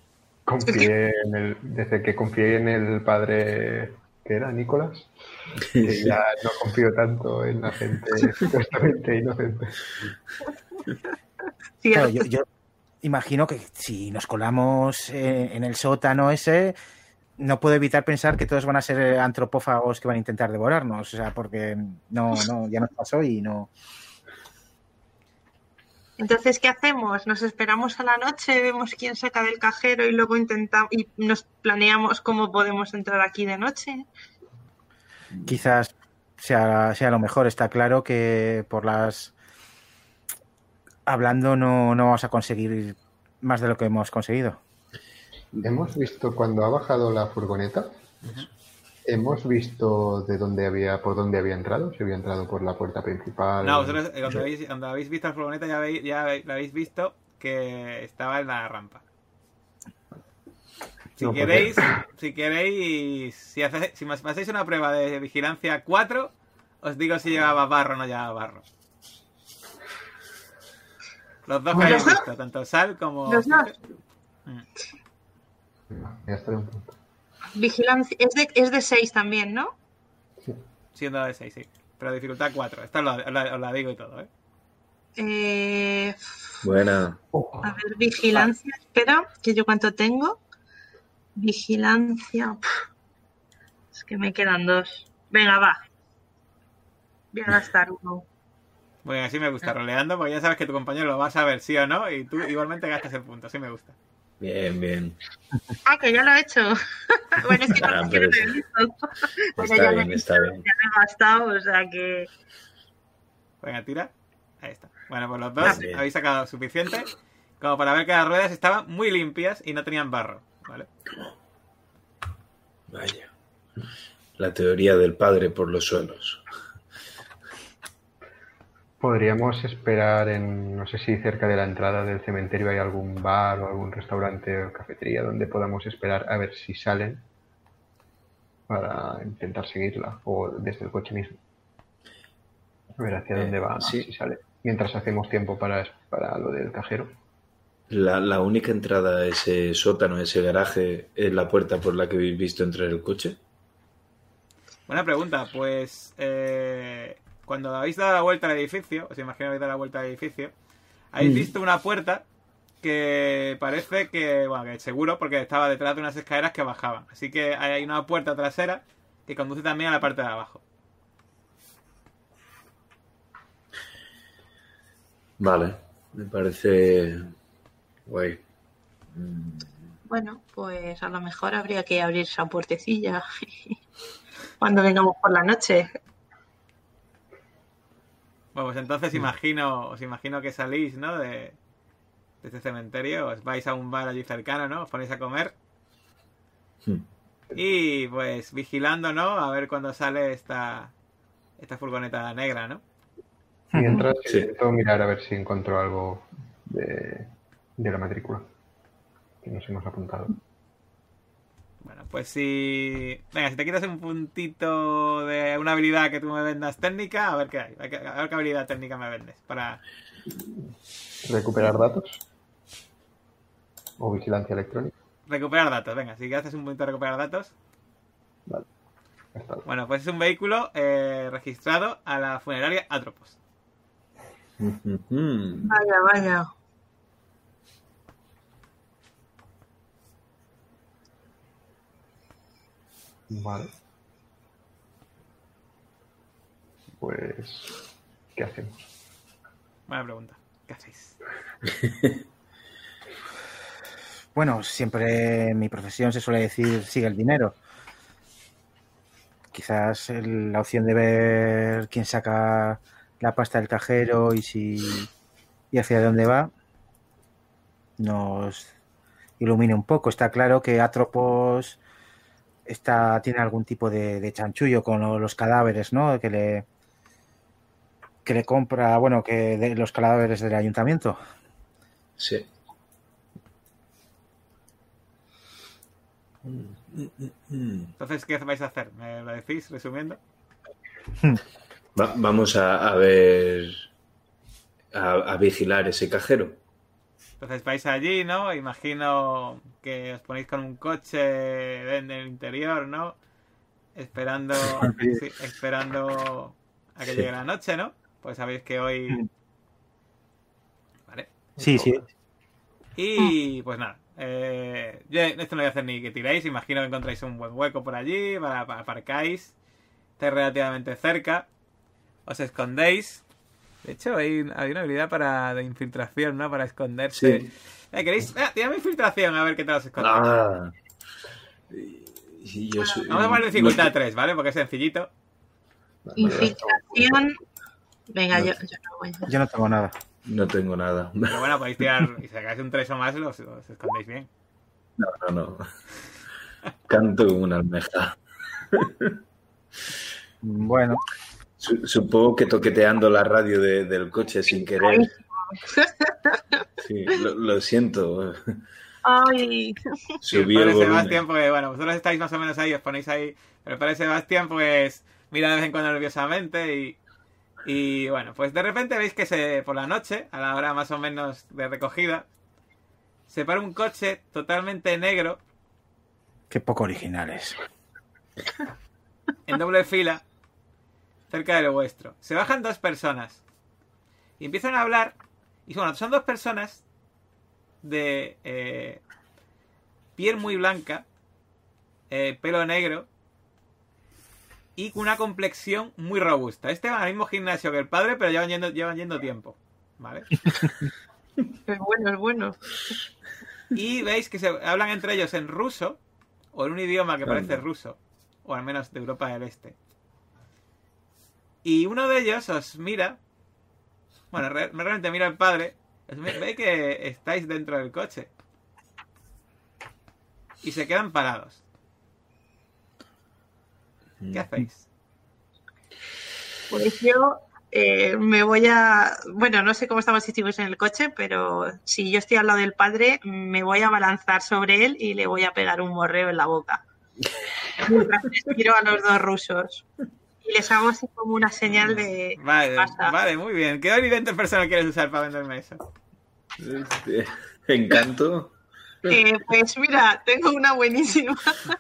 desde que confié en el padre que era Nicolás, que ya no confío tanto en la gente supuestamente inocente. Sí, Claro, yo imagino que si nos colamos en el sótano ese, no puedo evitar pensar que todos van a ser antropófagos que van a intentar devorarnos, o sea, porque no, ya nos pasó y no. Entonces, ¿qué hacemos? ¿Nos esperamos a la noche, vemos quién saca del cajero y luego intentamos y nos planeamos cómo podemos entrar aquí de noche? Quizás sea lo mejor. Está claro que hablando no vamos a conseguir más de lo que hemos conseguido. Hemos visto cuando ha bajado la furgoneta, hemos visto por dónde había entrado, si había entrado por la puerta principal. No, vosotros cuando habéis visto la furgoneta ya la habéis visto que estaba en la rampa. Si queréis, si me pasáis una prueba de vigilancia 4, os digo si llevaba barro o no llevaba barro. Los dos que habéis visto, tanto Sal como... Los dos. Ya estoy un punto. Vigilancia. Es de 6 también, ¿no? Siendo de 6, sí. Pero dificultad 4. Esta os la digo y todo, Buena. A ver, vigilancia. Espera, que yo cuánto tengo. Vigilancia. Es que me quedan 2. Venga, va. Voy a gastar 1. Bueno, así me gusta, roleando, porque ya sabes que tu compañero lo va a saber sí o no, y tú igualmente gastas el punto, así me gusta. Bien, bien. Ah, que ya lo he hecho. Bueno, es que no lo he visto. Está bien, está bien. Ya lo he gastado, o sea que... Venga, tira. Ahí está. Bueno, pues los dos habéis sacado suficiente como para ver que las ruedas estaban muy limpias y no tenían barro, ¿vale? Vaya. La teoría del padre por los suelos. Podríamos esperar no sé si cerca de la entrada del cementerio hay algún bar o algún restaurante o cafetería donde podamos esperar a ver si salen para intentar seguirla, o desde el coche mismo. A ver hacia dónde va, sí. si sale. Mientras hacemos tiempo para lo del cajero. La única entrada a ese sótano, a ese garaje, es la puerta por la que habéis visto entrar el coche. Buena pregunta, pues... cuando habéis dado la vuelta al edificio, os imagino que habéis dado la vuelta al edificio, habéis visto una puerta que parece que, bueno, que seguro, porque estaba detrás de unas escaleras que bajaban. Así que hay una puerta trasera que conduce también a la parte de abajo. Vale, me parece guay. Bueno, pues a lo mejor habría que abrir esa puertecilla cuando vengamos por la noche. Bueno, pues entonces os imagino que salís, ¿no? De este cementerio, os vais a un bar allí cercano, ¿no? Os ponéis a comer. Y pues vigilando, ¿no? A ver cuándo sale esta furgoneta negra, ¿no? Mientras intento mirar a ver si encuentro algo de la matrícula que nos hemos apuntado. Bueno, pues si... Venga, si te quitas un puntito de una habilidad que tú me vendas técnica, a ver qué hay. A ver qué habilidad técnica me vendes para... ¿Recuperar datos? ¿O vigilancia electrónica? Recuperar datos, venga. Si haces un punto de recuperar datos... Vale. Bueno, pues es un vehículo registrado a la funeraria Atropos. Vaya, vaya. Vale. Pues, ¿qué hacemos? Buena pregunta. ¿Qué hacéis? Bueno, siempre en mi profesión se suele decir sigue el dinero. Quizás la opción de ver quién saca la pasta del cajero y hacia dónde va nos ilumine un poco. Está claro que Atropos tiene algún tipo de chanchullo con los cadáveres, ¿no? Que le compra, bueno, que de los cadáveres del ayuntamiento. Sí. Entonces, ¿qué vais a hacer? ¿Me lo decís resumiendo? Vamos a ver, a vigilar ese cajero. Entonces vais allí, ¿no? Imagino que os ponéis con un coche en el interior, ¿no? Esperando a que llegue la noche, ¿no? Pues sabéis que hoy... Vale. Sí. Y pues nada. Yo esto no voy a hacer ni que tiréis. Imagino que encontráis un buen hueco por allí, aparcáis. Estáis relativamente cerca. Os escondéis. De hecho, hay una habilidad de infiltración, ¿no? Para esconderse. Sí. ¿Queréis? Tirame infiltración a ver qué tal os escondéis. Vamos a poner dificultad 3, ¿vale? Porque es sencillito. Infiltración. Venga, yo no voy. Yo no tengo nada. No tengo nada. Pero bueno, podéis tirar. Y si sacáis un 3 o más, os escondéis bien. No. Canto como una almeja. Bueno, Supongo que toqueteando la radio del coche sin querer. Sí, lo siento. Ay, Subí el el padre volumen. Sebastián, pues bueno, vosotros estáis más o menos ahí, os ponéis ahí. Pero el padre Sebastián, pues mira de vez en cuando nerviosamente y bueno, pues de repente veis que por la noche, a la hora más o menos de recogida, se para un coche totalmente negro, qué poco originales. en doble fila, cerca del vuestro. Se bajan 2 personas y empiezan a hablar. Y bueno, son 2 personas de piel muy blanca, pelo negro y con una complexión muy robusta. Este va al mismo gimnasio que el padre, pero llevan yendo tiempo, ¿vale? es bueno, es bueno. Y veis que se hablan entre ellos en ruso, o en un idioma que parece Anda. ruso, o al menos de Europa del Este. Y uno de ellos os mira, bueno, realmente mira al padre, ve que estáis dentro del coche. Y se quedan parados. ¿Qué hacéis? Pues yo me voy a... Bueno, no sé cómo estamos distribuidos en el coche, pero si yo estoy al lado del padre, me voy a abalanzar sobre él y le voy a pegar un morreo en la boca. Mientras les miro a los 2 rusos. Y les hago así como una señal de... Vale, pasa. vale, muy bien. ¿Qué evidente personal quieres usar para venderme eso? Encanto. Pues mira, tengo una buenísima.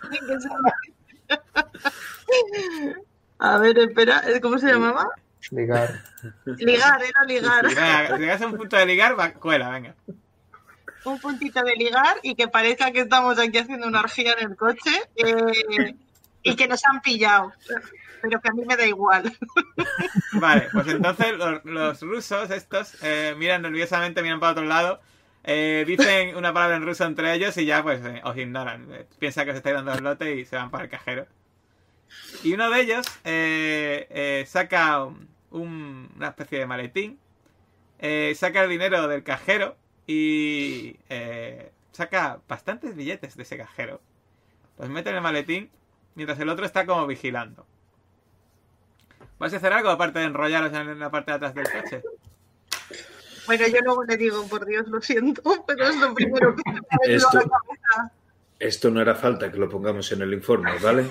A ver, espera, ¿cómo se llamaba? Ligar. Ligar, era ligar. Venga, si llegas a un punto de ligar, cuela, venga. Un puntito de ligar y que parezca que estamos aquí haciendo una orgía en el coche y que nos han pillado. Pero que a mí me da igual. Vale, pues entonces los rusos estos miran nerviosamente, miran para otro lado, dicen una palabra en ruso entre ellos y ya pues os ignoran. Piensa que os estáis dando el lote y se van para el cajero. Y uno de ellos saca una especie de maletín, saca el dinero del cajero y saca bastantes billetes de ese cajero. Los mete en el maletín mientras el otro está como vigilando. ¿Vais a hacer algo aparte de enrollaros en la parte de atrás del coche? Bueno, yo luego le digo, por Dios, lo siento, pero es lo primero que me ha venido a la cabeza. Esto no era falta que lo pongamos en el informe, ¿vale?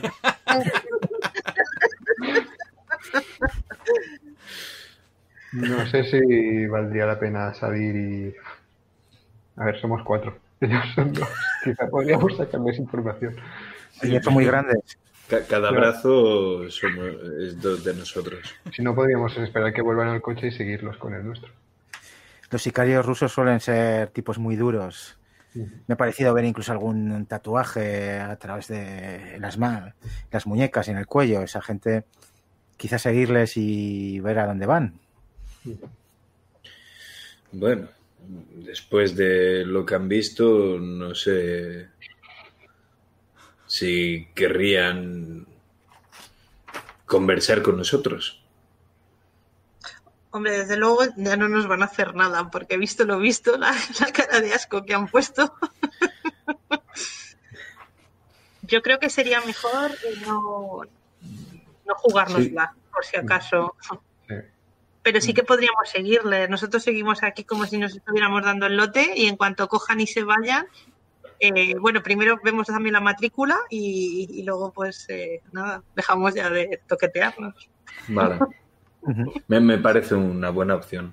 No sé si valdría la pena salir y... A ver, somos 4. Ellos son 2. Quizá podríamos sacarles información. Ellos son muy grandes. Cada brazo es 2 de nosotros. Si no, podríamos esperar que vuelvan al coche y seguirlos con el nuestro. Los sicarios rusos suelen ser tipos muy duros. Me ha parecido ver incluso algún tatuaje a través de las muñecas y en el cuello. Esa gente, quizás seguirles y ver a dónde van. Bueno, después de lo que han visto, no sé si querrían conversar con nosotros. Hombre, desde luego ya no nos van a hacer nada, porque he visto lo visto, la cara de asco que han puesto. Yo creo que sería mejor no jugárnosla, por si acaso. Sí. Pero sí que podríamos seguirle. Nosotros seguimos aquí como si nos estuviéramos dando el lote y en cuanto cojan y se vayan, bueno, primero vemos también la matrícula y luego pues nada, dejamos ya de toquetearnos. Vale. Me parece una buena opción.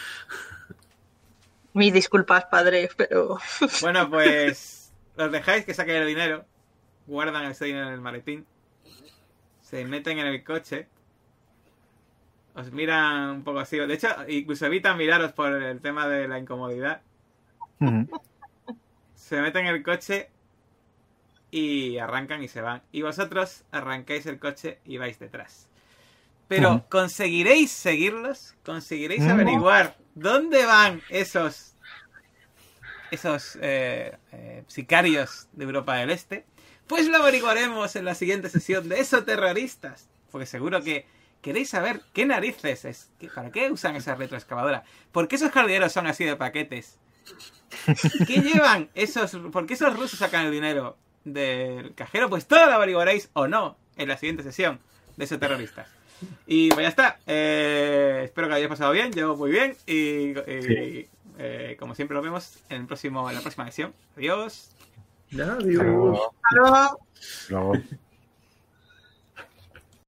Mis disculpas, padre, pero... Bueno, pues los dejáis que saquen el dinero, guardan ese dinero en el maletín, se meten en el coche, os miran un poco así, de hecho, incluso evitan miraros por el tema de la incomodidad. Se meten en el coche y arrancan y se van. Y vosotros arrancáis el coche y vais detrás. Pero ¿conseguiréis seguirlos? ¿Conseguiréis averiguar dónde van esos sicarios de Europa del Este? Pues lo averiguaremos en la siguiente sesión de Esoterroristas. Porque seguro que queréis saber qué narices es, para qué usan esa retroexcavadora, por qué esos jardineros son así de paquetes ¿Qué llevan esos? ¿Por qué esos rusos sacan el dinero del cajero? Pues todo lo averiguaréis o no en la siguiente sesión de esos terroristas. Y pues ya está. Espero que hayáis pasado bien. Yo muy bien. Y como siempre nos vemos en la próxima sesión. Adiós. Adiós. Hasta luego. Luego.